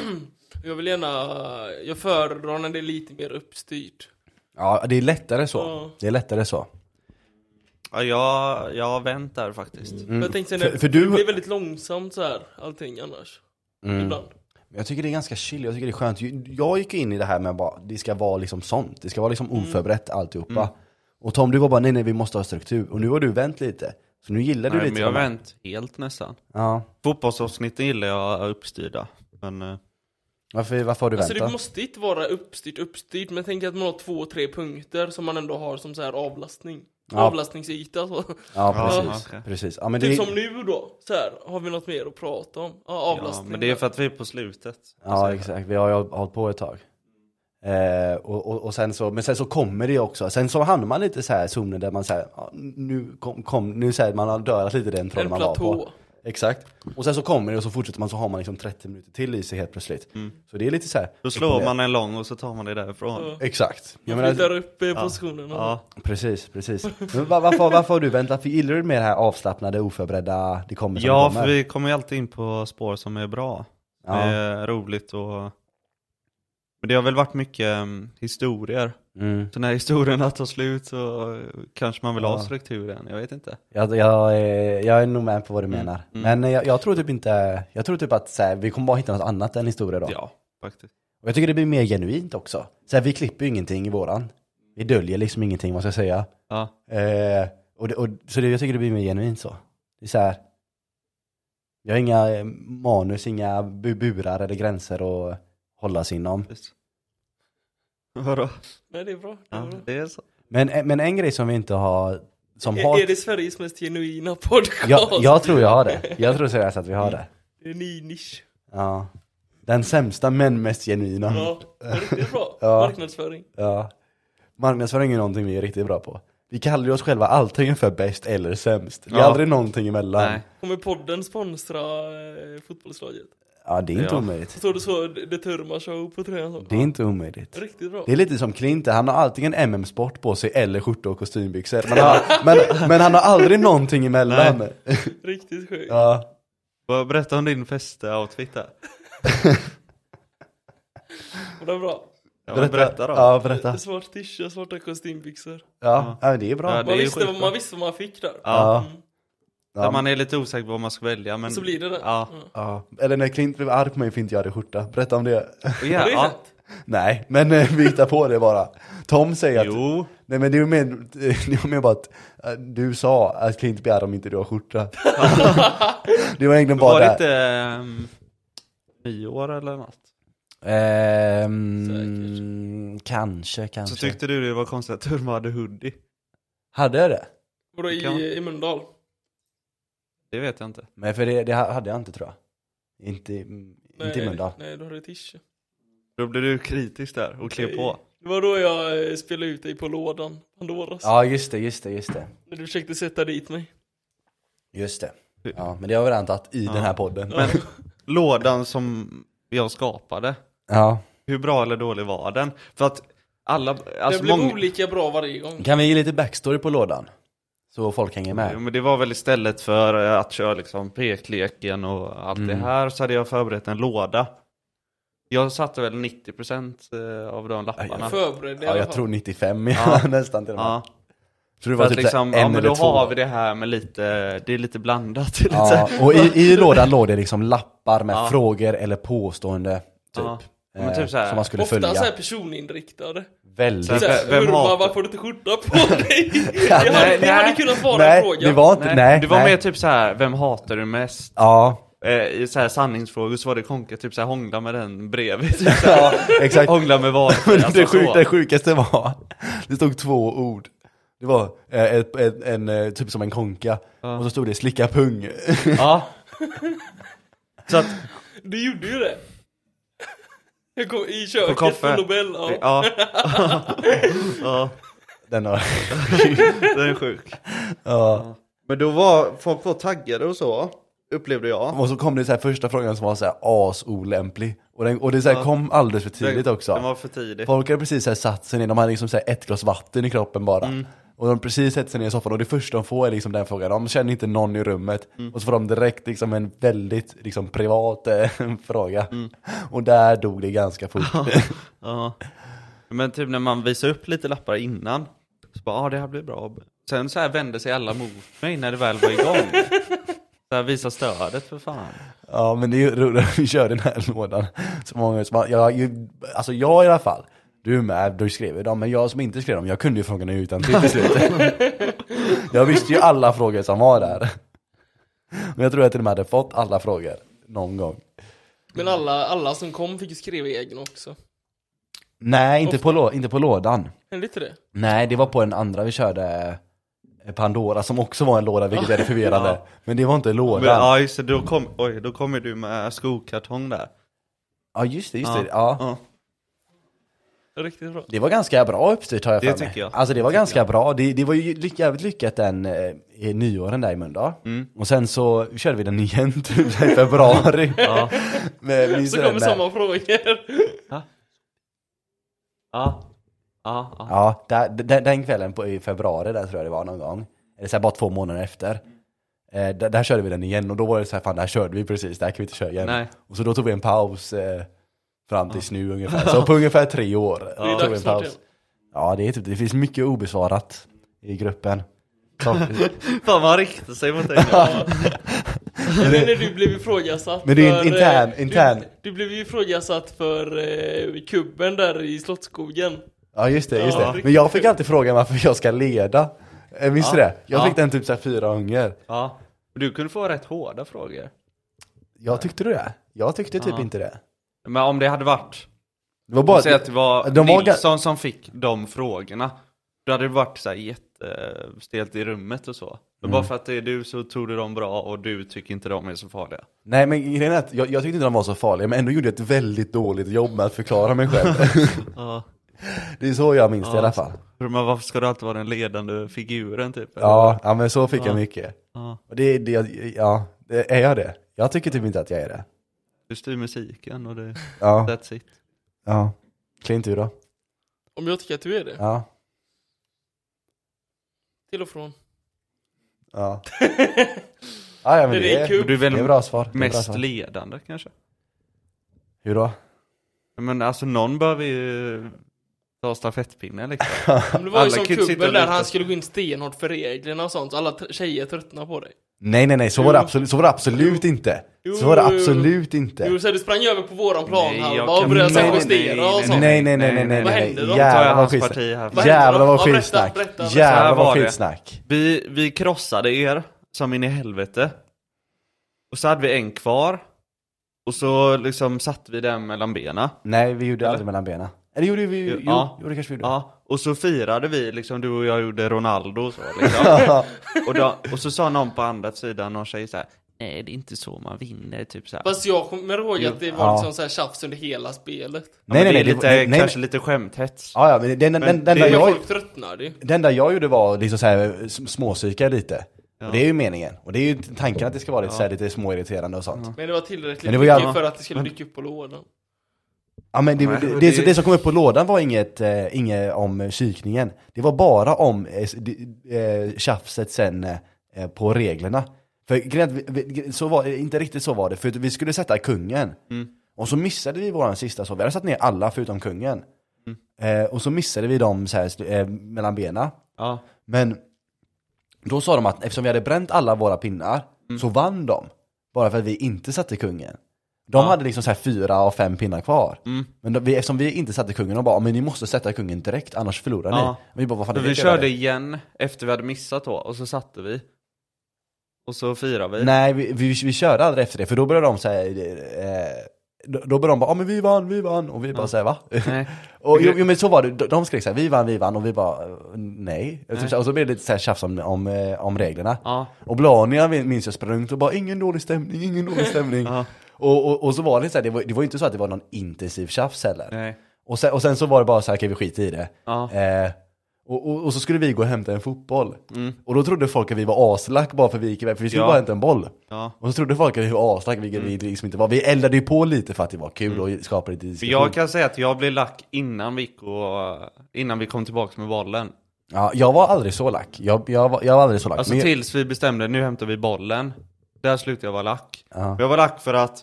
jag föredrar när det är lite mer uppstyrt. Ja, det är lättare så. Ja. Det är lättare så. Ja, jag väntar faktiskt. Jag tänkte för du blir väldigt långsamt så här, allting annars. Ibland. Jag tycker det är ganska chill, jag tycker det är skönt. Jag gick in i det här med bara, det ska vara liksom sånt. Det ska vara liksom oförberett alltihopa. Och Tom, du var bara, nej, vi måste ha struktur. Och nu har du vänt lite. Så nu gillar du lite. Men jag har vänt helt nästan. Ja. Fotbollsavsnitten gillar jag uppstyrda. Men... Varför har du vänt då? Det måste inte vara uppstyrt. Men tänk att man har 2-3 punkter som man ändå har som så här avlastning. Ja. Avlastningsyta så. Ja, precis. Ja, men typ som nu då, så här, har vi något mer att prata om? Ja, avlastning. Ja, men det är för att vi är på slutet. Ja, exakt. Vi har ju hållit på ett tag. Och sen så kommer det också. Sen så hamnar man lite så här zoner där man säger nu säger man har dödat lite den trollen man var på. Exakt. Och sen så kommer det och så fortsätter man, så har man liksom 30 minuter till i sig helt plötsligt. Så det är lite så här. Då slår man en lång och så tar man det därifrån. Ja. Exakt. Man flyttar upp positionen. Ja. Precis. Men varför har du väntat? För gillar du med det här avslappnade, oförberedda? Det kommer som kommer. För vi kommer ju alltid in på spår som är bra. Det är roligt och... Men det har väl varit mycket historier. Så när historierna tar slut så kanske man vill ha strukturen. Jag vet inte. Jag är nog med på vad du menar. Men jag tror typ inte... Jag tror typ att så här, vi kommer bara hitta något annat än historier då. Ja, faktiskt. Och jag tycker det blir mer genuint också. Så här, vi klipper ju ingenting i våran. Vi döljer liksom ingenting, vad ska jag säga. Ja. Så jag tycker det blir mer genuint så. Det är så här... Jag har inga manus, inga burar eller gränser och... hålla sig inom. Vadå? Nej, det är bra. Det är så. Men en grej som vi inte har... Är det Sveriges mest genuina podcast? Jag tror jag har det. Jag tror seriöst att vi har det. Det är ny nisch. Ja. Den sämsta men mest genuina. Ja, det är riktigt bra. Marknadsföring. Ja. Marknadsföring är någonting vi är riktigt bra på. Vi kallar oss själva alltid för bäst eller sämst. Det är aldrig någonting emellan. Nej. Kommer podden sponsra fotbollslaget? Ja, det är inte omöjligt. Så du så det Turma show på tröjan så. Det är inte omöjligt. Riktigt bra. Det är lite som Klint, han har alltid en MM-sport på sig eller skjorta och kostymbyxor. Men han har aldrig någonting emellan. Nej. Riktigt sjukt. Ja. Berätta om din festa-outfit här. Det är bra. Ja, berätta då. Ja, berätta. Svart tisha, svarta kostymbyxor. Ja, det är bra. Ja, man visste vad man fick där. Ja. Ja. Man är lite osäker på vad man ska välja, men... Så blir det. Ja. Eller när Klint blev arg på mig för inte jag hade skjorta. Berätta om det. Ja. Nej, men vi hittar på det bara. Tom säger att... Jo. Nej, men det är mer bara att du sa att Klint blev arg om inte du har skjorta. Det var egentligen bara det. Var det inte 9 år eller något? Kanske. Så tyckte du det var konstigt att Turma hade hoodie? Hade jag det? Vadå i Mölndal? Det vet jag inte. Men för det hade jag inte, tror jag. Inte i Mölndal. Nej, då hade det tisha. Då blev du kritisk där och klev på. Det var då jag spelade ut dig på lådan, Pandoras. Ja, just det. När du försökte sätta dit mig. Just det. Ja, men det har vi redan tagit i den här podden. Men lådan som jag skapade. Ja. Hur bra eller dålig var den? För att alla... det blev olika bra varje gång. Kan vi ge lite backstory på lådan? Så folk hänger med. Ja, men det var väl istället för att köra liksom pekleken och allt det här, så hade jag förberett en låda. Jag satte väl 90% av de lapparna. Jag tror 95 nästan till och med. Ja. Så det var typ liksom, en men eller då 2. har vi det här med lite, det är lite blandat. Ja, och i lådan låg det liksom lappar med frågor eller påstående typ. Ja. Men typ så här, som man skulle ofta följa. Ofta så här personinriktade. Väldigt. Varför får du inte skjorta på dig? Det hade kunnat vara en fråga. Det var inte, nej. Det var mer typ så här, vem hatar du mest? Ja. I så här sanningsfrågor så var det Konka typ så här, hångla med den bredvid. Typ ja, exakt. Hångla med vad? Alltså, det sjukaste var, det stod 2 ord. Det var en typ som en konka. Och så stod det slicka pung. Ja. Så att du gjorde ju det. Jag kom i köket på Nobel. Ja. Ja. Den är sjuk. Ja. Men då var folk var taggade och så, upplevde jag. Och så kom det så här första frågan som var så här asolämplig. Och det så här kom alldeles för tidigt också. Den var för tidigt. Folk hade precis så här satt sig ner, de hade liksom så här 1 glas vatten i kroppen bara. Och de precis sätter sig ner i soffan och det första de får är liksom den frågan. De känner inte någon i rummet. Och så får de direkt liksom en väldigt liksom privat fråga. Och där dog det ganska fort. Ja. Men typ när man visar upp lite lappar innan. Så bara, det här blir bra. Sen så här vände sig alla mot mig när det väl var igång. Så här visa stödet för fan. Ja, men det är ju roligt. Vi kör den här lådan. Så många som alltså jag i alla fall. Du med, du skrev dem, men jag som inte skrev dem, jag kunde ju frågorna utan till slut. Jag visste ju alla frågor som var där. Men jag tror att de hade fått alla frågor någon gång. Men alla som kom fick ju skriva egna också. Nej, inte på lådan. Hände inte det? Nej, det var på en andra vi körde Pandora som också var en låda, vilket är förvirrande. Ja. Men det var inte lådan. Men, ja, just det, då kommer du med skokartong där. Ja, just det. Ja. Riktigt bra. Det var ganska bra uppstyrt har jag för mig. Det tycker jag. Alltså det var ganska bra. Det var ju jävligt lyckat den i nyåren där i Mölndal. Och sen så körde vi den igen typ i februari. Ja. Så kommer samma frågor. Ja. Ja, den kvällen i februari där tror jag det var någon gång. Eller så här, bara 2 månader efter. Där körde vi den igen och då var det så här, fan där körde vi precis, där kan vi inte köra igen. Nej. Och så då tog vi en paus fram tills nu ungefär. Så på ungefär 3 år tog vi en paus. Ja, det finns mycket obesvarat i gruppen. Fan, man riktar sig mot dig. Men när du blev ifrågasatt. Men det är intern. Du blev ifrågasatt för kubben där i Slottsskogen. Ja, just det. Men jag fick alltid frågan varför jag ska leda. Minns du det? Jag fick den typ så här 4 gånger. Ja. Du kunde få rätt hårda frågor. Jag tyckte det. Jag tyckte typ inte det. Men om det hade varit... Det var bara... Säg att det var Nilsson som fick de frågorna. Då hade det varit så här jättestelt i rummet och så. Men bara för att det är du så tog du dem bra och du tycker inte de är så farliga. Nej, men grejen är att jag tyckte inte de var så farliga. Men ändå gjorde jag ett väldigt dåligt jobb med att förklara mig själv. Ja. Det är så jag minns det i alla fall. Men varför ska du alltid vara den ledande figuren typ? Eller? Ja, men så fick jag mycket. Ja. Och det är jag det? Jag tycker typ inte att jag är det. Du styr musiken och det that's it. Ja. Klint du då? Om jag tycker att du är det? Ja. Till och från. Ja. Ja, men det är kul. Du är väl det är bra svar. mest ledande kanske? Hur då? Men alltså någon behöver ju ta stafettpinnen liksom. Men det var ju som kubben där han skulle gå in stenhårt för reglerna och sånt. Så alla tjejer tröttnar på dig. Nej, så var det absolut inte. Så var det absolut inte. Jo, så du sprang över på våran planhalva och började sen justera och sånt. Nej. Vad hände då? Jävlar vad skitsnack. Jävlar vad skitsnack. Vi krossade er som in i helvete. Och så hade vi en kvar. Och så liksom satt vi den mellan benen. Nej, vi gjorde aldrig mellan benen. Eller gjorde vi? Jo, det kanske vi gjorde. Ja, och så firade vi liksom, du och jag gjorde Ronaldo och så liksom. och så sa någon på andra sidan, någon tjej så här: nej, det är inte så man vinner typ så här. Fast jag kommer ihåg att det var liksom så här tjafs under hela spelet. Nej, det kanske lite skämthets. Ja, men den där jag gjorde var liksom så här småsyka lite. Ja. Och det är ju meningen. Och det är ju tanken att det ska vara lite, så här, lite småirriterande och sånt. Men det var tillräckligt mycket för att det skulle dyka upp på lådan. Ja, men det som kom upp på lådan var inget om kikningen. Det var bara om tjafset sen på reglerna. För så var, inte riktigt så var det. För vi skulle sätta kungen. Och så missade vi våran sista så. Vi hade satt ner alla förutom kungen. Och så missade vi dem så här, mellan benen. Ja. Men då sa de att eftersom vi hade bränt alla våra pinnar så vann de. Bara för att vi inte satte kungen. De hade liksom så här 4 av 5 pinnar kvar. Men eftersom vi inte satte kungen, de bara, men ni måste sätta kungen direkt, annars förlorar ni. Vi bara, vad fan, vi körde igen efter vi hade missat då, och så satte vi. Och så firade vi. Nej, vi körde aldrig efter det, för då började de säga då började de bara, men vi vann. Och vi bara säger, va? Nej. Och jo, men så var det, de skrek så här, vi vann. Och vi bara, nej. Och så blev det lite så här tjafs om reglerna. Och Blania minns jag sprang runt och bara, ingen dålig stämning. Och så var det så här, det var inte så att det var någon intensiv tjafs heller. Nej. Och sen så var det bara så här, okej, vi skiter i det. Och så skulle vi gå och hämta en fotboll. Och då trodde folk att vi var aslack bara för vi gick iväg, för vi skulle bara hämta en boll. Och så trodde folk att vi var aslack, vilket vi liksom inte var. Vi eldade ju på lite för att det var kul och skapade lite diskussion. Jag kan säga att jag blev lack innan vi kom tillbaka med bollen. Ja, jag var aldrig så lack. Jag var aldrig så lack. Alltså men tills vi bestämde, nu hämtar vi bollen. Där slutade jag vara lack. Ja. Jag var lack för att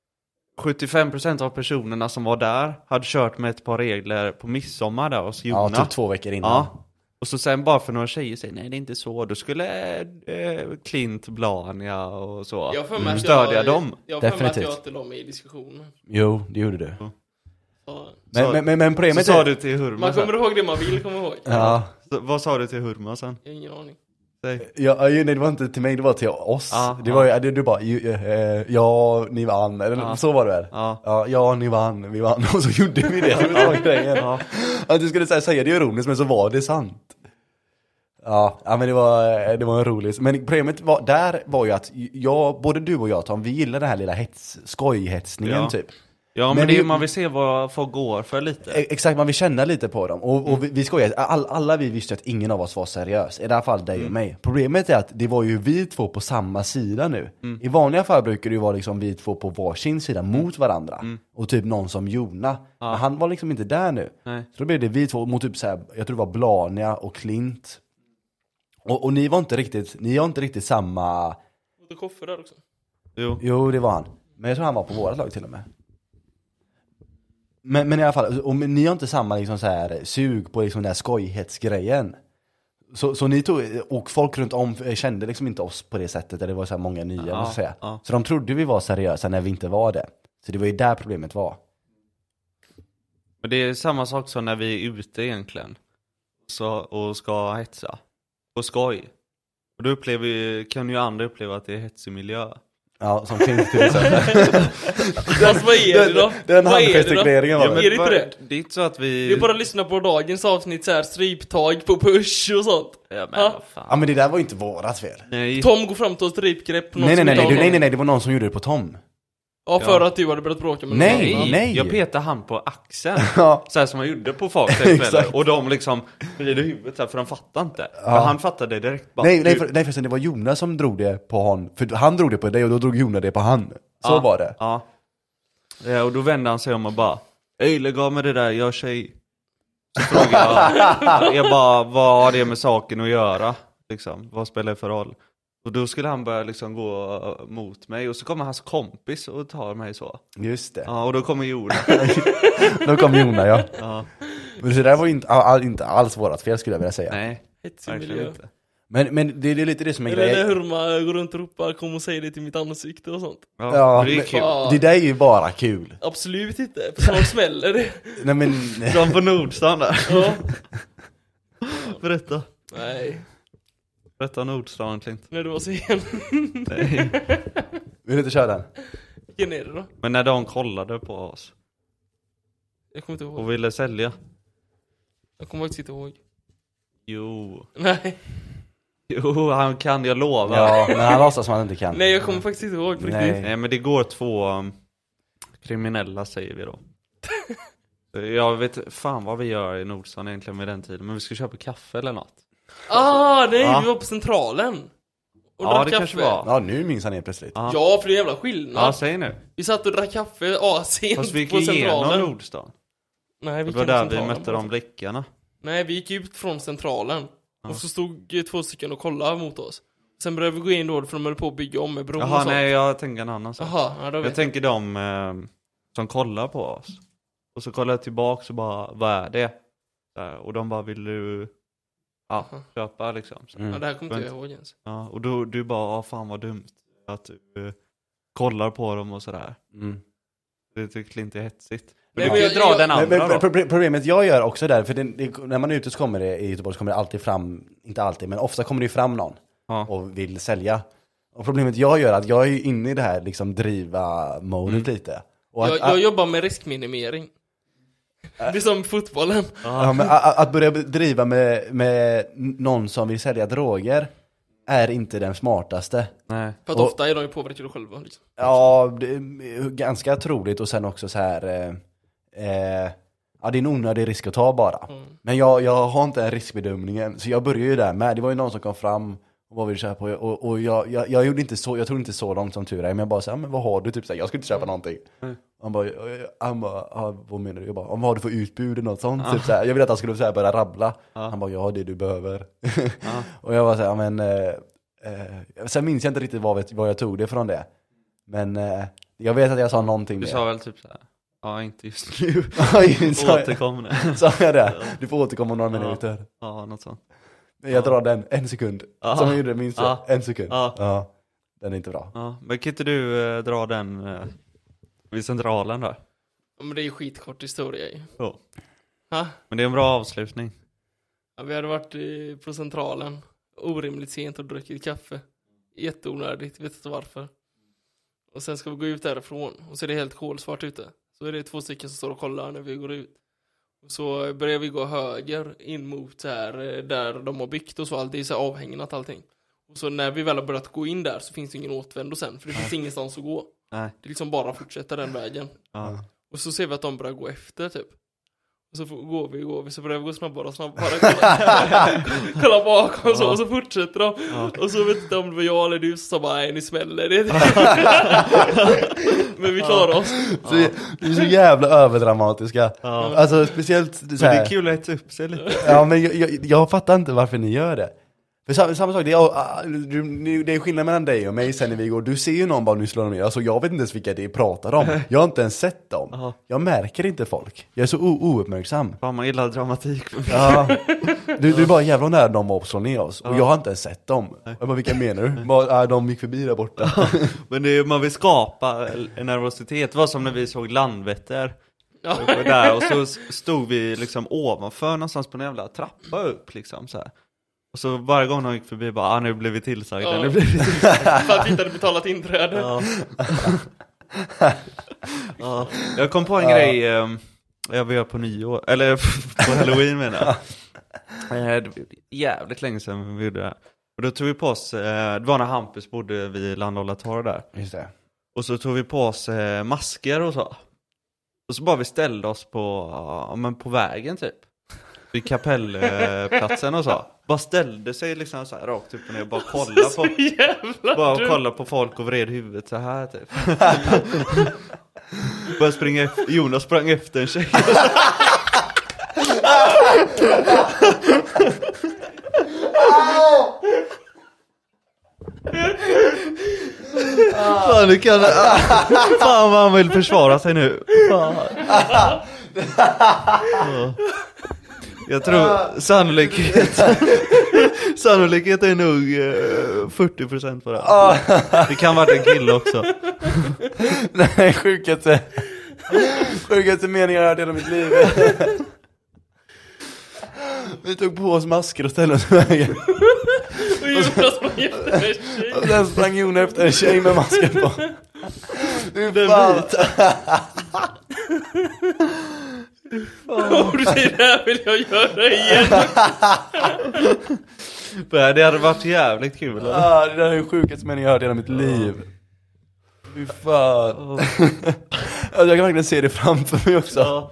75% av personerna som var där hade kört med ett par regler på midsommar där hos Jona. Ja, typ 2 veckor innan. Ja. Och så sen bara för några tjejer säger nej det är inte så. Då skulle Klint, Blania och så Jag får med att stödja dem. Jag får med att Definitivt. jag inte la mig i diskussionen. Jo, det gjorde du. Så, Men Så problemet sa är... du till Hurma man sen. kommer ihåg det man vill komma ihåg. Ja. Så, vad sa du till Hurma sen? Jag har ingen aning. Säg. Ja, nej, det var inte till mig, det var till oss. Det var ju, du bara, ja, ni vann. Eller så var det väl? Ja, ni vann, vi vann. Och så gjorde vi det. Det var grejen. Att du skulle säga det ironiskt, men så var det sant. Ja, men det var en rolig. Men problemet var ju att både du och jag, Tom, vi gillar den här lilla skojhetsningen typ. Ja, men det är man vill se vad folk går för lite. Exakt, man vill känna lite på dem. Och vi skojar, alla vi visste att ingen av oss var seriös. I det här fallet dig och mig. Problemet är att det var ju vi två på samma sida nu. I vanliga fall brukar det ju vara liksom vi två på varsin sida mot varandra. Och typ någon som Jona. Men han var liksom inte där nu. Nej. Så då blev det vi två mot typ såhär, jag tror det var Blania och Klint. Och ni har inte riktigt samma... Och du Koffe där också. Jo, det var han. Men jag tror han var på vårat lag till och med. Men i alla fall, ni har inte samma liksom så här sug på liksom den där skojhetsgrejen. Så ni tog, och folk runt om kände liksom inte oss på det sättet, där det var så här många nya, måste säga. Så de trodde vi var seriösa när vi inte var det. Så det var ju där problemet var. Men det är samma sak som när vi är ute egentligen. Och ska hetsa. Och skoj. Och då kan ju andra uppleva att det är hetsig miljö. Ja, som finns till exempel. Alltså, vad är det då? Den handgestikuleringen var det. Är det inte det? Det är inte så att vi... Det är bara att lyssna på dagens avsnitt så här, stryptag på push och sånt. Ja, men vad fan. Ja, men det där var ju inte vårat fel. Nej. Tom går fram till ett strypgrepp. Nej, det var någon som gjorde det på Tom. Ja, för att du hade börjat bråka med någon. Nej. Jag petade han på axeln. Ja. Så här som man gjorde på folk den kvällen. Och de liksom vrider huvudet så här, för de fattar inte. Men han fattade det direkt bara. Nej, förresten, det var Jonas som drog det på hon. För han drog det på dig och då drog Jonas det på han. Så var det. Ja, och då vände han sig om och bara, lägg av med det där, jag tjej. Så frågade jag bara, vad har det med saken att göra? Liksom, vad spelar det för roll? Och då skulle han börja liksom gå mot mig. Och så kommer hans kompis och tar mig så. Just det. Ja, och då kommer Jonas. Då kom Jonas, Ja. Men det där var inte alls vårat fel, skulle jag vilja säga. Nej, Hetsig verkligen miljö. inte. Men det är lite det som är Eller grejen. när Hurma går runt och ropar, kom och säg det till mitt ansikte och sånt. Ja, det är kul. Det där är ju bara kul. Absolut inte, för snart smäller det. Nej, men... De på Nordstan där. Ja. Berätta. Nej, Berätta Nordstan, Klint. när du var sen. Nej. Vill du inte köra den? Vilken är det då? Men när de kollade på oss Jag kommer inte ihåg. och ville sälja. Jag kommer faktiskt inte ihåg. Jo, Nej, han kan, jag lovar. Ja, men han låtsas som han inte kan. nej jag kommer faktiskt inte ihåg på Nej. riktigt. Nej, men det går 2 kriminella, säger vi då. Jag vet fan vad vi gör i Nordstan egentligen med den tiden. Men vi ska köpa kaffe eller något. Nej, Ja. vi var på Centralen. Och Ja, drack det kaffe. kanske var. Ja, nu minns han helt plötsligt. Ja, för det är en jävla skillnad. Ja, säg nu. Vi satt och drack kaffe sent Fast vi gick på igenom Centralen. Nordstan. Nej, vi Det var gick där igenom vi Centralen mötte bara. de blickarna. Nej, vi gick ut från Centralen. Och så stod 2 stycken och kollade mot oss. Sen började vi gå in då, för de höll på att bygga om med bron och Jaha, sånt. nej, jag tänker en annan sak. Jaha, ja, då vet Jag tänker de som kollar på oss. Och så kollar jag tillbaka och bara, vad är det? Så här, och de bara, vill du köpa liksom? Så. Ja, det här kommer inte jag ihåg ens. Ja, och då du bara, fan vad dumt att du kollar på dem och sådär. Det tycker inte är hetsigt. Men Nej, du men kan ju dra den andra Men då. problemet jag gör också där, för när man är ute så kommer det i Göteborg så kommer det alltid fram, inte alltid, men ofta kommer det fram någon och vill sälja. Och problemet jag gör är att jag är inne i det här liksom driva-modet lite. Och Jag jobbar med riskminimering. Det är som fotbollen. Ja, men att börja driva med någon som vill sälja droger är inte den smartaste. Nej. För att ofta är de ju påverkade själva liksom. Ja, det är ganska troligt. Och sen också så här ja, det är en onödig risk att ta bara. Men jag har inte en riskbedömningen. Så jag börjar ju där med. Det var ju någon som kom fram och vad vill du köpa på. Och jag gjorde inte så, jag tror inte så långt som tur är. Men jag bara så här, men vad har du? Typ så här, jag skulle inte köpa någonting. Han bara, vad menar du? Jag bara, vad har du för utbud eller något sånt? Typ så här. Jag ville att han skulle så här börja rabbla. Han bara, ja det du behöver. Och jag var så här, men sen minns jag inte riktigt vad jag tog det från det. Men jag vet att jag sa någonting. Du sa väl typ så här, ja inte just nu. Återkom. Sa jag det? Du får återkomma om några minuter. Ja, något sånt. Jag drar den en sekund. Som jag gjorde, minns jag. En sekund. Ja. Den är inte bra. Ja. Men kan inte du dra den vid centralen då? Ja, men det är ju skitkort historia ju. Ja. Men det är en bra avslutning. Ja, vi hade varit på centralen orimligt sent och druckit kaffe. Jätteonödigt, vet inte varför. Och sen ska vi gå ut därifrån. Och så är det helt kolsvart ute. Så är det 2 stycken som står och kollar när vi går ut. Och så börjar vi gå höger in mot här, där de har byggt och så. Allt, det är så avhängigt allting. Och så när vi väl har börjat gå in där så finns det ingen återvändo sen. För det finns ingenstans att gå. Nej. Det är liksom bara att fortsätta den vägen. Och så ser vi att de börjar gå efter typ. Och så går vi så börjar vi gå snabbare. Kolla bakom och så. Och så fortsätter de. Och så vet inte om det var jag eller du som bara, nej ni smäller det. Men vi klarar oss. Så det är så jävla överdramatiska. Alltså speciellt så här. Men det är kul att äta upp sig lite. Ja, men jag fattar inte varför ni gör det. För samma sak, det är skillnad mellan dig och mig sen när vi går. Du ser ju någon bara nu slår de ner. Alltså jag vet inte ens vilka det pratar om. Jag har inte ens sett dem. Jag märker inte folk. Jag är så ouppmärksam. Ja, man gillar dramatik. Ja. Du bara jävlar när de var och slår ner oss. Och jag har inte ens sett dem. Jag bara, vilka menar du? Bara, de gick förbi där borta. Men det är, man vill skapa en nervositet. Det var som när vi såg Landvetter. Där, och så stod vi liksom ovanför någonstans på en jävla trappa upp liksom så här. Och så varje gång de gick förbi bara, nu blev vi tillsagda. Nu blev vi tillsagda. För att vi inte hade betalat inträde. Jag kom på en grej jag var på nyår. Eller på Halloween menar jag. Det var jävligt länge sedan vi gjorde det här. Och då tog vi på oss, det var när Hampus bodde vid Landhålla där. Just det. Och så tog vi på oss masker och så. Och så bara vi ställde oss på vägen typ. Vid kapellplatsen och så. Bara ställde sig liksom så här rakt upp och ner och bara kolla på folk och vred huvudet så här typ. Bara springa efter, Jonas sprang efter en tjej. Fan, du kan... Fan vad han vill försvara sig nu. Jag tror sannolikheten är nog 40% på det. Det kan vara en kille också. Nej, sjukaste meningar jag hört hela mitt liv. Vi tog på oss masker och ställde oss i vägen. Och sen sprang Jon efter en tjej med masken på. Du fan. Och du säger, det här vill jag göra igen. Det hade varit jävligt kul. Det där är den sjukaste meningen jag hört i hela mitt liv. Fy fan. Jag kan verkligen se det framför mig också.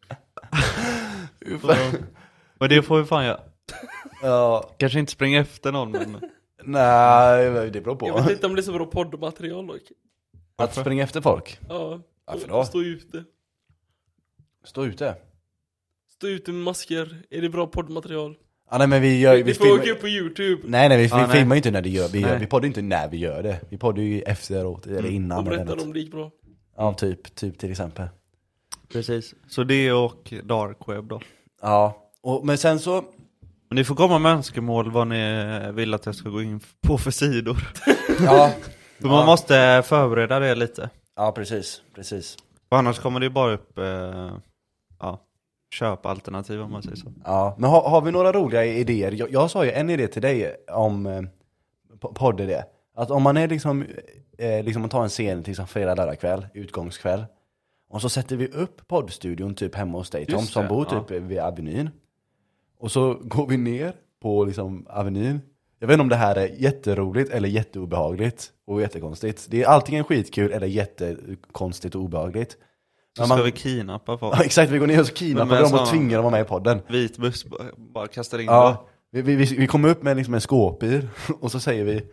Men det får vi fan göra. Ja. Kanske inte springa efter någon, men... Nej, det beror på. Jag vet inte om det är så bra poddmaterial dock. Att springa efter folk? Ja. Varför då? Stå ute. Stå ute? Stå ute med masker. Är det bra poddmaterial? Nej, men vi får åka upp på YouTube. Nej, vi filmar ju inte när det gör. Vi poddar inte när vi gör det. Vi poddar ju efteråt eller innan. Och berättar om det gick bra. Ja, typ till exempel. Precis. Så det och dark web då. Ja, men sen så... Men ni får komma med önskemål vad ni vill att jag ska gå in på för sidor. Ja. För man måste förbereda det lite. Ja, precis. För annars kommer det bara upp köpalternativ om man säger så. Ja, men har vi några roliga idéer? Jag sa ju en idé till dig om poddidé. Att om man är liksom att ta en scen till liksom fredag, lördag kväll, utgångskväll. Och så sätter vi upp poddstudion typ hemma hos dig, Tom, som bor typ vid Avenyn. Och så går vi ner på liksom Avenyn. Jag vet inte om det här är jätteroligt eller jätteobehagligt och jättekonstigt. Det är antingen skitkul eller jättekonstigt och obehagligt. Så ska vi kidnappa folk. Ja, exakt, vi går ner och kidnappar dem och tvingar dem att vara med i podden. Vit buss, bara kastar in dem. Vi kommer upp med liksom en skåpbil och så säger vi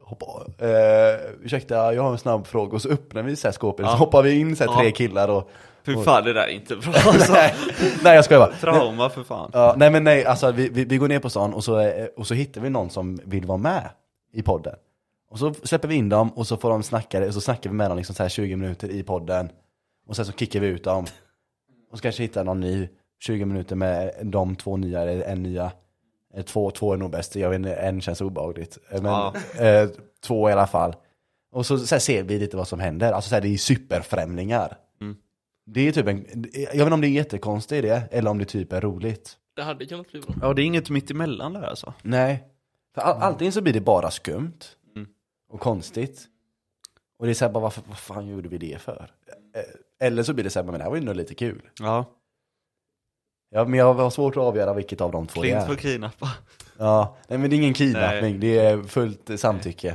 ursäkta, jag har en snabb fråga. Och så öppnar vi så här skåpet, så hoppar vi in så här 3 killar och... För fan, det där är inte bra alltså. Nej, jag skojar bara. Trauma för fan. Ja, nej, alltså vi går ner på stan och så hittar vi någon som vill vara med i podden. Och så släpper vi in dem och så får de snacka, och så snackar vi med dem liksom så här 20 minuter i podden. Och sen så kickar vi ut dem. Och så kanske hittar någon ny 20 minuter med de 2 nya, eller en nya. 2 är nog bäst, jag vet inte, en känns obehagligt. Men 2 i alla fall. Och så här ser vi lite vad som händer. Alltså så här, det är superfrämlingar. Det är typ jag vet inte om det är jättekonstigt det, eller om det typ är roligt. Det hade kunnat bli bra. Ja, det är inget mitt emellan där alltså. Nej. För allting så blir det bara skumt. Och konstigt. Och det är så här, bara vad fan gjorde vi det för? Eller så blir det så här, men det här var ju nog lite kul. Ja. Ja, men jag har svårt att avgöra vilket av de 2 det är. Klint för kidnappa. Ja, nej men det är ingen kidnappning, det är fullt samtycke.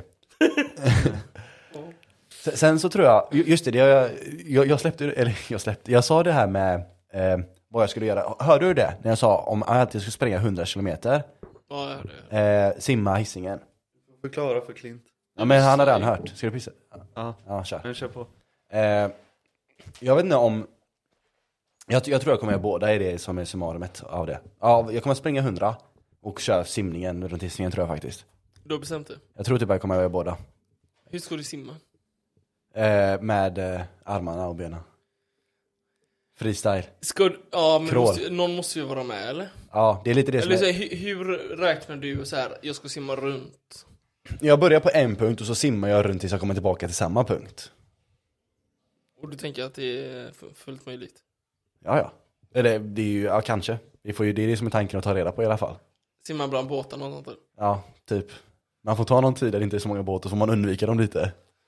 Sen så tror jag, just det, jag sa det här med vad jag skulle göra. Hörde du det? När jag sa om att jag skulle springa 100 kilometer. Ja, jag hörde det. Simma Hisingen. Förklara för Klint. Ja, men han har redan hört. Ska du pissa? Ja, kör. Jag kör på. Jag vet inte om... Jag tror jag kommer göra båda i det som är summarumet av det. Ja, jag kommer springa 100 och köra simningen runt Hisingen, tror jag faktiskt. Du har bestämt det? Jag tror typ jag kommer göra båda. Hur ska du simma? Med armarna och benen. Freestyle. Men någon måste ju vara med, eller? Ja, det är lite det eller som är... Hur räknar du så här? Jag ska simma runt. Jag börjar på en punkt och så simmar jag runt tills jag kommer tillbaka till samma punkt. Och du tänker att det är fullt möjligt? Ja. Eller det är ju, ja kanske. Det är det som är tanken att ta reda på i alla fall. Simma bland båtarna och sånt där? Ja, typ. Man får ta någon tid där det inte är så många båtar, så får man undvika dem lite.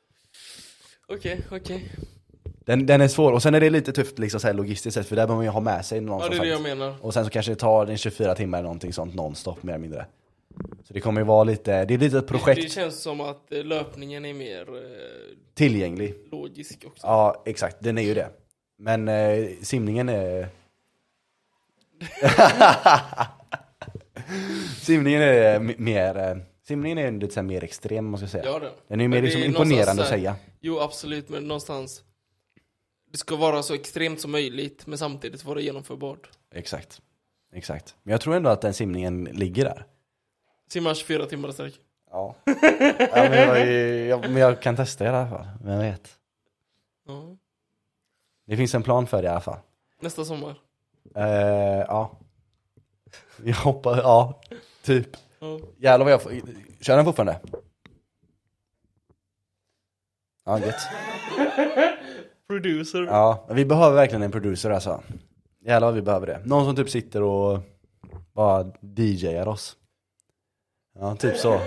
Okej. Den är svår, och sen är det lite tufft liksom så här logistiskt sett, för där behöver man ju ha med sig någon. Ja, det är det jag menar. Och sen så kanske det tar 24 timmar eller någonting sånt nonstop, mer eller mindre. Så det kommer ju vara lite, det är lite ett projekt. Det känns som att löpningen är mer tillgänglig. Logisk också. Ja, exakt, den är ju det. Men simningen är... Simningen är mer... Simningen är lite så här mer extrem, måste jag säga. Ja, det. Den är ju mer liksom imponerande att säga. Jo, absolut, men någonstans... Det ska vara så extremt som möjligt, men samtidigt vara genomförbart. Exakt. Men jag tror ändå att den simningen ligger där. Simmar 24 timmar sträck. Ja. Men jag kan testa i alla fall. Vem vet. Ja. Det finns en plan för det i alla fall. Nästa sommar. Ja. Jag hoppas, ja. Typ. Ja. Jävlar vad jag får... Kör den fortfarande? Ja, gött. Producer. Ja, vi behöver verkligen en producer alltså. Jävlar vad vi behöver det. Någon som typ sitter och bara DJar oss. Ja, typ så.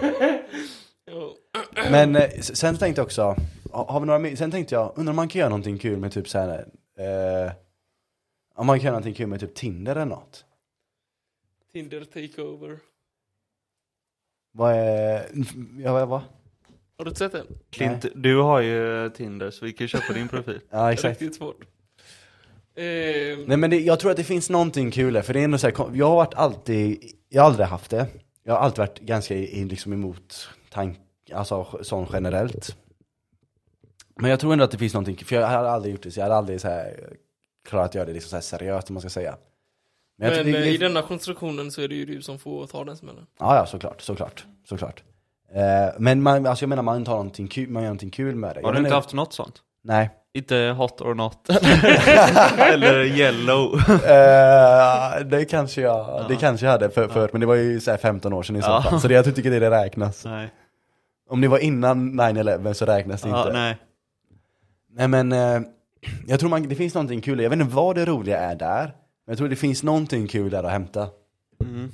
Men sen tänkte jag också, har vi några, sen tänkte jag, undrar om man kan göra någonting kul med typ så här, om man kan göra någonting kul med typ Tinder eller något. Tinder takeover. Vad är, vad? Har du sett det? Klint, du har ju Tinder, så vi kan köpa din profil. Ja, exakt. Riktigt svårt. Nej, men jag tror att det finns någonting kul där, för det är ändå så här, jag har aldrig haft det. Jag har alltid varit ganska liksom emot alltså sån generellt. Men jag tror ändå att det finns någonting, för jag har aldrig gjort det, så jag har aldrig så här klarat att göra det liksom så här seriöst, om man ska säga. Men i denna konstruktionen så är det ju du som får ta den smällen. Ja, såklart. Men alltså jag menar, man tar någonting kul, man gör någonting kul med det. Har du inte haft något sånt? Nej. Inte hot or not. Eller yellow. Det kanske jag hade för men det var ju så här 15 år sedan i så fall. Så jag tycker det räknas. Nej. Om det var innan 9/11 så räknas det inte. Nej, men jag tror det finns någonting kul. Jag vet inte vad det roliga är där. Men jag tror det finns någonting kul där att hämta. Mm.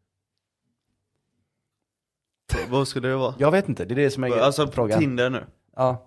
Vad skulle det vara? Jag vet inte, det är det som är alltså, frågan. Tinder nu? Ja.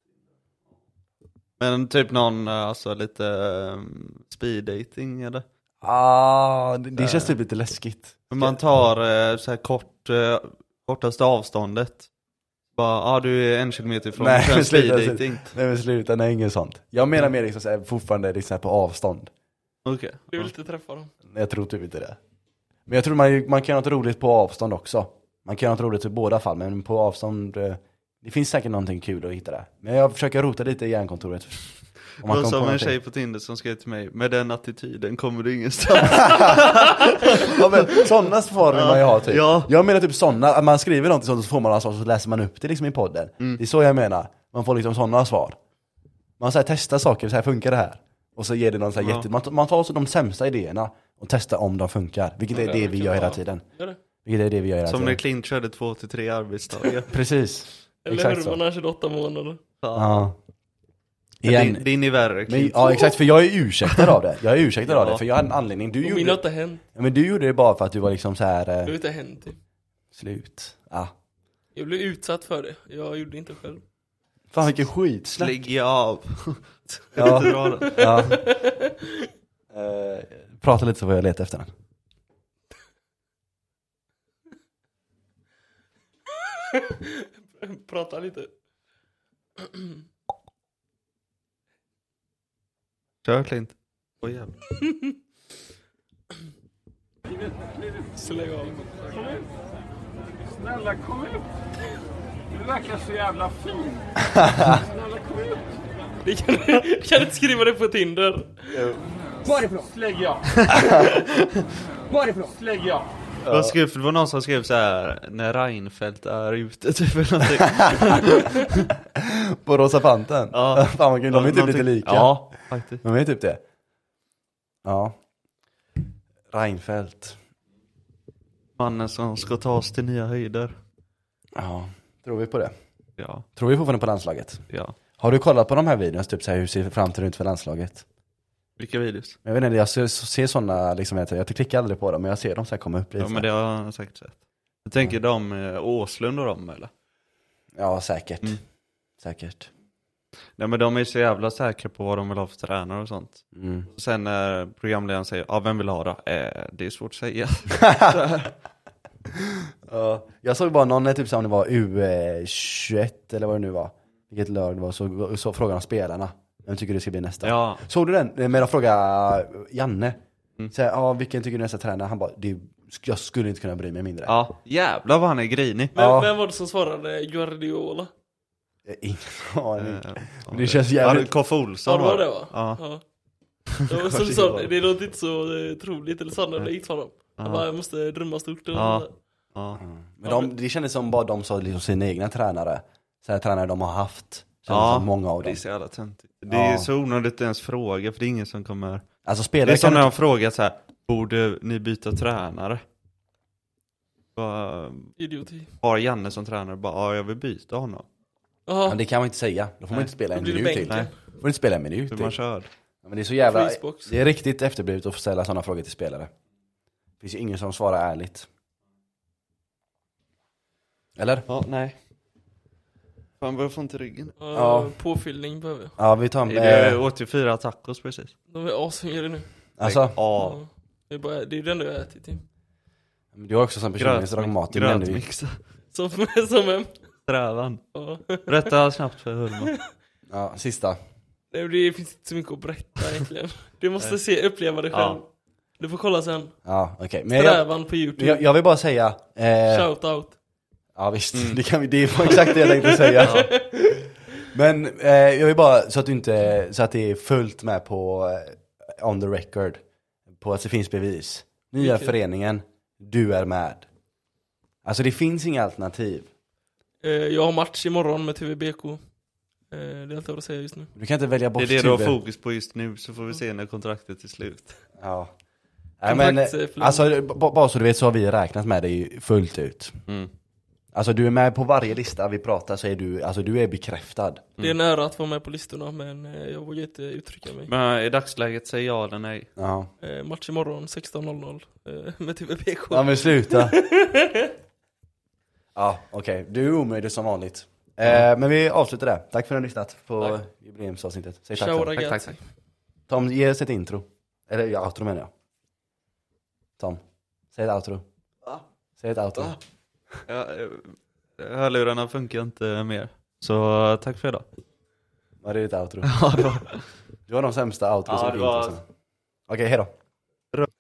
Men typ någon, alltså lite speed dating eller? Det känns typ lite läskigt. Man tar så här kortaste avståndet. Bara, du är 1 kilometer ifrån speed dating. Nej, men sluta, nej, inget sånt. Jag menar mer liksom så här, fortfarande liksom på avstånd. Okej. Du vill inte träffa dem? Jag tror typ inte det. Men jag tror man kan göra något roligt på avstånd också. Man kan göra något roligt i båda fall, men på avstånd, det finns säkert någonting kul att hitta där. Men jag försöker rota lite i hjärnkontoret. Det var som en tjej på Tinder som skrev till mig, med den attityden kommer du ingenstans. Ja, men sådana svar vill man ju ha typ. Ja. Jag menar typ sådana, att man skriver något sånt så får man svar, så läser man upp det liksom i podden. Det är så jag menar. Man får liksom sådana svar. Man så här, testar saker, så här funkar det här. Och så ger det någon så här man tar också de sämsta idéerna och testar om de funkar. Vilket är det vi gör hela tiden. Vilket är det vi gör hela som tiden. när Clint körde 2 till 3 arbetsdagar. Precis. Eller exakt hur, så. man har 28 månader. Ja. Igen. Din är värre, Men, ja, exakt, för jag är ursäktad av det. Jag är ursäktad av det, för jag hade en anledning. Du min har inte hänt. Ja, men du gjorde det bara för att du var liksom så här. Det har inte hänt typ. Slut. Ja. Jag blev utsatt för det. Jag gjorde det inte själv. Fan vilken skit. Lägg av. Ja. Ja. Prata lite så får jag leta efter den. Prata lite. Kör Clint. Åh jävlar. Släng av. Snälla kom ut. Du verkar så jävla fin. Snälla kom ut. Du kan inte skriva det på Tinder. Varifrån? Slägg jag. Varifrån? Slägg jag. Vad skrev, för det var någon som skrev så här: när Reinfeldt är ute typ eller någonting. På Rosa Panten. Ja. Fan vad kul, de är typ lite lika. Ja, faktiskt. De är typ det. Ja. Reinfeldt. Mannen som ska ta oss till nya höjder. Ja, tror vi på det? Ja. Tror vi fortfarande på landslaget? Ja. Har du kollat på de här videorna, typ så här, hur ser framtiden ut för landslaget? Vilka videos? Jag vet inte, jag ser sådana liksom, jag klickar aldrig på dem, men jag ser dem så här komma upp lite. Ja, men det har jag säkert sett. Jag tänker de Åslund och dem eller? Ja, säkert. Säkert. Nej, men de är så jävla säkra på vad de vill ha för tränare och sånt. Och sen när programledaren säger, ja, vem vill ha då? Det är svårt att säga. Ja, jag såg bara någon, typ som det var U21 eller vad det nu var. Vilket lag det var, så frågan om spelarna. Vem tycker du ska bli nästa? Ja. Såg du den? Men jag frågade Janne. Så, vilken tycker du nästa tränare? Han bara, jag skulle inte kunna bry mig mindre. Ja, jävlar vad han är grinig. Men vem var det som svarade? Guardiola? Ingen aning. Det känns jävligt... Koffe Olsson. Ja, det var det va? Ja. Ja, som du sa, det låter inte så troligt eller sannolikt för dem. Jag måste drömma stort. Ja. Men det kändes som bara de sa liksom sina egna tränare. Så här tränare de har haft. Som många av dem. Det är så jävla töntigt. Det är så onödigt ens fråga, för det är ingen som kommer... Alltså spelare, det är som när de frågar så här: borde ni byta tränare? Idioti. Har Janne som tränare bara, ja, jag vill byta honom. Men det kan man inte säga. Då får man inte spela en minut till. Nej. Får man inte spela en minut till. Man kör. Ja, men det är så jävla... Freezebox. Det är riktigt efterblivet att få ställa sådana frågor till spelare. Det finns ju ingen som svarar ärligt. Eller? Ja, nej. Fan, börjar få inte ryggen. Ja. Påfyllning behöver jag. Ja, vi tar... Du åt ju 4 tacos precis. De är ashungriga nu. Alltså? Ja. Det är ju det enda jag ätit typ. Du har också som person som mat. Grötmix. Som en... Strävan. Ja. Berätta snabbt för Hulma. Ja, sista. Nej, det finns inte så mycket att berätta egentligen. Du måste uppleva det själv. Ja. Du får kolla sen. Ja, okej. Strävan på YouTube. Jag vill bara säga... Shout out. Ja visst, det var exakt det jag tänkte säga. Men jag vill bara så att det är fullt med på on the record, på att det finns bevis. Nya föreningen, du är med. Alltså det finns inga alternativ. Jag har match imorgon med TVBK. Det är allt jag har att säga just nu. Du kan inte välja bort det är det du har fokus på just nu, så får vi se när kontraktet är slut. Ja. Nej, men alltså bara så du vet, så har vi räknat med dig fullt ut. Alltså du är med på varje lista vi pratar, så är du är bekräftad. Det är nära att vara med på listorna, men jag vågar inte uttrycka mig. Men i dagsläget säger ja eller nej. Ja. Match imorgon 16:00 med TVBK. Ja, men sluta. Ja, okej. Du är omöjlig som vanligt. Men vi avslutar där. Tack för att ni har lyssnat på jubileumsavsnittet. Säg tack. Ciao, tack. Tom, ge oss ett intro. Eller ja, outro menar jag. Tom, säg ett outro. Säg ett outro. Ja, hörlurarna funkar inte mer. Så tack för idag. Var det ditt outro? Ja, det var... Du har de sämsta outros. Ja, det var... Okej, hej då.